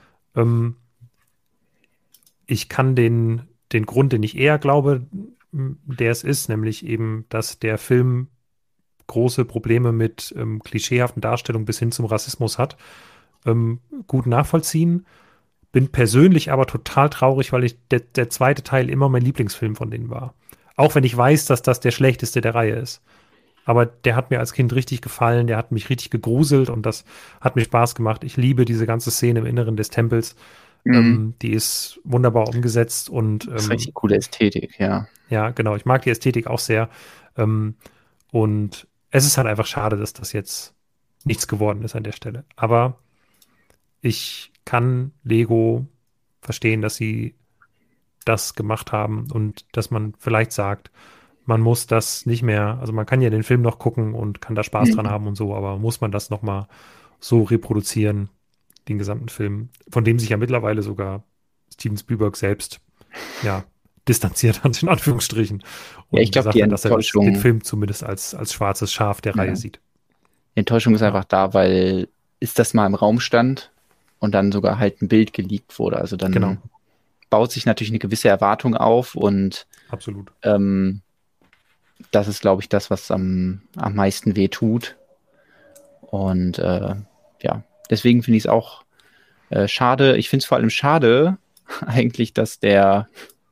Ich kann den Grund, den ich eher glaube, der es ist, nämlich eben, dass der Film große Probleme mit klischeehaften Darstellungen bis hin zum Rassismus hat, gut nachvollziehen. Bin persönlich aber total traurig, weil der zweite Teil immer mein Lieblingsfilm von denen war. Auch wenn ich weiß, dass das der schlechteste der Reihe ist. Aber der hat mir als Kind richtig gefallen, der hat mich richtig gegruselt und das hat mir Spaß gemacht. Ich liebe diese ganze Szene im Inneren des Tempels. Die ist wunderbar umgesetzt und das ist richtig coole Ästhetik, ja. Ja, genau. Ich mag die Ästhetik auch sehr. Und es ist halt einfach schade, dass das jetzt nichts geworden ist an der Stelle. Aber ich kann Lego verstehen, dass sie das gemacht haben und dass man vielleicht sagt, man muss das nicht mehr, also man kann ja den Film noch gucken und kann da Spaß dran haben und so, aber muss man das nochmal so reproduzieren, den gesamten Film, von dem sich ja mittlerweile sogar Steven Spielberg selbst, distanziert hat, in Anführungsstrichen. Und ich glaube, die Enttäuschung, dass er den Film zumindest als schwarzes Schaf der Reihe sieht. Die Enttäuschung ist einfach da, weil das mal im Raum stand und dann sogar halt ein Bild geleakt wurde. Also dann baut sich natürlich eine gewisse Erwartung auf und absolut. Das ist, glaube ich, das, was am meisten weh tut. Und deswegen finde ich es auch schade. Ich finde es vor allem schade, eigentlich, dass der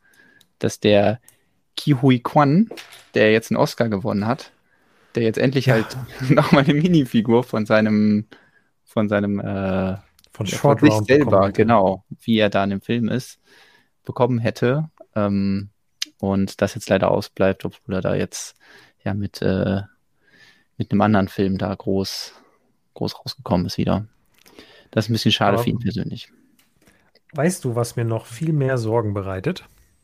Ke Huy Quan, der jetzt einen Oscar gewonnen hat, der jetzt endlich halt nochmal eine Minifigur von Short sich selber, genau, wie er da in dem Film ist, bekommen hätte. Und das jetzt leider ausbleibt, obwohl er da jetzt mit einem anderen Film da groß rausgekommen ist wieder. Das ist ein bisschen schade für ihn persönlich. Weißt du, was mir noch viel mehr Sorgen bereitet?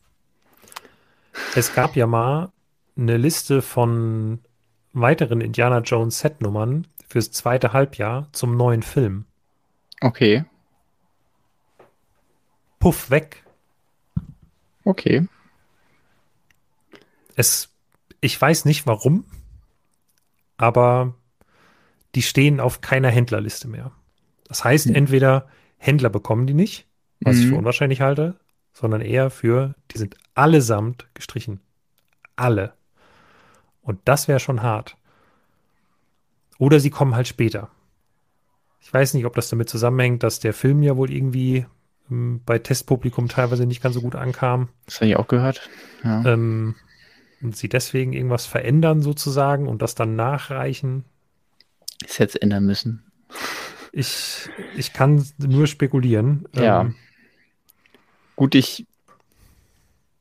Es gab ja mal eine Liste von weiteren Indiana Jones Set-Nummern fürs zweite Halbjahr zum neuen Film. Okay. Puff, weg. Okay. Ich weiß nicht warum, aber die stehen auf keiner Händlerliste mehr. Das heißt, entweder Händler bekommen die nicht, was ich für unwahrscheinlich halte, sondern eher die sind allesamt gestrichen. Alle. Und das wäre schon hart. Oder sie kommen halt später. Ich weiß nicht, ob das damit zusammenhängt, dass der Film ja wohl irgendwie bei Testpublikum teilweise nicht ganz so gut ankam. Das habe ich auch gehört. Ja. Und sie deswegen irgendwas verändern sozusagen und das dann nachreichen. Sets ändern müssen. Ich kann nur spekulieren. Ja. Gut,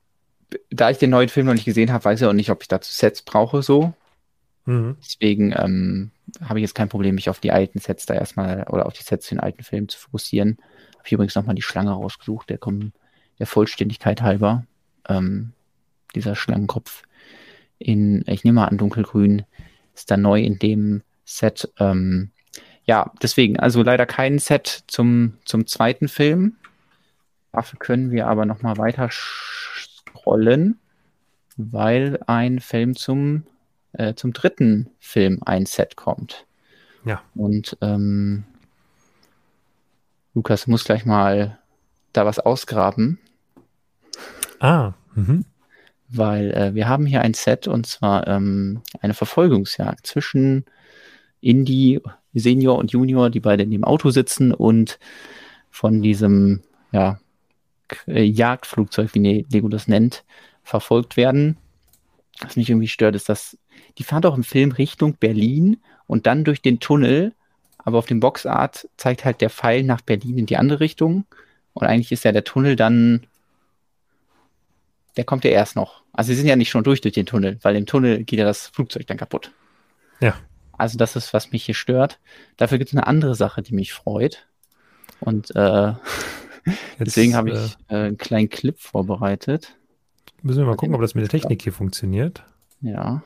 Da ich den neuen Film noch nicht gesehen habe, weiß ich auch nicht, ob ich dazu Sets brauche so. Mhm. Deswegen habe ich jetzt kein Problem, mich auf die alten Sets da erstmal oder auf die Sets zu den alten Filmen zu fokussieren. Habe ich übrigens nochmal die Schlange rausgesucht, der Vollständigkeit halber. Dieser Schlangenkopf ich nehme mal an, dunkelgrün ist da neu in dem Set. Ja, deswegen, also leider kein Set zum zweiten Film. Dafür können wir aber nochmal weiter scrollen, weil ein Film zum dritten Film ein Set kommt. Ja. Und Lukas muss gleich mal da was ausgraben, Mhm. weil wir haben hier ein Set und zwar eine Verfolgungsjagd zwischen Indy, Senior und Junior, die beide in dem Auto sitzen und von diesem Jagdflugzeug, wie Lego das nennt, verfolgt werden. Was mich irgendwie stört, ist, dass die fahren doch im Film Richtung Berlin und dann durch den Tunnel, aber auf dem Boxart zeigt halt der Pfeil nach Berlin in die andere Richtung und eigentlich ist ja der Tunnel dann, der kommt ja erst noch. Also sie sind ja nicht schon durch den Tunnel, weil im Tunnel geht ja das Flugzeug dann kaputt. Ja. Also das ist, was mich hier stört. Dafür gibt es eine andere Sache, die mich freut. Und deswegen habe ich einen kleinen Clip vorbereitet. Müssen wir mal gucken, ob das mit der Technik hier funktioniert. Ja.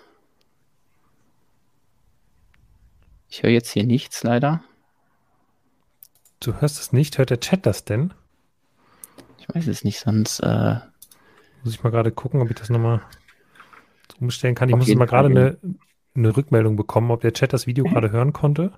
Ich höre jetzt hier nichts, leider. Du hörst es nicht. Hört der Chat das denn? Ich weiß es nicht, sonst Muss ich mal gerade gucken, ob ich das nochmal umstellen kann. Ich auf muss jeden mal gerade Fall. eine Rückmeldung bekommen, ob der Chat das Video gerade hören konnte.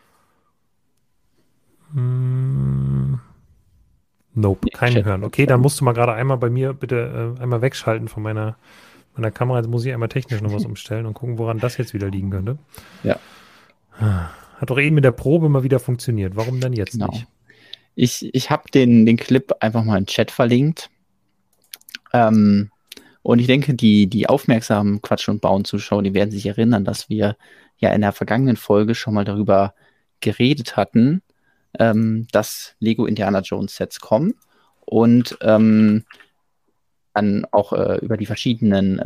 Nope, keinen Chat. hören. Okay, dann musst du mal gerade einmal bei mir bitte einmal wegschalten von meiner Kamera. Jetzt muss ich einmal technisch noch was umstellen und gucken, woran das jetzt wieder liegen könnte. Ja. Hat doch eben mit der Probe mal wieder funktioniert. Warum dann jetzt Genau. nicht? Ich habe den Clip einfach mal im Chat verlinkt. Und ich denke, die aufmerksamen Quatsch- und Bauen-Zuschauer, die werden sich erinnern, dass wir ja in der vergangenen Folge schon mal darüber geredet hatten, dass Lego Indiana Jones Sets kommen und dann auch über die verschiedenen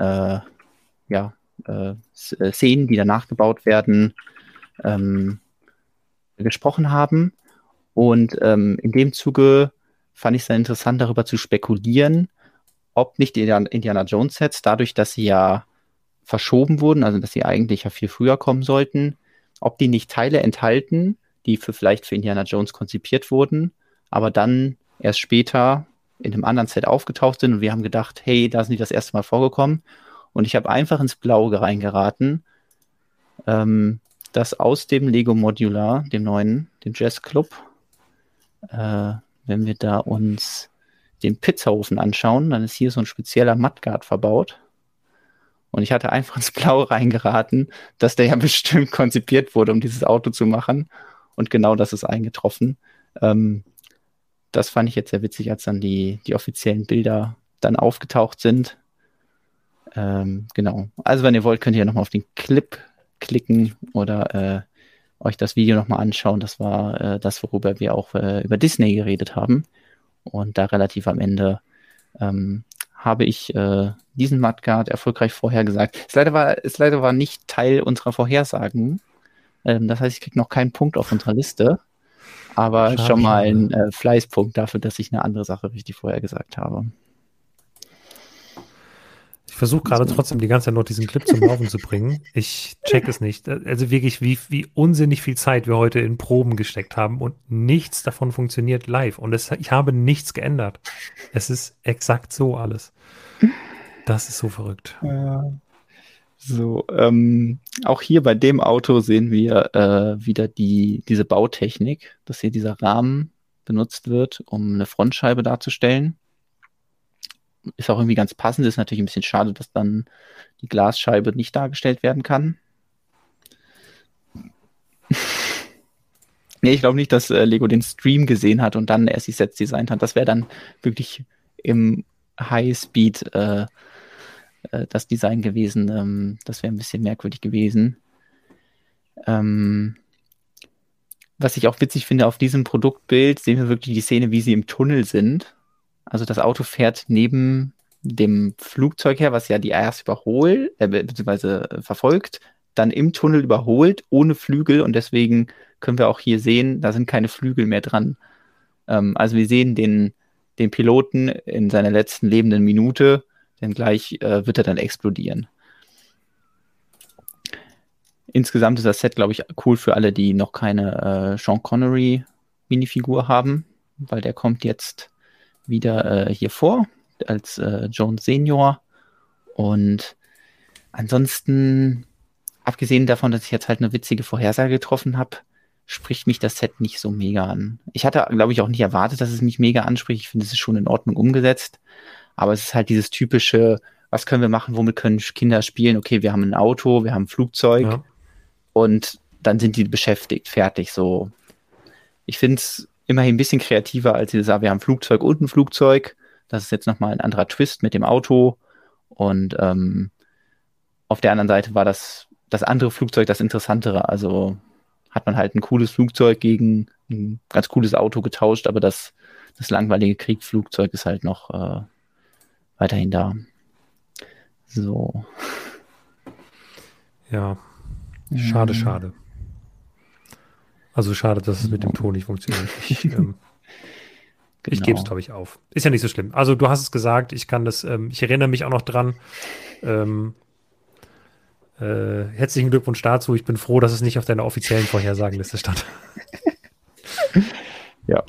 Szenen, die danach gebaut werden, gesprochen haben. Und in dem Zuge fand ich es dann interessant, darüber zu spekulieren, ob nicht die Indiana Jones Sets, dadurch, dass sie ja verschoben wurden, also dass sie eigentlich ja viel früher kommen sollten, ob die nicht Teile enthalten, die vielleicht für Indiana Jones konzipiert wurden, aber dann erst später in einem anderen Set aufgetaucht sind und wir haben gedacht, hey, da sind die das erste Mal vorgekommen. Und ich habe einfach ins Blaue reingeraten, dass aus dem Lego Modular, dem neuen, dem Jazz Club, wenn wir da uns den Pizzaofen anschauen, dann ist hier so ein spezieller Mudguard verbaut. Und ich hatte einfach ins Blaue reingeraten, dass der ja bestimmt konzipiert wurde, um dieses Auto zu machen. Und genau das ist eingetroffen. Das fand ich jetzt sehr witzig, als dann die offiziellen Bilder dann aufgetaucht sind. Genau. Also wenn ihr wollt, könnt ihr ja nochmal auf den Clip klicken oder euch das Video nochmal anschauen. Das war das, worüber wir auch über Disney geredet haben. Und da relativ am Ende habe ich diesen Mudguard erfolgreich vorhergesagt. Es leider war nicht Teil unserer Vorhersagen. Das heißt, ich kriege noch keinen Punkt auf unserer Liste. Aber Schade, schon mal schade. ein Fleißpunkt dafür, dass ich eine andere Sache richtig vorhergesagt habe. Ich versuche gerade trotzdem die ganze Zeit noch diesen Clip zum Laufen zu bringen. Ich check es nicht. Also wirklich, wie unsinnig viel Zeit wir heute in Proben gesteckt haben und nichts davon funktioniert live. Und ich habe nichts geändert. Es ist exakt so alles. Das ist so verrückt. So, auch hier bei dem Auto sehen wir wieder diese Bautechnik, dass hier dieser Rahmen benutzt wird, um eine Frontscheibe darzustellen. Ist auch irgendwie ganz passend, ist natürlich ein bisschen schade, dass dann die Glasscheibe nicht dargestellt werden kann. Nee, ich glaube nicht, dass Lego den Stream gesehen hat und dann erst die Sets designt hat. Das wäre dann wirklich im Highspeed das Design gewesen. Das wäre ein bisschen merkwürdig gewesen. Was ich auch witzig finde, auf diesem Produktbild sehen wir wirklich die Szene, wie sie im Tunnel sind. Also das Auto fährt neben dem Flugzeug her, was ja die erst beziehungsweise verfolgt, dann im Tunnel überholt, ohne Flügel und deswegen können wir auch hier sehen, da sind keine Flügel mehr dran. Also wir sehen den Piloten in seiner letzten lebenden Minute, denn gleich wird er dann explodieren. Insgesamt ist das Set, glaube ich, cool für alle, die noch keine Sean Connery Minifigur haben, weil der kommt jetzt wieder hier vor als Jones Senior. Und ansonsten, abgesehen davon, dass ich jetzt halt eine witzige Vorhersage getroffen habe, spricht mich das Set nicht so mega an. Ich hatte, glaube ich, auch nicht erwartet, dass es mich mega anspricht. Ich finde, es ist schon in Ordnung umgesetzt. Aber es ist halt dieses typische, was können wir machen, womit können Kinder spielen? Okay, wir haben ein Auto, wir haben ein Flugzeug und dann sind die beschäftigt, fertig so. Ich finde es immerhin ein bisschen kreativer, als wir haben ein Flugzeug und ein Flugzeug. Das ist jetzt nochmal ein anderer Twist mit dem Auto. Und auf der anderen Seite war das andere Flugzeug das Interessantere. Also hat man halt ein cooles Flugzeug gegen ein ganz cooles Auto getauscht, aber das langweilige Kriegsflugzeug ist halt noch weiterhin da. So. Ja, schade, schade. Also schade, dass es mit dem Ton nicht funktioniert. Ich gebe es, glaube ich, auf. Ist ja nicht so schlimm. Also du hast es gesagt, ich kann das, ich erinnere mich auch noch dran. Herzlichen Glückwunsch dazu. Ich bin froh, dass es nicht auf deiner offiziellen Vorhersagenliste stand. Ja.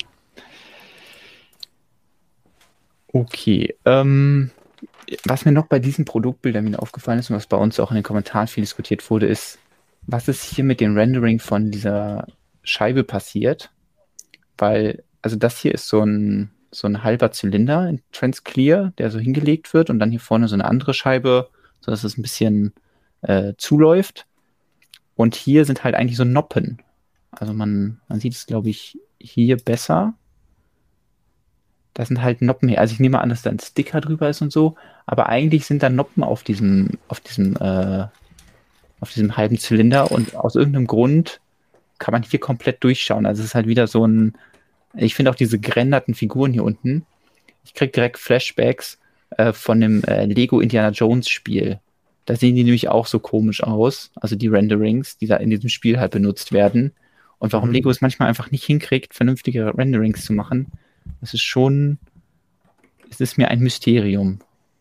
Okay. Was mir noch bei diesen Produktbildern wieder aufgefallen ist und was bei uns auch in den Kommentaren viel diskutiert wurde, ist, was ist hier mit dem Rendering von dieser Scheibe passiert? Weil, also das hier ist so ein halber Zylinder in Transclear, der so hingelegt wird und dann hier vorne so eine andere Scheibe, sodass es ein bisschen zuläuft. Und hier sind halt eigentlich so Noppen. Also man sieht es, glaube ich, hier besser. Da sind halt Noppen hier. Also ich nehme an, dass da ein Sticker drüber ist und so, aber eigentlich sind da Noppen auf diesem halben Zylinder und aus irgendeinem Grund kann man hier komplett durchschauen. Also es ist halt wieder so ich finde auch diese gerenderten Figuren hier unten, ich kriege direkt Flashbacks von dem Lego Indiana Jones Spiel. Da sehen die nämlich auch so komisch aus, also die Renderings, die da in diesem Spiel halt benutzt werden. Und warum Lego es manchmal einfach nicht hinkriegt, vernünftige Renderings zu machen, es ist mir ein Mysterium.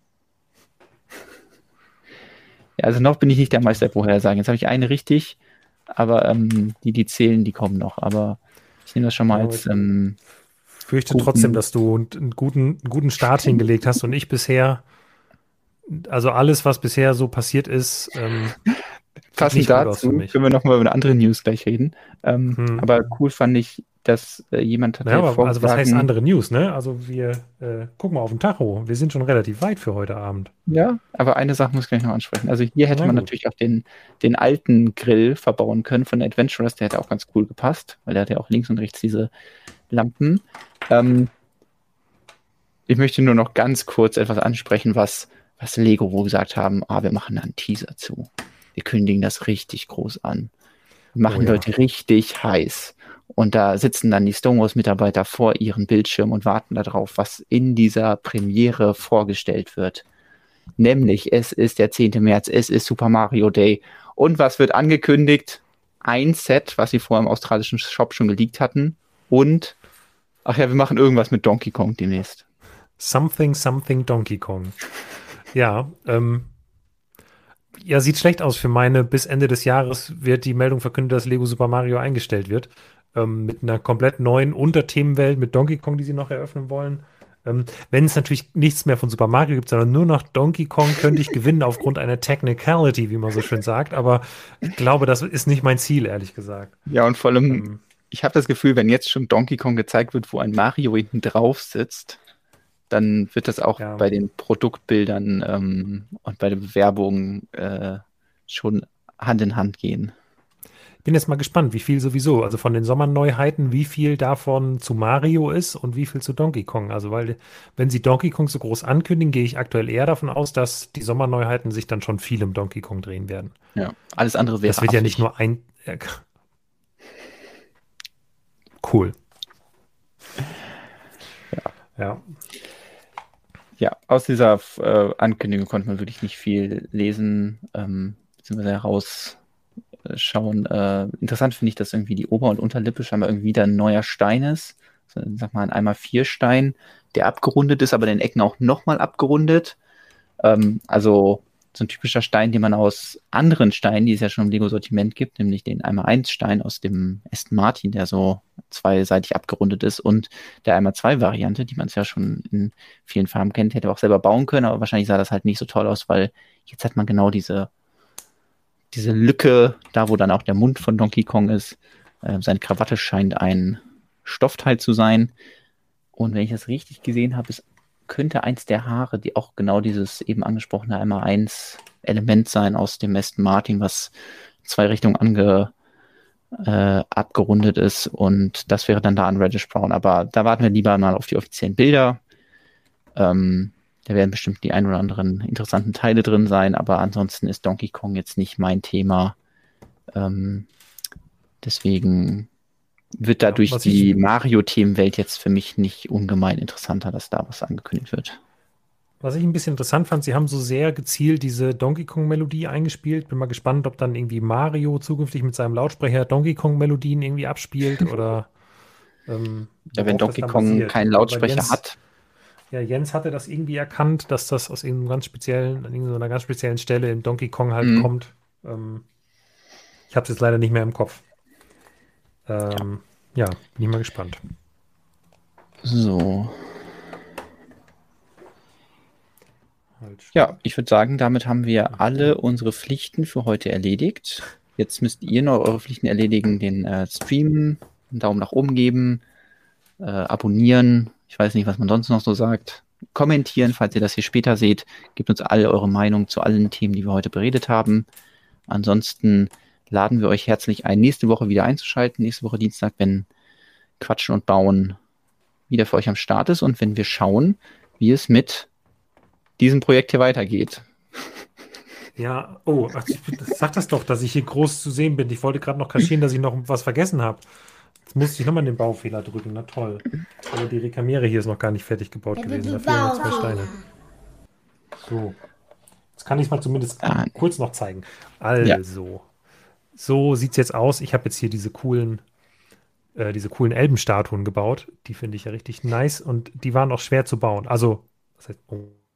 Ja, also noch bin ich nicht der Meister Vorhersagen. Jetzt habe ich eine richtig, aber die zählen, die kommen noch. Aber ich nehme das schon mal als fürchte trotzdem, dass du einen guten Start hingelegt hast und ich bisher, also alles, was bisher so passiert ist, passend dazu können wir noch mal über eine andere News gleich reden. Aber cool fand ich, dass jemand hat also was heißt andere News, ne? Also wir gucken mal auf den Tacho. Wir sind schon relativ weit für heute Abend. Ja, aber eine Sache muss ich gleich noch ansprechen. Also hier hätte man natürlich auch den alten Grill verbauen können von Adventurers. Der hätte auch ganz cool gepasst, weil der hat ja auch links und rechts diese Lampen. Ich möchte nur noch ganz kurz etwas ansprechen, was Lego wohl gesagt haben. Wir machen da einen Teaser zu. Wir kündigen das richtig groß an. Wir machen Leute richtig heiß. Und da sitzen dann die Stonewalls-Mitarbeiter vor ihren Bildschirmen und warten darauf, was in dieser Premiere vorgestellt wird. Nämlich, es ist der 10. März, es ist Super Mario Day. Und was wird angekündigt? Ein Set, was sie vorher im australischen Shop schon geleakt hatten. Und, wir machen irgendwas mit Donkey Kong demnächst. Something Donkey Kong. Ja, sieht schlecht aus für meine. Bis Ende des Jahres wird die Meldung verkündet, dass Lego Super Mario eingestellt wird. Mit einer komplett neuen Unterthemenwelt mit Donkey Kong, die sie noch eröffnen wollen. Wenn es natürlich nichts mehr von Super Mario gibt, sondern nur noch Donkey Kong, könnte ich gewinnen aufgrund einer Technicality, wie man so schön sagt. Aber ich glaube, das ist nicht mein Ziel, ehrlich gesagt. Ja, und vor allem, ich habe das Gefühl, wenn jetzt schon Donkey Kong gezeigt wird, wo ein Mario hinten drauf sitzt, dann wird das auch bei den Produktbildern und bei der Bewerbung schon Hand in Hand gehen. Ich bin jetzt mal gespannt, wie viel sowieso, also von den Sommerneuheiten, wie viel davon zu Mario ist und wie viel zu Donkey Kong. Also weil, wenn sie Donkey Kong so groß ankündigen, gehe ich aktuell eher davon aus, dass die Sommerneuheiten sich dann schon viel um Donkey Kong drehen werden. Ja, alles andere wäre Das wird ja nicht nur ein... Cool. Ja. Ja, aus dieser Ankündigung konnte man wirklich nicht viel lesen, beziehungsweise herausschauen. Interessant finde ich, dass irgendwie die Ober- und Unterlippe scheinbar irgendwie wieder ein neuer Stein ist. So, sag mal, ein 1x4 Stein, der abgerundet ist, aber in den Ecken auch nochmal abgerundet. Also so ein typischer Stein, den man aus anderen Steinen, die es ja schon im Lego-Sortiment gibt, nämlich den 1x1 Stein aus dem Aston Martin, der so zweiseitig abgerundet ist, und der 1x2 Variante, die man es ja schon in vielen Farben kennt, hätte auch selber bauen können, aber wahrscheinlich sah das halt nicht so toll aus, weil jetzt hat man genau diese Lücke, da wo dann auch der Mund von Donkey Kong ist. Seine Krawatte scheint ein Stoffteil zu sein. Und wenn ich das richtig gesehen habe, könnte eins der Haare, die auch genau dieses eben angesprochene 1x1 Element sein aus dem Aston Martin, was in zwei Richtungen abgerundet ist, und das wäre dann da an Reddish Brown. Aber da warten wir lieber mal auf die offiziellen Bilder. Da werden bestimmt die ein oder anderen interessanten Teile drin sein, aber ansonsten ist Donkey Kong jetzt nicht mein Thema. Deswegen wird dadurch die Mario-Themenwelt jetzt für mich nicht ungemein interessanter, dass da was angekündigt wird. Was ich ein bisschen interessant fand, sie haben so sehr gezielt diese Donkey Kong-Melodie eingespielt. Bin mal gespannt, ob dann irgendwie Mario zukünftig mit seinem Lautsprecher Donkey Kong-Melodien irgendwie abspielt oder ja, wenn Donkey Kong keinen Lautsprecher hat. Ja, Jens hatte das irgendwie erkannt, dass das aus irgendeiner ganz speziellen Stelle im Donkey Kong halt kommt. Ich habe es jetzt leider nicht mehr im Kopf. Ja, bin ich mal gespannt. So. Ja, ich würde sagen, damit haben wir alle unsere Pflichten für heute erledigt. Jetzt müsst ihr noch eure Pflichten erledigen, den Stream, einen Daumen nach oben geben, abonnieren, ich weiß nicht, was man sonst noch so sagt, kommentieren, falls ihr das hier später seht, gebt uns alle eure Meinung zu allen Themen, die wir heute beredet haben. Ansonsten laden wir euch herzlich ein, nächste Woche wieder einzuschalten, nächste Woche Dienstag, wenn Quatschen und Bauen wieder für euch am Start ist und wenn wir schauen, wie es mit diesem Projekt hier weitergeht. Ja, sag das doch, dass ich hier groß zu sehen bin. Ich wollte gerade noch kaschieren, dass ich noch was vergessen habe. Jetzt musste ich nochmal den Baufehler drücken. Na toll. Aber die Rekamiere hier ist noch gar nicht fertig gebaut gewesen. Da fehlen noch 2 Steine. So. Jetzt kann ich es mal zumindest kurz noch zeigen. Also. So sieht es jetzt aus. Ich habe jetzt hier diese coolen Elbenstatuen gebaut. Die finde ich ja richtig nice und die waren auch schwer zu bauen. Also, was heißt,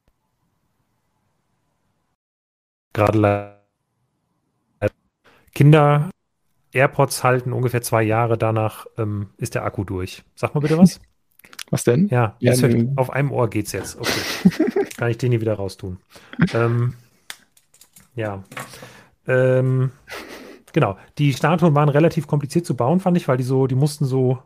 gerade Kinder AirPods halten ungefähr 2 Jahre, danach ist der Akku durch. Sag mal bitte was. Was denn? Ja, auf einem Ohr geht's jetzt. Okay. Kann ich den hier wieder raustun. Genau. Die Statuen waren relativ kompliziert zu bauen, fand ich, weil die mussten so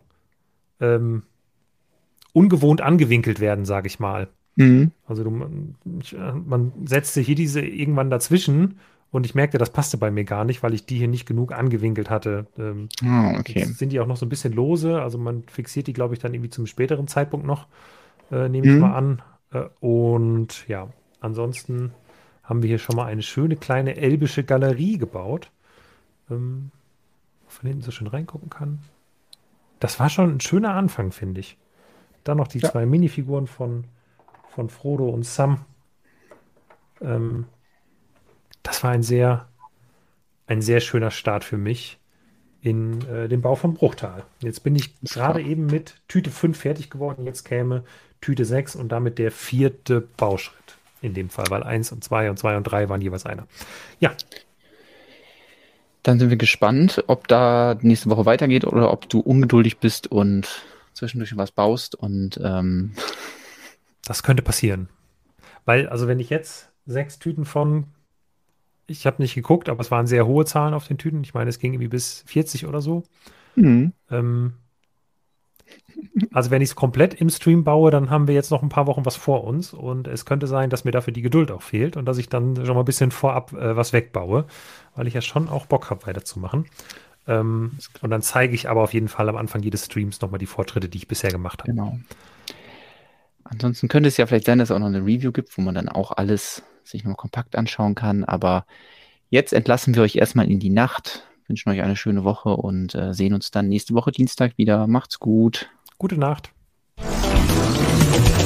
ungewohnt angewinkelt werden, sage ich mal. Also man setzte hier diese irgendwann dazwischen und ich merkte, das passte bei mir gar nicht, weil ich die hier nicht genug angewinkelt hatte. Okay. Jetzt sind die auch noch so ein bisschen lose, also man fixiert die, glaube ich, dann irgendwie zum späteren Zeitpunkt noch, nehme ich mal an. Und ja, ansonsten haben wir hier schon mal eine schöne kleine elbische Galerie gebaut, wo man von hinten so schön reingucken kann. Das war schon ein schöner Anfang, finde ich. Dann noch die 2 Minifiguren von Frodo und Sam. Das war ein sehr schöner Start für mich in den Bau von Bruchtal. Jetzt bin ich gerade eben mit Tüte 5 fertig geworden. Jetzt käme Tüte 6 und damit der 4. Bauschritt in dem Fall, weil 1 und 2 und 2 und 3 waren jeweils einer. Ja. Dann sind wir gespannt, ob da nächste Woche weitergeht oder ob du ungeduldig bist und zwischendurch was baust und das könnte passieren. Weil, also wenn ich jetzt 6 Tüten ich habe nicht geguckt, aber es waren sehr hohe Zahlen auf den Tüten. Ich meine, es ging irgendwie bis 40 oder so. Also wenn ich es komplett im Stream baue, dann haben wir jetzt noch ein paar Wochen was vor uns und es könnte sein, dass mir dafür die Geduld auch fehlt und dass ich dann schon mal ein bisschen vorab was wegbaue, weil ich ja schon auch Bock habe, weiterzumachen. Und dann zeige ich aber auf jeden Fall am Anfang jedes Streams nochmal die Fortschritte, die ich bisher gemacht habe. Genau. Ansonsten könnte es ja vielleicht sein, dass es auch noch eine Review gibt, wo man dann auch alles sich noch kompakt anschauen kann. Aber jetzt entlassen wir euch erstmal in die Nacht, wünschen euch eine schöne Woche und sehen uns dann nächste Woche Dienstag wieder. Macht's gut. Gute Nacht.